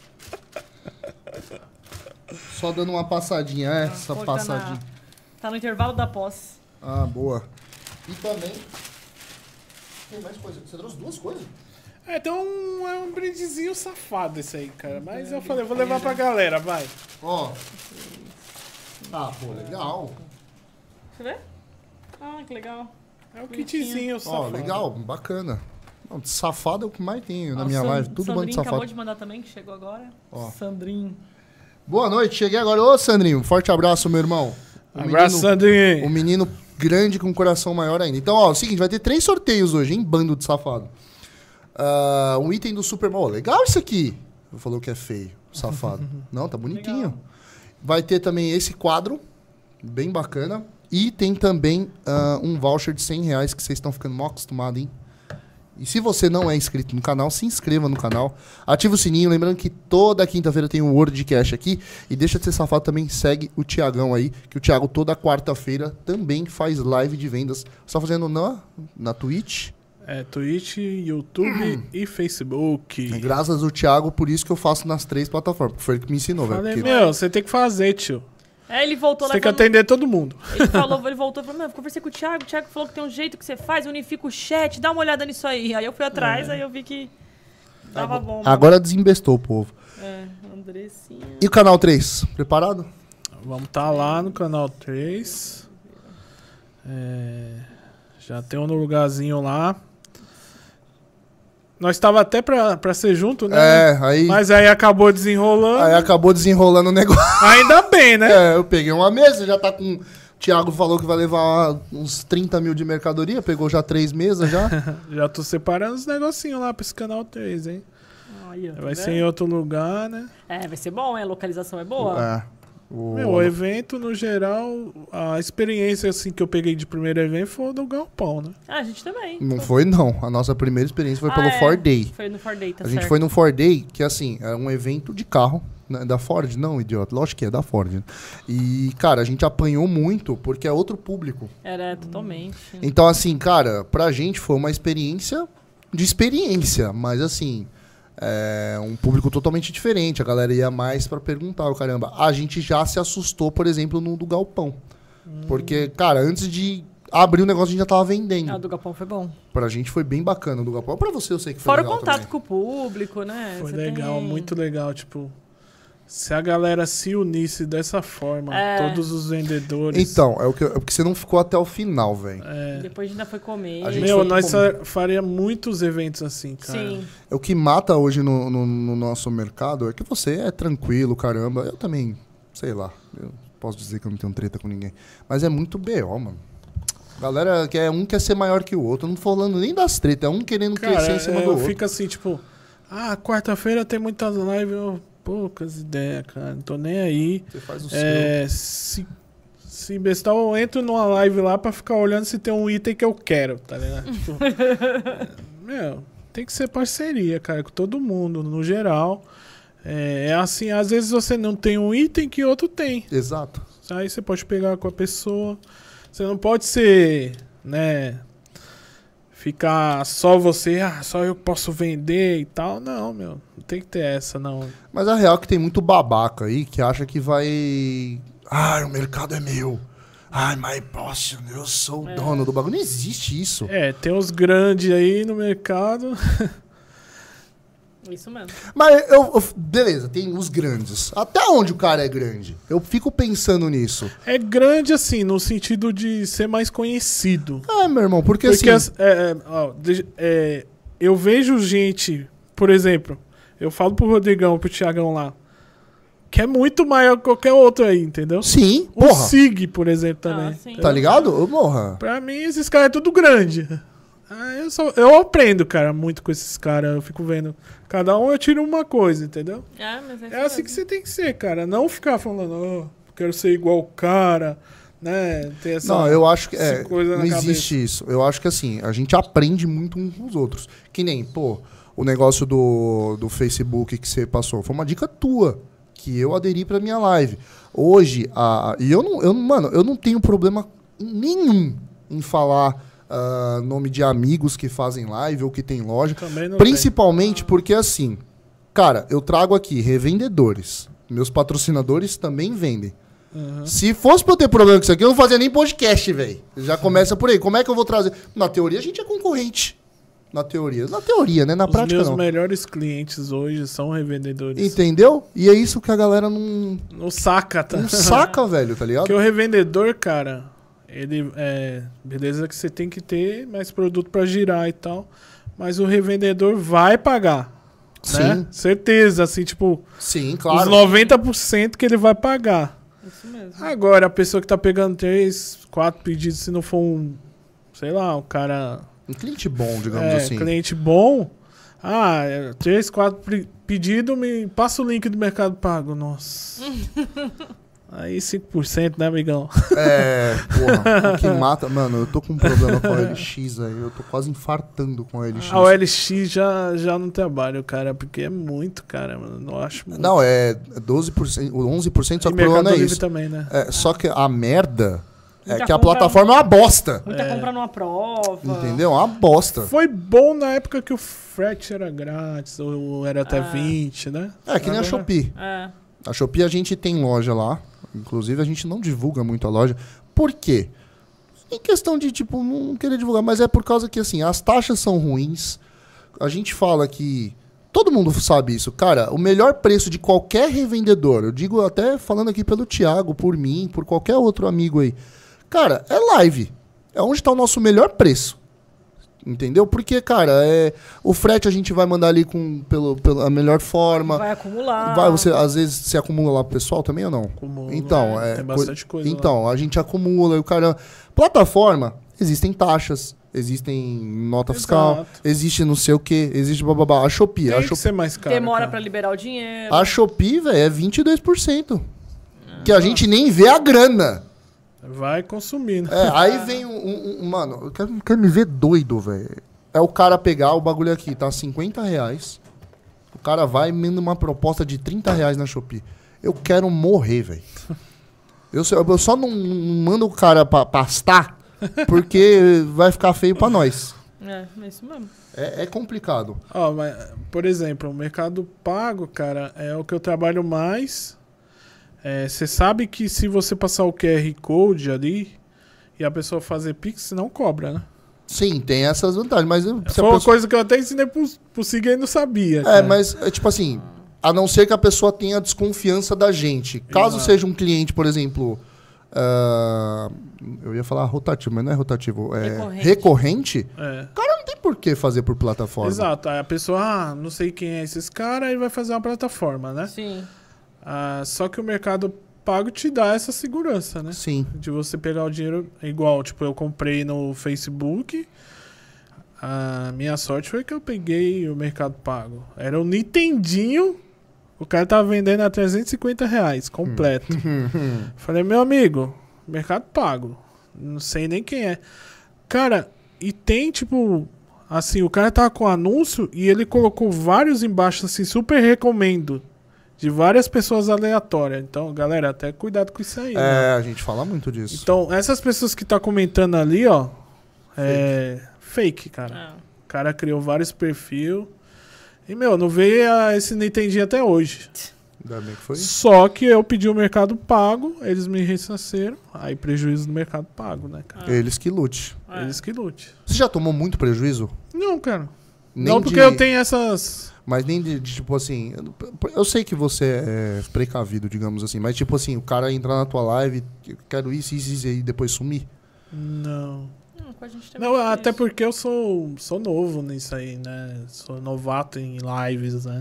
Só dando uma passadinha, é, essa Pô, tá passadinha. na- Tá no intervalo da posse. Ah, boa. E também. Tem mais coisa. Você trouxe duas coisas? É, então um, é um brindezinho safado esse aí, cara. Mas eu falei, vou levar pra galera, vai. Ó. Ah, pô, legal. Deixa eu ver. Ah, que legal. É o Bonitinho. kitzinho Ó, safado. legal, bacana. Não, safado é o que mais tenho na Ó, minha San- live. Tudo bando de Sandrinho acabou safado. de mandar também, que chegou agora. Ó. Sandrinho. Boa noite, cheguei agora. Ô, Sandrinho, forte abraço, meu irmão. O Abraço, menino- Sandrinho. O menino grande com coração maior ainda. Então, ó, é o seguinte, vai ter três sorteios hoje, hein? Bando de safado. Ah, um item do Super Bowl. Legal isso aqui. Falou que é feio, safado. Não, tá bonitinho. Legal. Vai ter também esse quadro, bem bacana. E tem também ah, um voucher de cem reais que vocês estão ficando mal acostumados, hein? E se você não é inscrito no canal, se inscreva no canal. Ativa o sininho. Lembrando que toda quinta-feira tem um Word Cash aqui. E deixa de ser safado também. Segue o Thiagão aí. Que o Thiago toda quarta-feira também faz live de vendas. Só fazendo na, na Twitch. É, Twitch, YouTube e Facebook. Graças ao Thiago, por isso que eu faço nas três plataformas. Porque foi ele que me ensinou, velho. Falei, Porque- meu, você tem que fazer, tio. É, ele voltou Você lá tem e que falou, atender todo mundo. ele falou, ele voltou e falou, meu, eu conversei com o Thiago, o Thiago falou que tem um jeito que você faz, unifica o chat, dá uma olhada nisso aí. Aí eu fui atrás, É. aí eu vi que Tava bom. Agora desembestou o povo. É, Andressinha. E o canal três? Preparado? Vamos estar lá no canal três. É, já tem um lugarzinho lá. Nós estava até pra, pra ser junto, né? É, aí... Mas aí acabou desenrolando. Aí acabou desenrolando o negócio. Ainda bem, né? É, eu peguei uma mesa, já tá com... O Thiago falou que vai levar uns trinta mil de mercadoria, pegou já três mesas já. Já tô separando os negocinhos lá pra esse canal três, hein? Aí, ó, tá Vai vendo? ser em outro lugar, né? É, vai ser bom, hein? A localização é boa. É. O... Meu, o evento, no geral, a experiência assim que eu peguei de primeiro evento foi do Galpão, né? Ah, a gente também. Não foi, não. A nossa primeira experiência foi Ah, pelo é. Ford Day. Foi no Ford Day, tá A certo. gente foi no Ford Day, que assim, é um evento de carro, né, da Ford. Não, idiota. Lógico que é da Ford. Né? E, cara, a gente apanhou muito porque é outro público. Era, totalmente. Então, assim, cara, pra gente foi uma experiência de experiência, mas assim, é um público totalmente diferente. A galera ia mais pra perguntar, o caramba. A gente já se assustou, por exemplo, no do Galpão. Hum. Porque, cara, antes de abrir o negócio, a gente já tava vendendo. Ah, o do Galpão foi bom. Pra gente foi bem bacana o do Galpão. Pra você, eu sei que foi Fora o legal contato também. com o público, né? Foi Você legal, tem- muito legal. Tipo, se a galera se unisse dessa forma, É. todos os vendedores. Então, é o que eu- é porque você não ficou até o final, velho. É, Depois ainda foi comer. A gente meu, foi nós como? fa- faria muitos eventos assim, cara. Sim. É o que mata hoje no, no- no nosso mercado é que você é tranquilo, caramba. Eu também, sei lá, eu posso dizer que eu não tenho treta com ninguém. Mas é muito B O, mano. Galera, quer, um quer ser maior que o outro. Eu não tô falando nem das tretas, é um querendo Cara, crescer em cima é, do eu outro. fico assim, tipo, ah, quarta-feira tem muitas lives, eu, poucas ideias, cara, não tô nem aí. Você faz o É, se, se bestar, eu entro numa live lá pra ficar olhando se tem um item que eu quero, tá ligado? Tipo, é, meu, tem que ser parceria, cara, com todo mundo, no geral. É, é assim, às vezes você não tem um item que outro tem. seu. Exato. Aí você pode pegar com a pessoa. Você não pode ser, né? Ficar só você, ah, só eu posso vender e tal. Não, meu. Não tem que ter essa, não. Mas a real é que tem muito babaca aí que acha que vai... Ah, o mercado é meu. Ai, mas posso, eu sou o dono do bagulho. Não existe isso. É, tem uns grandes aí no mercado. Isso mesmo. Mas eu, eu- beleza, tem os grandes. Até onde o cara é grande? Eu fico pensando nisso. É grande, assim, no sentido de ser mais conhecido. É, meu irmão, porque, Porque, assim... as- é, é, ó, de- é, eu vejo gente, por exemplo, eu falo pro Rodrigão, pro Thiagão lá, que é muito maior que qualquer outro aí, entendeu? Sim, O porra. Sig, por exemplo, também. Ah, sim. Tá ligado? Ô, morra. Pra mim, esses caras é tudo grande. Ah, eu, só, eu aprendo, cara, muito com esses caras. Eu fico vendo. Cada um eu tiro uma coisa, entendeu? É, mas é, É assim que você tem que ser, cara. Não ficar falando, oh, quero ser igual o cara, né? Ter essa, Não, eu acho que essa é, coisa não na existe isso. Eu acho que assim, a gente aprende muito uns com os outros. Que nem, pô, o negócio do, do Facebook que você passou. Foi uma dica tua, que eu aderi pra minha live. Hoje, a, e eu não, eu, não- mano, eu não tenho problema nenhum em falar ah, nome de amigos que fazem live ou que tem loja. Também não Principalmente porque, assim, cara, eu trago aqui revendedores. Meus patrocinadores também vendem. Uhum. Se fosse pra eu ter problema com isso aqui, eu não fazia nem podcast, velho. Já começa por aí. Como é que eu vou trazer? Na teoria, a gente é concorrente. Na teoria. Na teoria, né? Na Os prática, meus não. melhores clientes hoje são revendedores. Entendeu? E é isso que a galera não, Não saca, tá? não saca, velho, tá ligado? Porque o revendedor, cara, ele é. Beleza que você tem que ter mais produto pra girar e tal. Mas o revendedor vai pagar. Né? Sim, Certeza, assim, tipo, sim, os claro. noventa por cento que ele vai pagar. Isso mesmo. Agora, a pessoa que tá pegando três, quatro pedidos, se não for um, sei lá, um cara, Um cliente bom, digamos é, assim. cliente bom, ah, é, três, quatro pri- pedidos, me passa o link do Mercado Pago. Nossa. Aí cinco por cento, né, amigão? É, porra, o que mata... Mano, eu tô com um problema com a O L X aí. Eu tô quase infartando com a O L X. A O L X já, já não trabalho, cara, porque é muito, cara, mano. Não acho muito. Não, é doze por cento, onze por cento, só E que o problema Mercado é Livre isso. também, né? É, só que a merda é Muita que a compra- plataforma é uma bosta. Muita É. compra numa prova. Entendeu? É uma bosta. Foi bom na época que o frete era grátis, ou era até Ah. vinte, né? É que nem a Agora- Shopee. É. A Shopee a gente tem loja lá. Inclusive a gente não divulga muito a loja. Por quê? Em questão de, tipo, não querer divulgar, mas é por causa que, assim, as taxas são ruins. A gente fala que todo mundo sabe isso. Cara, o melhor preço de qualquer revendedor, eu digo até falando aqui pelo Thiago, por mim, por qualquer outro amigo aí. Cara, é live. É onde tá o nosso melhor preço. Entendeu? Porque, cara, é, o frete a gente vai mandar ali com, pelo, pela melhor forma. Vai acumular. Vai, você, às vezes você acumula lá pro pessoal também ou não? Acumula, então, é, é, tem bastante coisa Então, lá. A gente acumula e o cara... Plataforma, existem taxas, existem nota Exato. fiscal, existe não sei o que, existe bababá. A Shopee, Tem a que Shopee, ser mais caro. Demora cara. pra liberar o dinheiro. a Shopee, velho, é vinte e dois por cento. Que a gente nem vê a grana. Vai consumindo. É, aí vem um, um- um- Mano, eu quero, quero me ver doido, velho. É o cara pegar o bagulho aqui, tá cinquenta reais. O cara vai me manda uma proposta de trinta reais na Shopee. Eu quero morrer, velho. Eu, só- eu só não, não mando o cara pra pastar, porque vai ficar feio pra nós. É, é isso mesmo. É, é complicado. Ó, mas, por exemplo, o Mercado Pago, cara, é o que eu trabalho mais. Você sabe que se você passar o Q R Code ali e a pessoa fazer Pix, não cobra, né? Sim, tem essas vantagens, mas... eu- se a Foi uma pessoa- coisa que eu até ensinei pro, pro Siga e não sabia. É, cara. mas, é, tipo assim, a não ser que a pessoa tenha desconfiança da gente. Caso Exato. seja um cliente, por exemplo... ah, eu ia falar rotativo, mas não é rotativo. É Recorrente. recorrente. É. Cara, não tem por que fazer por plataforma. Exato. Aí a pessoa, ah, não sei quem é esses caras, aí vai fazer uma plataforma, né? Sim. Ah, só que o Mercado Pago te dá essa segurança, né? Sim. De você pegar o dinheiro igual, tipo, eu comprei no Facebook. A minha sorte foi que eu peguei o Mercado Pago. Era um Nintendinho. O cara tava vendendo a trezentos e cinquenta reais, completo. Falei, meu amigo, Mercado Pago. Não sei nem quem é. Cara, e tem, tipo... Assim, o cara tava com anúncio e ele colocou vários embaixo, assim, super recomendo. De várias pessoas aleatórias. Então, galera, até cuidado com isso aí. né? É, a gente fala muito disso. Então, essas pessoas que tá comentando ali, ó, é fake, cara. Ah. O cara criou vários perfis. E, meu, não veio a- esse Nintendinho até hoje. Ainda bem que foi. Só que eu pedi o Mercado Pago, eles me ressarceram. Aí prejuízo no Mercado Pago, né, cara? Eles que lute. É. Eles que lute. Você já tomou muito prejuízo? Não, cara. Nem não porque de- eu tenho essas... Mas nem de, de, tipo assim... eu- Eu sei que você é precavido, digamos assim. Mas tipo assim, o cara entrar na tua live, eu quero isso, isso, isso, e depois sumir. Não. Não, com a gente tem Não, muito até isso. porque eu sou, sou novo nisso aí, né? Sou novato em lives, né?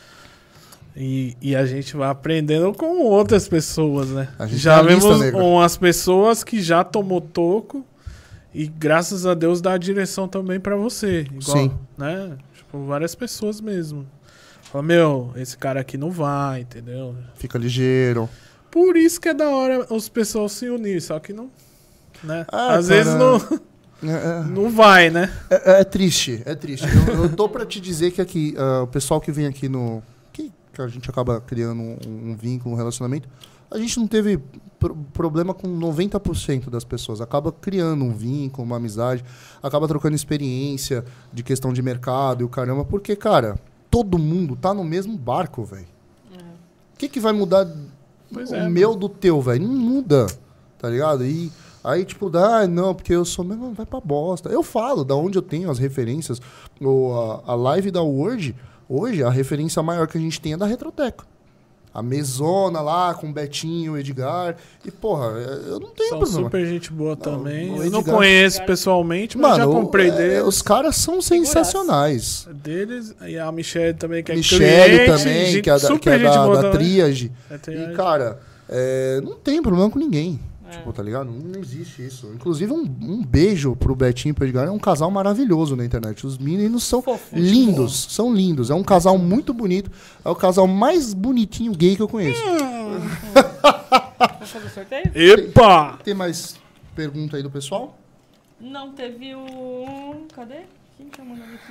E, e a gente vai aprendendo com outras pessoas, né? A gente Já é a lista vemos negra. umas pessoas que já tomou toco e graças a Deus dá a direção também pra você. Igual, Sim. né? Tipo, várias pessoas mesmo. Fala, meu, esse cara aqui não vai, entendeu? Fica ligeiro. Por isso que é da hora os pessoal se unir, só que não... Né? Ah, Às cara. vezes não, É, é- não vai, né? é- é triste, é triste. Eu, eu tô pra te dizer que aqui, ah, o pessoal que vem aqui no... Que, que a gente acaba criando um, um vínculo, um relacionamento, a gente não teve pro- problema com noventa por cento das pessoas. Acaba criando um vínculo, uma amizade, acaba trocando experiência de questão de mercado e o caramba, porque, cara, todo mundo tá no mesmo barco, velho. O que, que vai mudar Pois o é, meu do teu, velho? Não muda, tá ligado? E aí, tipo, ah, não, porque eu sou mesmo, vai pra bosta. Eu falo da onde eu tenho as referências. O, a, a live da Word, hoje, a referência maior que a gente tem é da Retroteca. A mesona lá, com o Betinho, o Edgar. E, porra, eu não tenho São problema. super gente boa também. o Eu não Edgar- conheço pessoalmente, mas já Mano, comprei é, deles. os caras são sensacionais. Deles. E a Michelle também, que é Michele cliente, também, gente- que é da, super que é gente da, boa da também. Tríade. É E, triagem. cara, é, não tem problema com ninguém. É. Tipo, tá ligado? Não, não existe isso. Inclusive, um, um beijo pro Betinho e pro Edgar. É um casal maravilhoso na internet. Os meninos são Fofo. lindos. São lindos. É um casal muito bonito. É o casal mais bonitinho gay que eu conheço. Vamos fazer o sorteio? Epa! Tem mais pergunta aí do pessoal? Não, teve o... Cadê? Quem tinha mandado aqui?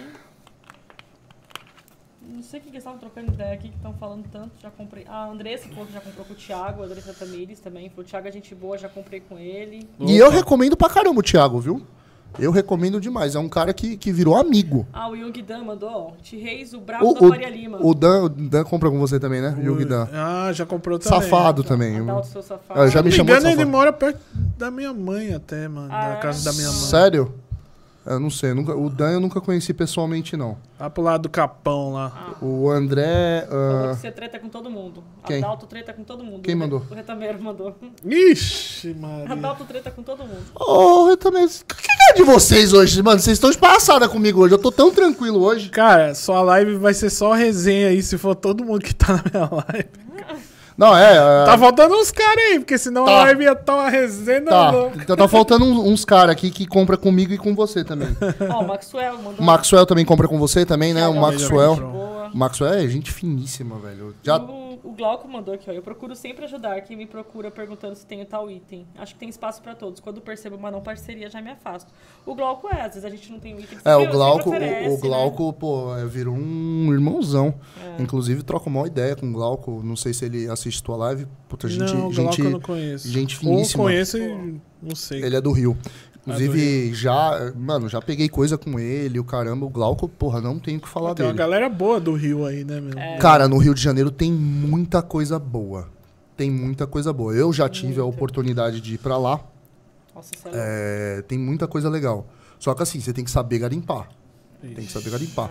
Não sei o que que eles estavam trocando ideia aqui, que estão falando tanto. Já comprei. A Andressa falou que já comprou com o Thiago, a Andressa Tamires também. Falou, o Thiago é gente boa, já comprei com ele. E eu recomendo pra caramba o Thiago, viu? Eu recomendo demais. É um cara que, que virou amigo. Ah, o Young Dan mandou, ó. T-Reis, o brabo O, da o, Faria Lima. o Dan, o Dan compra com você também, né? Yogi Dan. Ah, já comprou também. Safado também. Adalto, seu safado. Ah, já Se me não me chamou de engano, ele safado. mora perto da minha mãe até, mano. Ah, da é? casa da minha mãe. Sério? Eu não sei, eu nunca, o Dan eu nunca conheci pessoalmente, não. Lá pro lado do Capão, lá. Ah. O André... Falou ah, que você treta com todo mundo. Quem? Adalto treta com todo mundo. Quem O mandou? Re- O Retameiro mandou. Ixi, Maria. Adalto treta com todo mundo. Ô, eu também... O que é de vocês hoje? Mano, vocês estão de palhaçada comigo hoje. Eu tô tão tranquilo hoje. Cara, sua live vai ser só resenha aí, se for todo mundo que tá na minha live. Não, é... ah, Tá faltando uns caras aí, porque senão Tá. a live ia estar uma resenha Tá, louca. então tá faltando uns, uns caras aqui que compra comigo e com você também. Ó, o Maxwell mandou. O Maxwell também compra com você também, né? O Thiagão, Maxwell. gente boa. O Maxwell é gente finíssima, velho. Já... O, o Glauco mandou aqui, ó. Eu procuro sempre ajudar quem me procura perguntando se tem tal item. Acho que tem espaço pra todos. Quando percebo uma não parceria, já me afasto. O Glauco é, às vezes a gente não tem o item que É, você o Glauco, oferece, o, o né? Glauco, pô, é, virou um irmãozão. É. Inclusive, troca uma ideia com o Glauco. Não sei se ele assiste tua live. Puta, gente, Não, o gente, Glauco eu não conheço. gente Ou finíssima. conheço e não sei. Ele é do Rio. Ah, do Inclusive, já, mano, já peguei coisa com ele, o caramba, o Glauco, porra, não tenho o que falar Tem uma dele. galera boa do Rio aí, né, meu? É. Cara, no Rio de Janeiro tem muita coisa boa. Tem muita coisa boa. Eu já tive a Muita. oportunidade de ir pra lá. Nossa, isso é louco. É, tem muita coisa legal. Só que assim, você tem que saber garimpar. Tem que saber garimpar.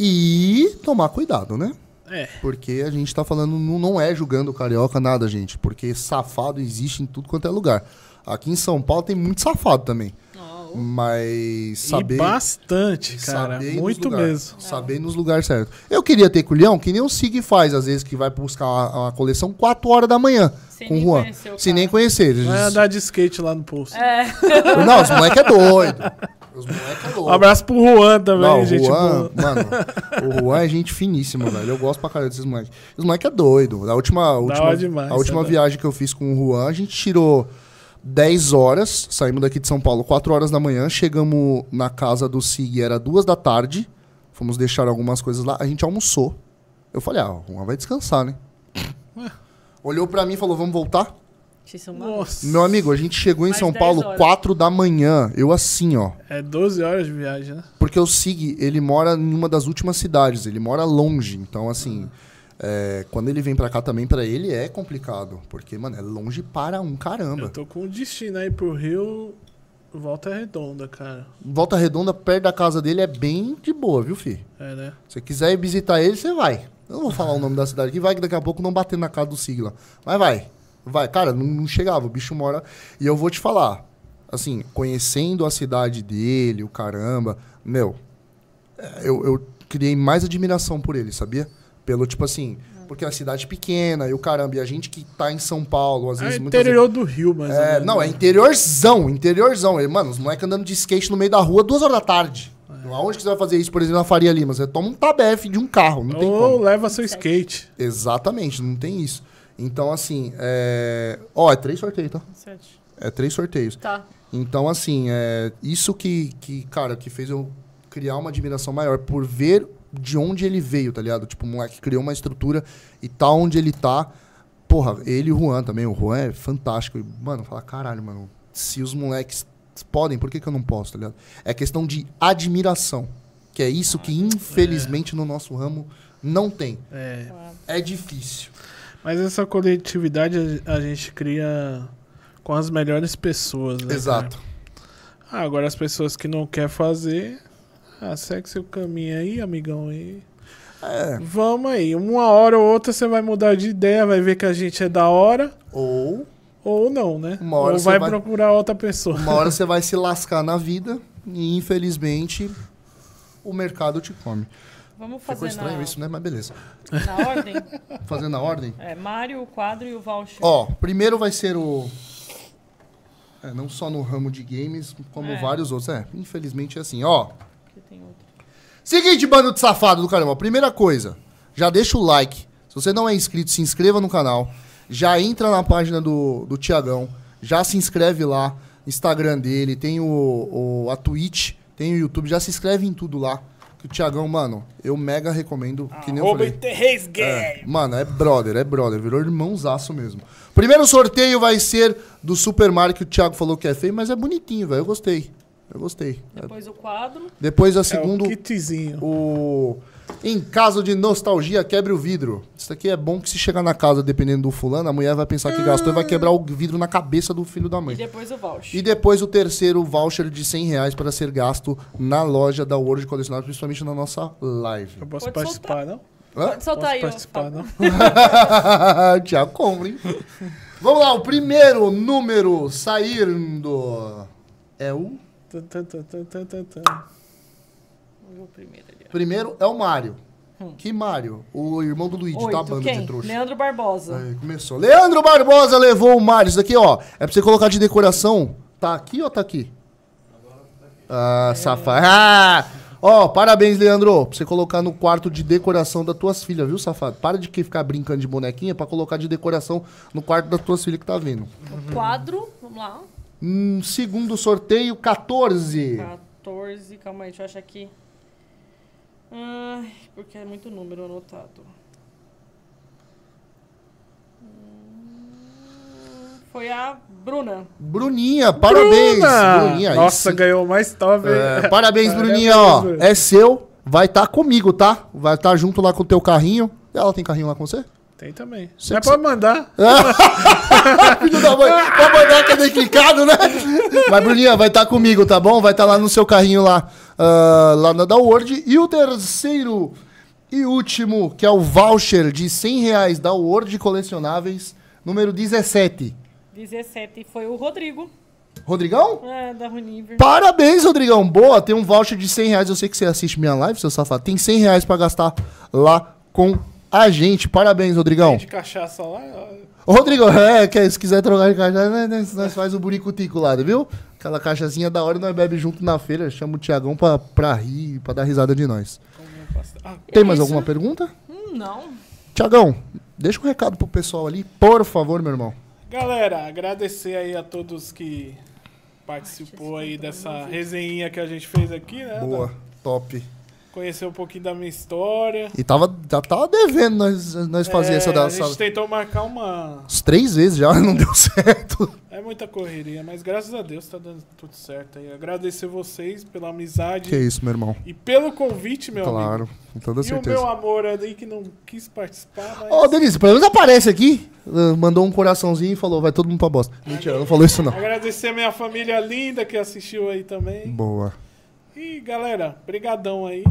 E tomar cuidado, né? É. Porque a gente tá falando, não, não é julgando o carioca, nada, gente. Porque safado existe em tudo quanto é lugar. Aqui em São Paulo tem muito safado também. Oh, Mas saber. E bastante, cara. saber ir nos Muito lugar- mesmo. Saber ir nos lugares certos. Eu queria ter culhão, que nem o Sig faz, às vezes, que vai buscar uma, uma coleção quatro horas da manhã Sem com o nem Juan. conhecer o Sem cara. nem conhecer. Vai andar de skate lá no posto. É. Não, os moleques é doido. Os moleques é doido. Um abraço pro Juan também, Não, o gente. Juan, boa. mano, o Juan é gente finíssima, velho. Eu gosto pra caralho desses moleques. Os moleques é doido. A última, a última, hora demais, a última é da- viagem que eu fiz com o Juan, a gente tirou dez horas, saímos daqui de São Paulo quatro horas da manhã, chegamos na casa do Sig, era duas da tarde, fomos deixar algumas coisas lá, a gente almoçou. Eu falei, ah, o Juan vai descansar, né? Olhou pra mim e falou, vamos voltar? Vocês são uma... Nossa. Meu amigo, a gente chegou em Mais São dez Paulo horas. quatro da manhã, eu assim, ó. É doze horas de viagem, né? Porque o Sig, ele mora em uma das últimas cidades, ele mora longe. Então, assim, é, quando ele vem pra cá também, pra ele é complicado. Porque, mano, é longe para um Eu caramba. tô com um destino aí pro Rio, Volta Redonda, cara. Volta Redonda, perto da casa dele, é bem de boa, viu, filho? É, né? Se você quiser ir visitar ele, você vai. Eu não vou falar o nome da cidade aqui, vai que daqui a pouco não bater na casa do Sig lá. Mas vai. Vai. Cara, não, não chegava, o bicho mora... E eu vou te falar, assim, conhecendo a cidade dele, o caramba, meu, eu, eu criei mais admiração por ele, sabia? Pelo, tipo assim, porque é uma cidade pequena e o caramba, e a gente que tá em São Paulo, às É vezes... muitas interior do Rio, mas. É, não, é interiorzão, interiorzão. Ele, mano, os moleques andando de skate no meio da rua duas horas da tarde. Aonde que você vai fazer isso, por exemplo, na Faria Lima? Você toma um tabef de um carro, não tem Ou como. leva seu skate. Exatamente, não tem isso. Então, assim, é... Ó, é três sorteios, tá? Sete. É três sorteios. Tá. Então, assim, é... Isso que, que, cara, que fez eu criar uma admiração maior por ver de onde ele veio, tá ligado? Tipo, o moleque criou uma estrutura e tá onde ele tá. Porra, ele e o Juan também. O Juan é fantástico. E, mano, fala, caralho, mano, se os moleques podem, por que que eu não posso, tá ligado? É questão de admiração. Que é isso que, infelizmente, no nosso ramo não tem. É. É difícil. Mas essa coletividade a a gente cria com as melhores pessoas, né? Exato. cara? Ah, agora as pessoas que não querem fazer, ah, segue seu caminho aí, amigão aí. É. Vamos aí. Uma hora ou outra você vai mudar de ideia, vai ver que a gente é da hora, Ou ou não, né? Uma hora ou você vai, vai- procurar outra pessoa. uma hora você vai se lascar na vida e, infelizmente, o mercado te come. Vamos Ficou fazer estranho na, isso, né? Mas beleza. na ordem? Fazendo a ordem. É, Mário, o quadro e o voucher. Ó, primeiro vai ser o... É, não só no ramo de games, como É. vários outros. É, infelizmente é assim. Ó, Aqui tem outro. seguinte, bando de safado do caramba. Primeira coisa, já deixa o like. Se você não é inscrito, se inscreva no canal. Já entra na página do, do Thiagão. Já se inscreve lá. Instagram dele, tem o, o, a Twitch, tem o YouTube. Já se inscreve em tudo lá. Que o Thiagão, mano, eu mega recomendo. Que nem eu Arroba falei. Interreis Game. É, mano, é brother, é brother. Virou irmãozaço mesmo. Primeiro sorteio vai ser do Super Mario, que o Thiago falou que é feio, mas é bonitinho, velho. Eu gostei. Eu gostei. Depois o quadro. Depois a É o segundo, kitzinho. o... Em caso de nostalgia, quebre o vidro. Isso aqui é bom que se chegar na casa, dependendo do fulano, a mulher vai pensar que gastou e vai quebrar o vidro na cabeça do filho da mãe. E depois o voucher. E depois o terceiro voucher de cem reais para ser gasto na loja da World Colecionável, principalmente na nossa live. Eu posso Pode participar, soltar. não? Hã? Pode soltar Posso aí, ó, participar, Fábio. não? Tiago compra, hein? Vamos lá, o primeiro número saindo é o... Tum, tum, tum, tum, tum, tum, tum. O primeiro ali, ó. Primeiro é o Mário. Que Mário? O irmão do Luigi, tá? Oito, Bando quem? de trouxa. Leandro Barbosa. Aí, começou. Leandro Barbosa levou o Mário. Isso daqui, ó, é pra você colocar de decoração. Tá aqui ou tá aqui? Ah, safado. Ah! Ó, parabéns, Leandro. Pra você colocar no quarto de decoração das tuas filhas, viu, safado? Para de que ficar brincando de bonequinha pra colocar de decoração no quarto das tuas filhas que tá vendo. O quadro, vamos lá. Hum, segundo sorteio, quatorze. quatorze, calma aí, deixa eu achar aqui. Ai, porque é muito número anotado. Hum, Foi a Bruna. Bruninha, parabéns. Bruna! Bruninha, aí Nossa, sim. ganhou mais top. É, hein? parabéns, Bruninha, Parabéns, ó. Bruno. É seu. Vai estar comigo, tá? Vai estar junto lá com o teu carrinho. Ela tem carrinho lá com você? Tem também. Você Já que pode mandar. Filho da mãe, pode mandar que é clicado, né? Mas, Bruninha, vai estar comigo, tá bom? Vai estar lá no seu carrinho lá, ah, lá na da Word. E o terceiro e último, que é o voucher de cem reais da Word Colecionáveis, número dezessete. dezessete foi o Rodrigo. Rodrigão? É, da Runiver. Parabéns, Rodrigão. Boa, tem um voucher de cem reais. Eu sei que você assiste minha live, seu safado. Tem cem reais pra gastar lá com a gente. Parabéns, Rodrigão. De cachaça lá. Ô, Rodrigo, é, que, se quiser trocar de cachaça, né, nós, nós faz o buricutico lá, viu? Aquela cachaçinha da hora, nós bebe junto na feira. Chama o Tiagão pra, pra rir, pra dar risada de nós. Ah, Tem mais Isso. alguma pergunta? Hum, não. Tiagão, deixa um recado pro pessoal ali, por favor, meu irmão. galera, agradecer aí a todos que participou aí dessa resenha que a gente fez aqui, né? Boa, top. Conhecer um pouquinho da minha história. E tava, já tava devendo nós, nós fazer É, essa da a gente essa- tentou marcar uma... Uns três vezes já, não deu certo. É muita correria, mas graças a Deus tá dando tudo certo aí. Agradecer vocês pela amizade Que isso, meu irmão. e pelo convite, meu Claro, amigo. com toda E o certeza. meu amor ali que não quis participar, mas... Ô, Denise, pelo menos aparece aqui. Uh, Mandou um coraçãozinho e falou, vai todo mundo pra bosta. Mentira, não falou isso não. Agradecer a minha família linda que assistiu aí também. Boa. E galera, brigadão aí.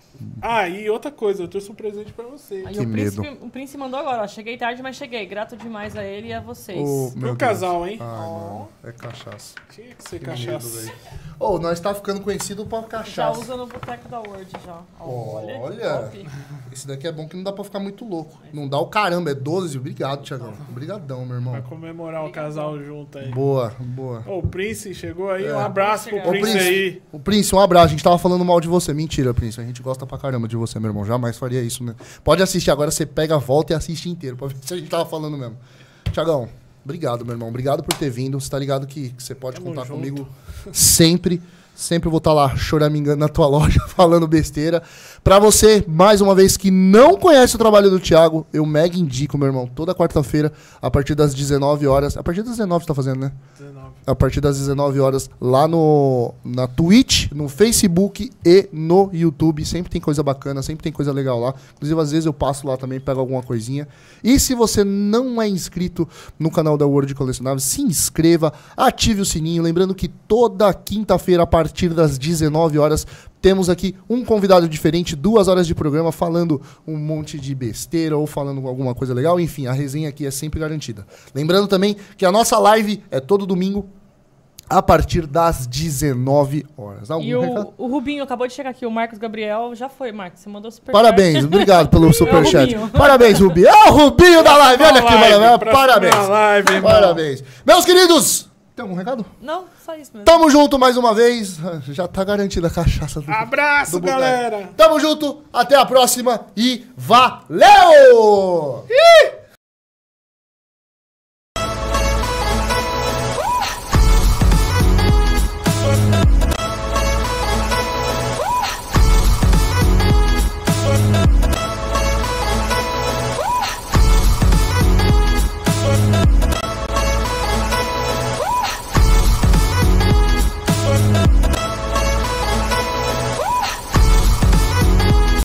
Ah, e outra coisa, eu trouxe um presente pra vocês. Aí Que o príncipe, medo. o príncipe mandou agora, ó. Cheguei tarde, mas cheguei. Grato demais a ele e a vocês. Ô, meu Pro Deus. casal, hein? Ai, mano, é cachaça. Tinha que ser Que cachaça. medo, velho. Ô, nós tá ficando conhecido pra Já cachaça. usa no boteco da Word, já. Ó, Olha. Olha, top. Esse daqui é bom que não dá pra ficar muito louco. Não dá o caramba, é doze. Obrigado, Tiagão. Obrigadão, meu irmão. Pra comemorar o casal junto aí. Boa, boa. Ô, o Prince chegou aí. É. Um abraço pro Ô, Ô, Prince, aí. o Prince, um abraço. A gente tava falando mal de você. Mentira, Prince. A gente gosta pra caramba de você, meu irmão. Jamais faria isso, né? Pode assistir agora, você pega, volta e assiste inteiro pra ver se a gente tava falando mesmo. Tiagão, obrigado, meu irmão. Obrigado por ter vindo. Você tá ligado que, que você pode Tamo contar junto. comigo sempre. Sempre vou estar lá choramingando na tua loja, falando besteira. Pra você, mais uma vez, que não conhece o trabalho do Thiago, eu mega indico, meu irmão, toda quarta-feira, a partir das dezenove horas. A partir das dezenove você tá fazendo, né? dezenove. A partir das dezenove horas, lá no, na Twitch, no Facebook e no YouTube. Sempre tem coisa bacana, sempre tem coisa legal lá. Inclusive, às vezes eu passo lá também, pego alguma coisinha. E se você não é inscrito no canal da World Colecionáveis, se inscreva, ative o sininho. Lembrando que toda quinta-feira, a partir das dezenove horas, temos aqui um convidado diferente, duas horas de programa, falando um monte de besteira ou falando alguma coisa legal. Enfim, a resenha aqui é sempre garantida. Lembrando também que a nossa live é todo domingo, a partir das dezenove horas. Algum E recado? o, o Rubinho acabou de chegar aqui, o Marcos Gabriel. Já foi, Marcos. Você mandou super Parabéns, obrigado pelo superchat. Rubinho. Parabéns, Rubi. É o Rubinho da live, olha que Live, maravilha. próxima Parabéns. live, irmão. Parabéns. Meus queridos, tem algum recado? Não, só isso mesmo. Tamo junto mais uma vez. Já tá garantida a cachaça do Abraço, do boteco. galera. Tamo junto, até a próxima e valeu! Ih!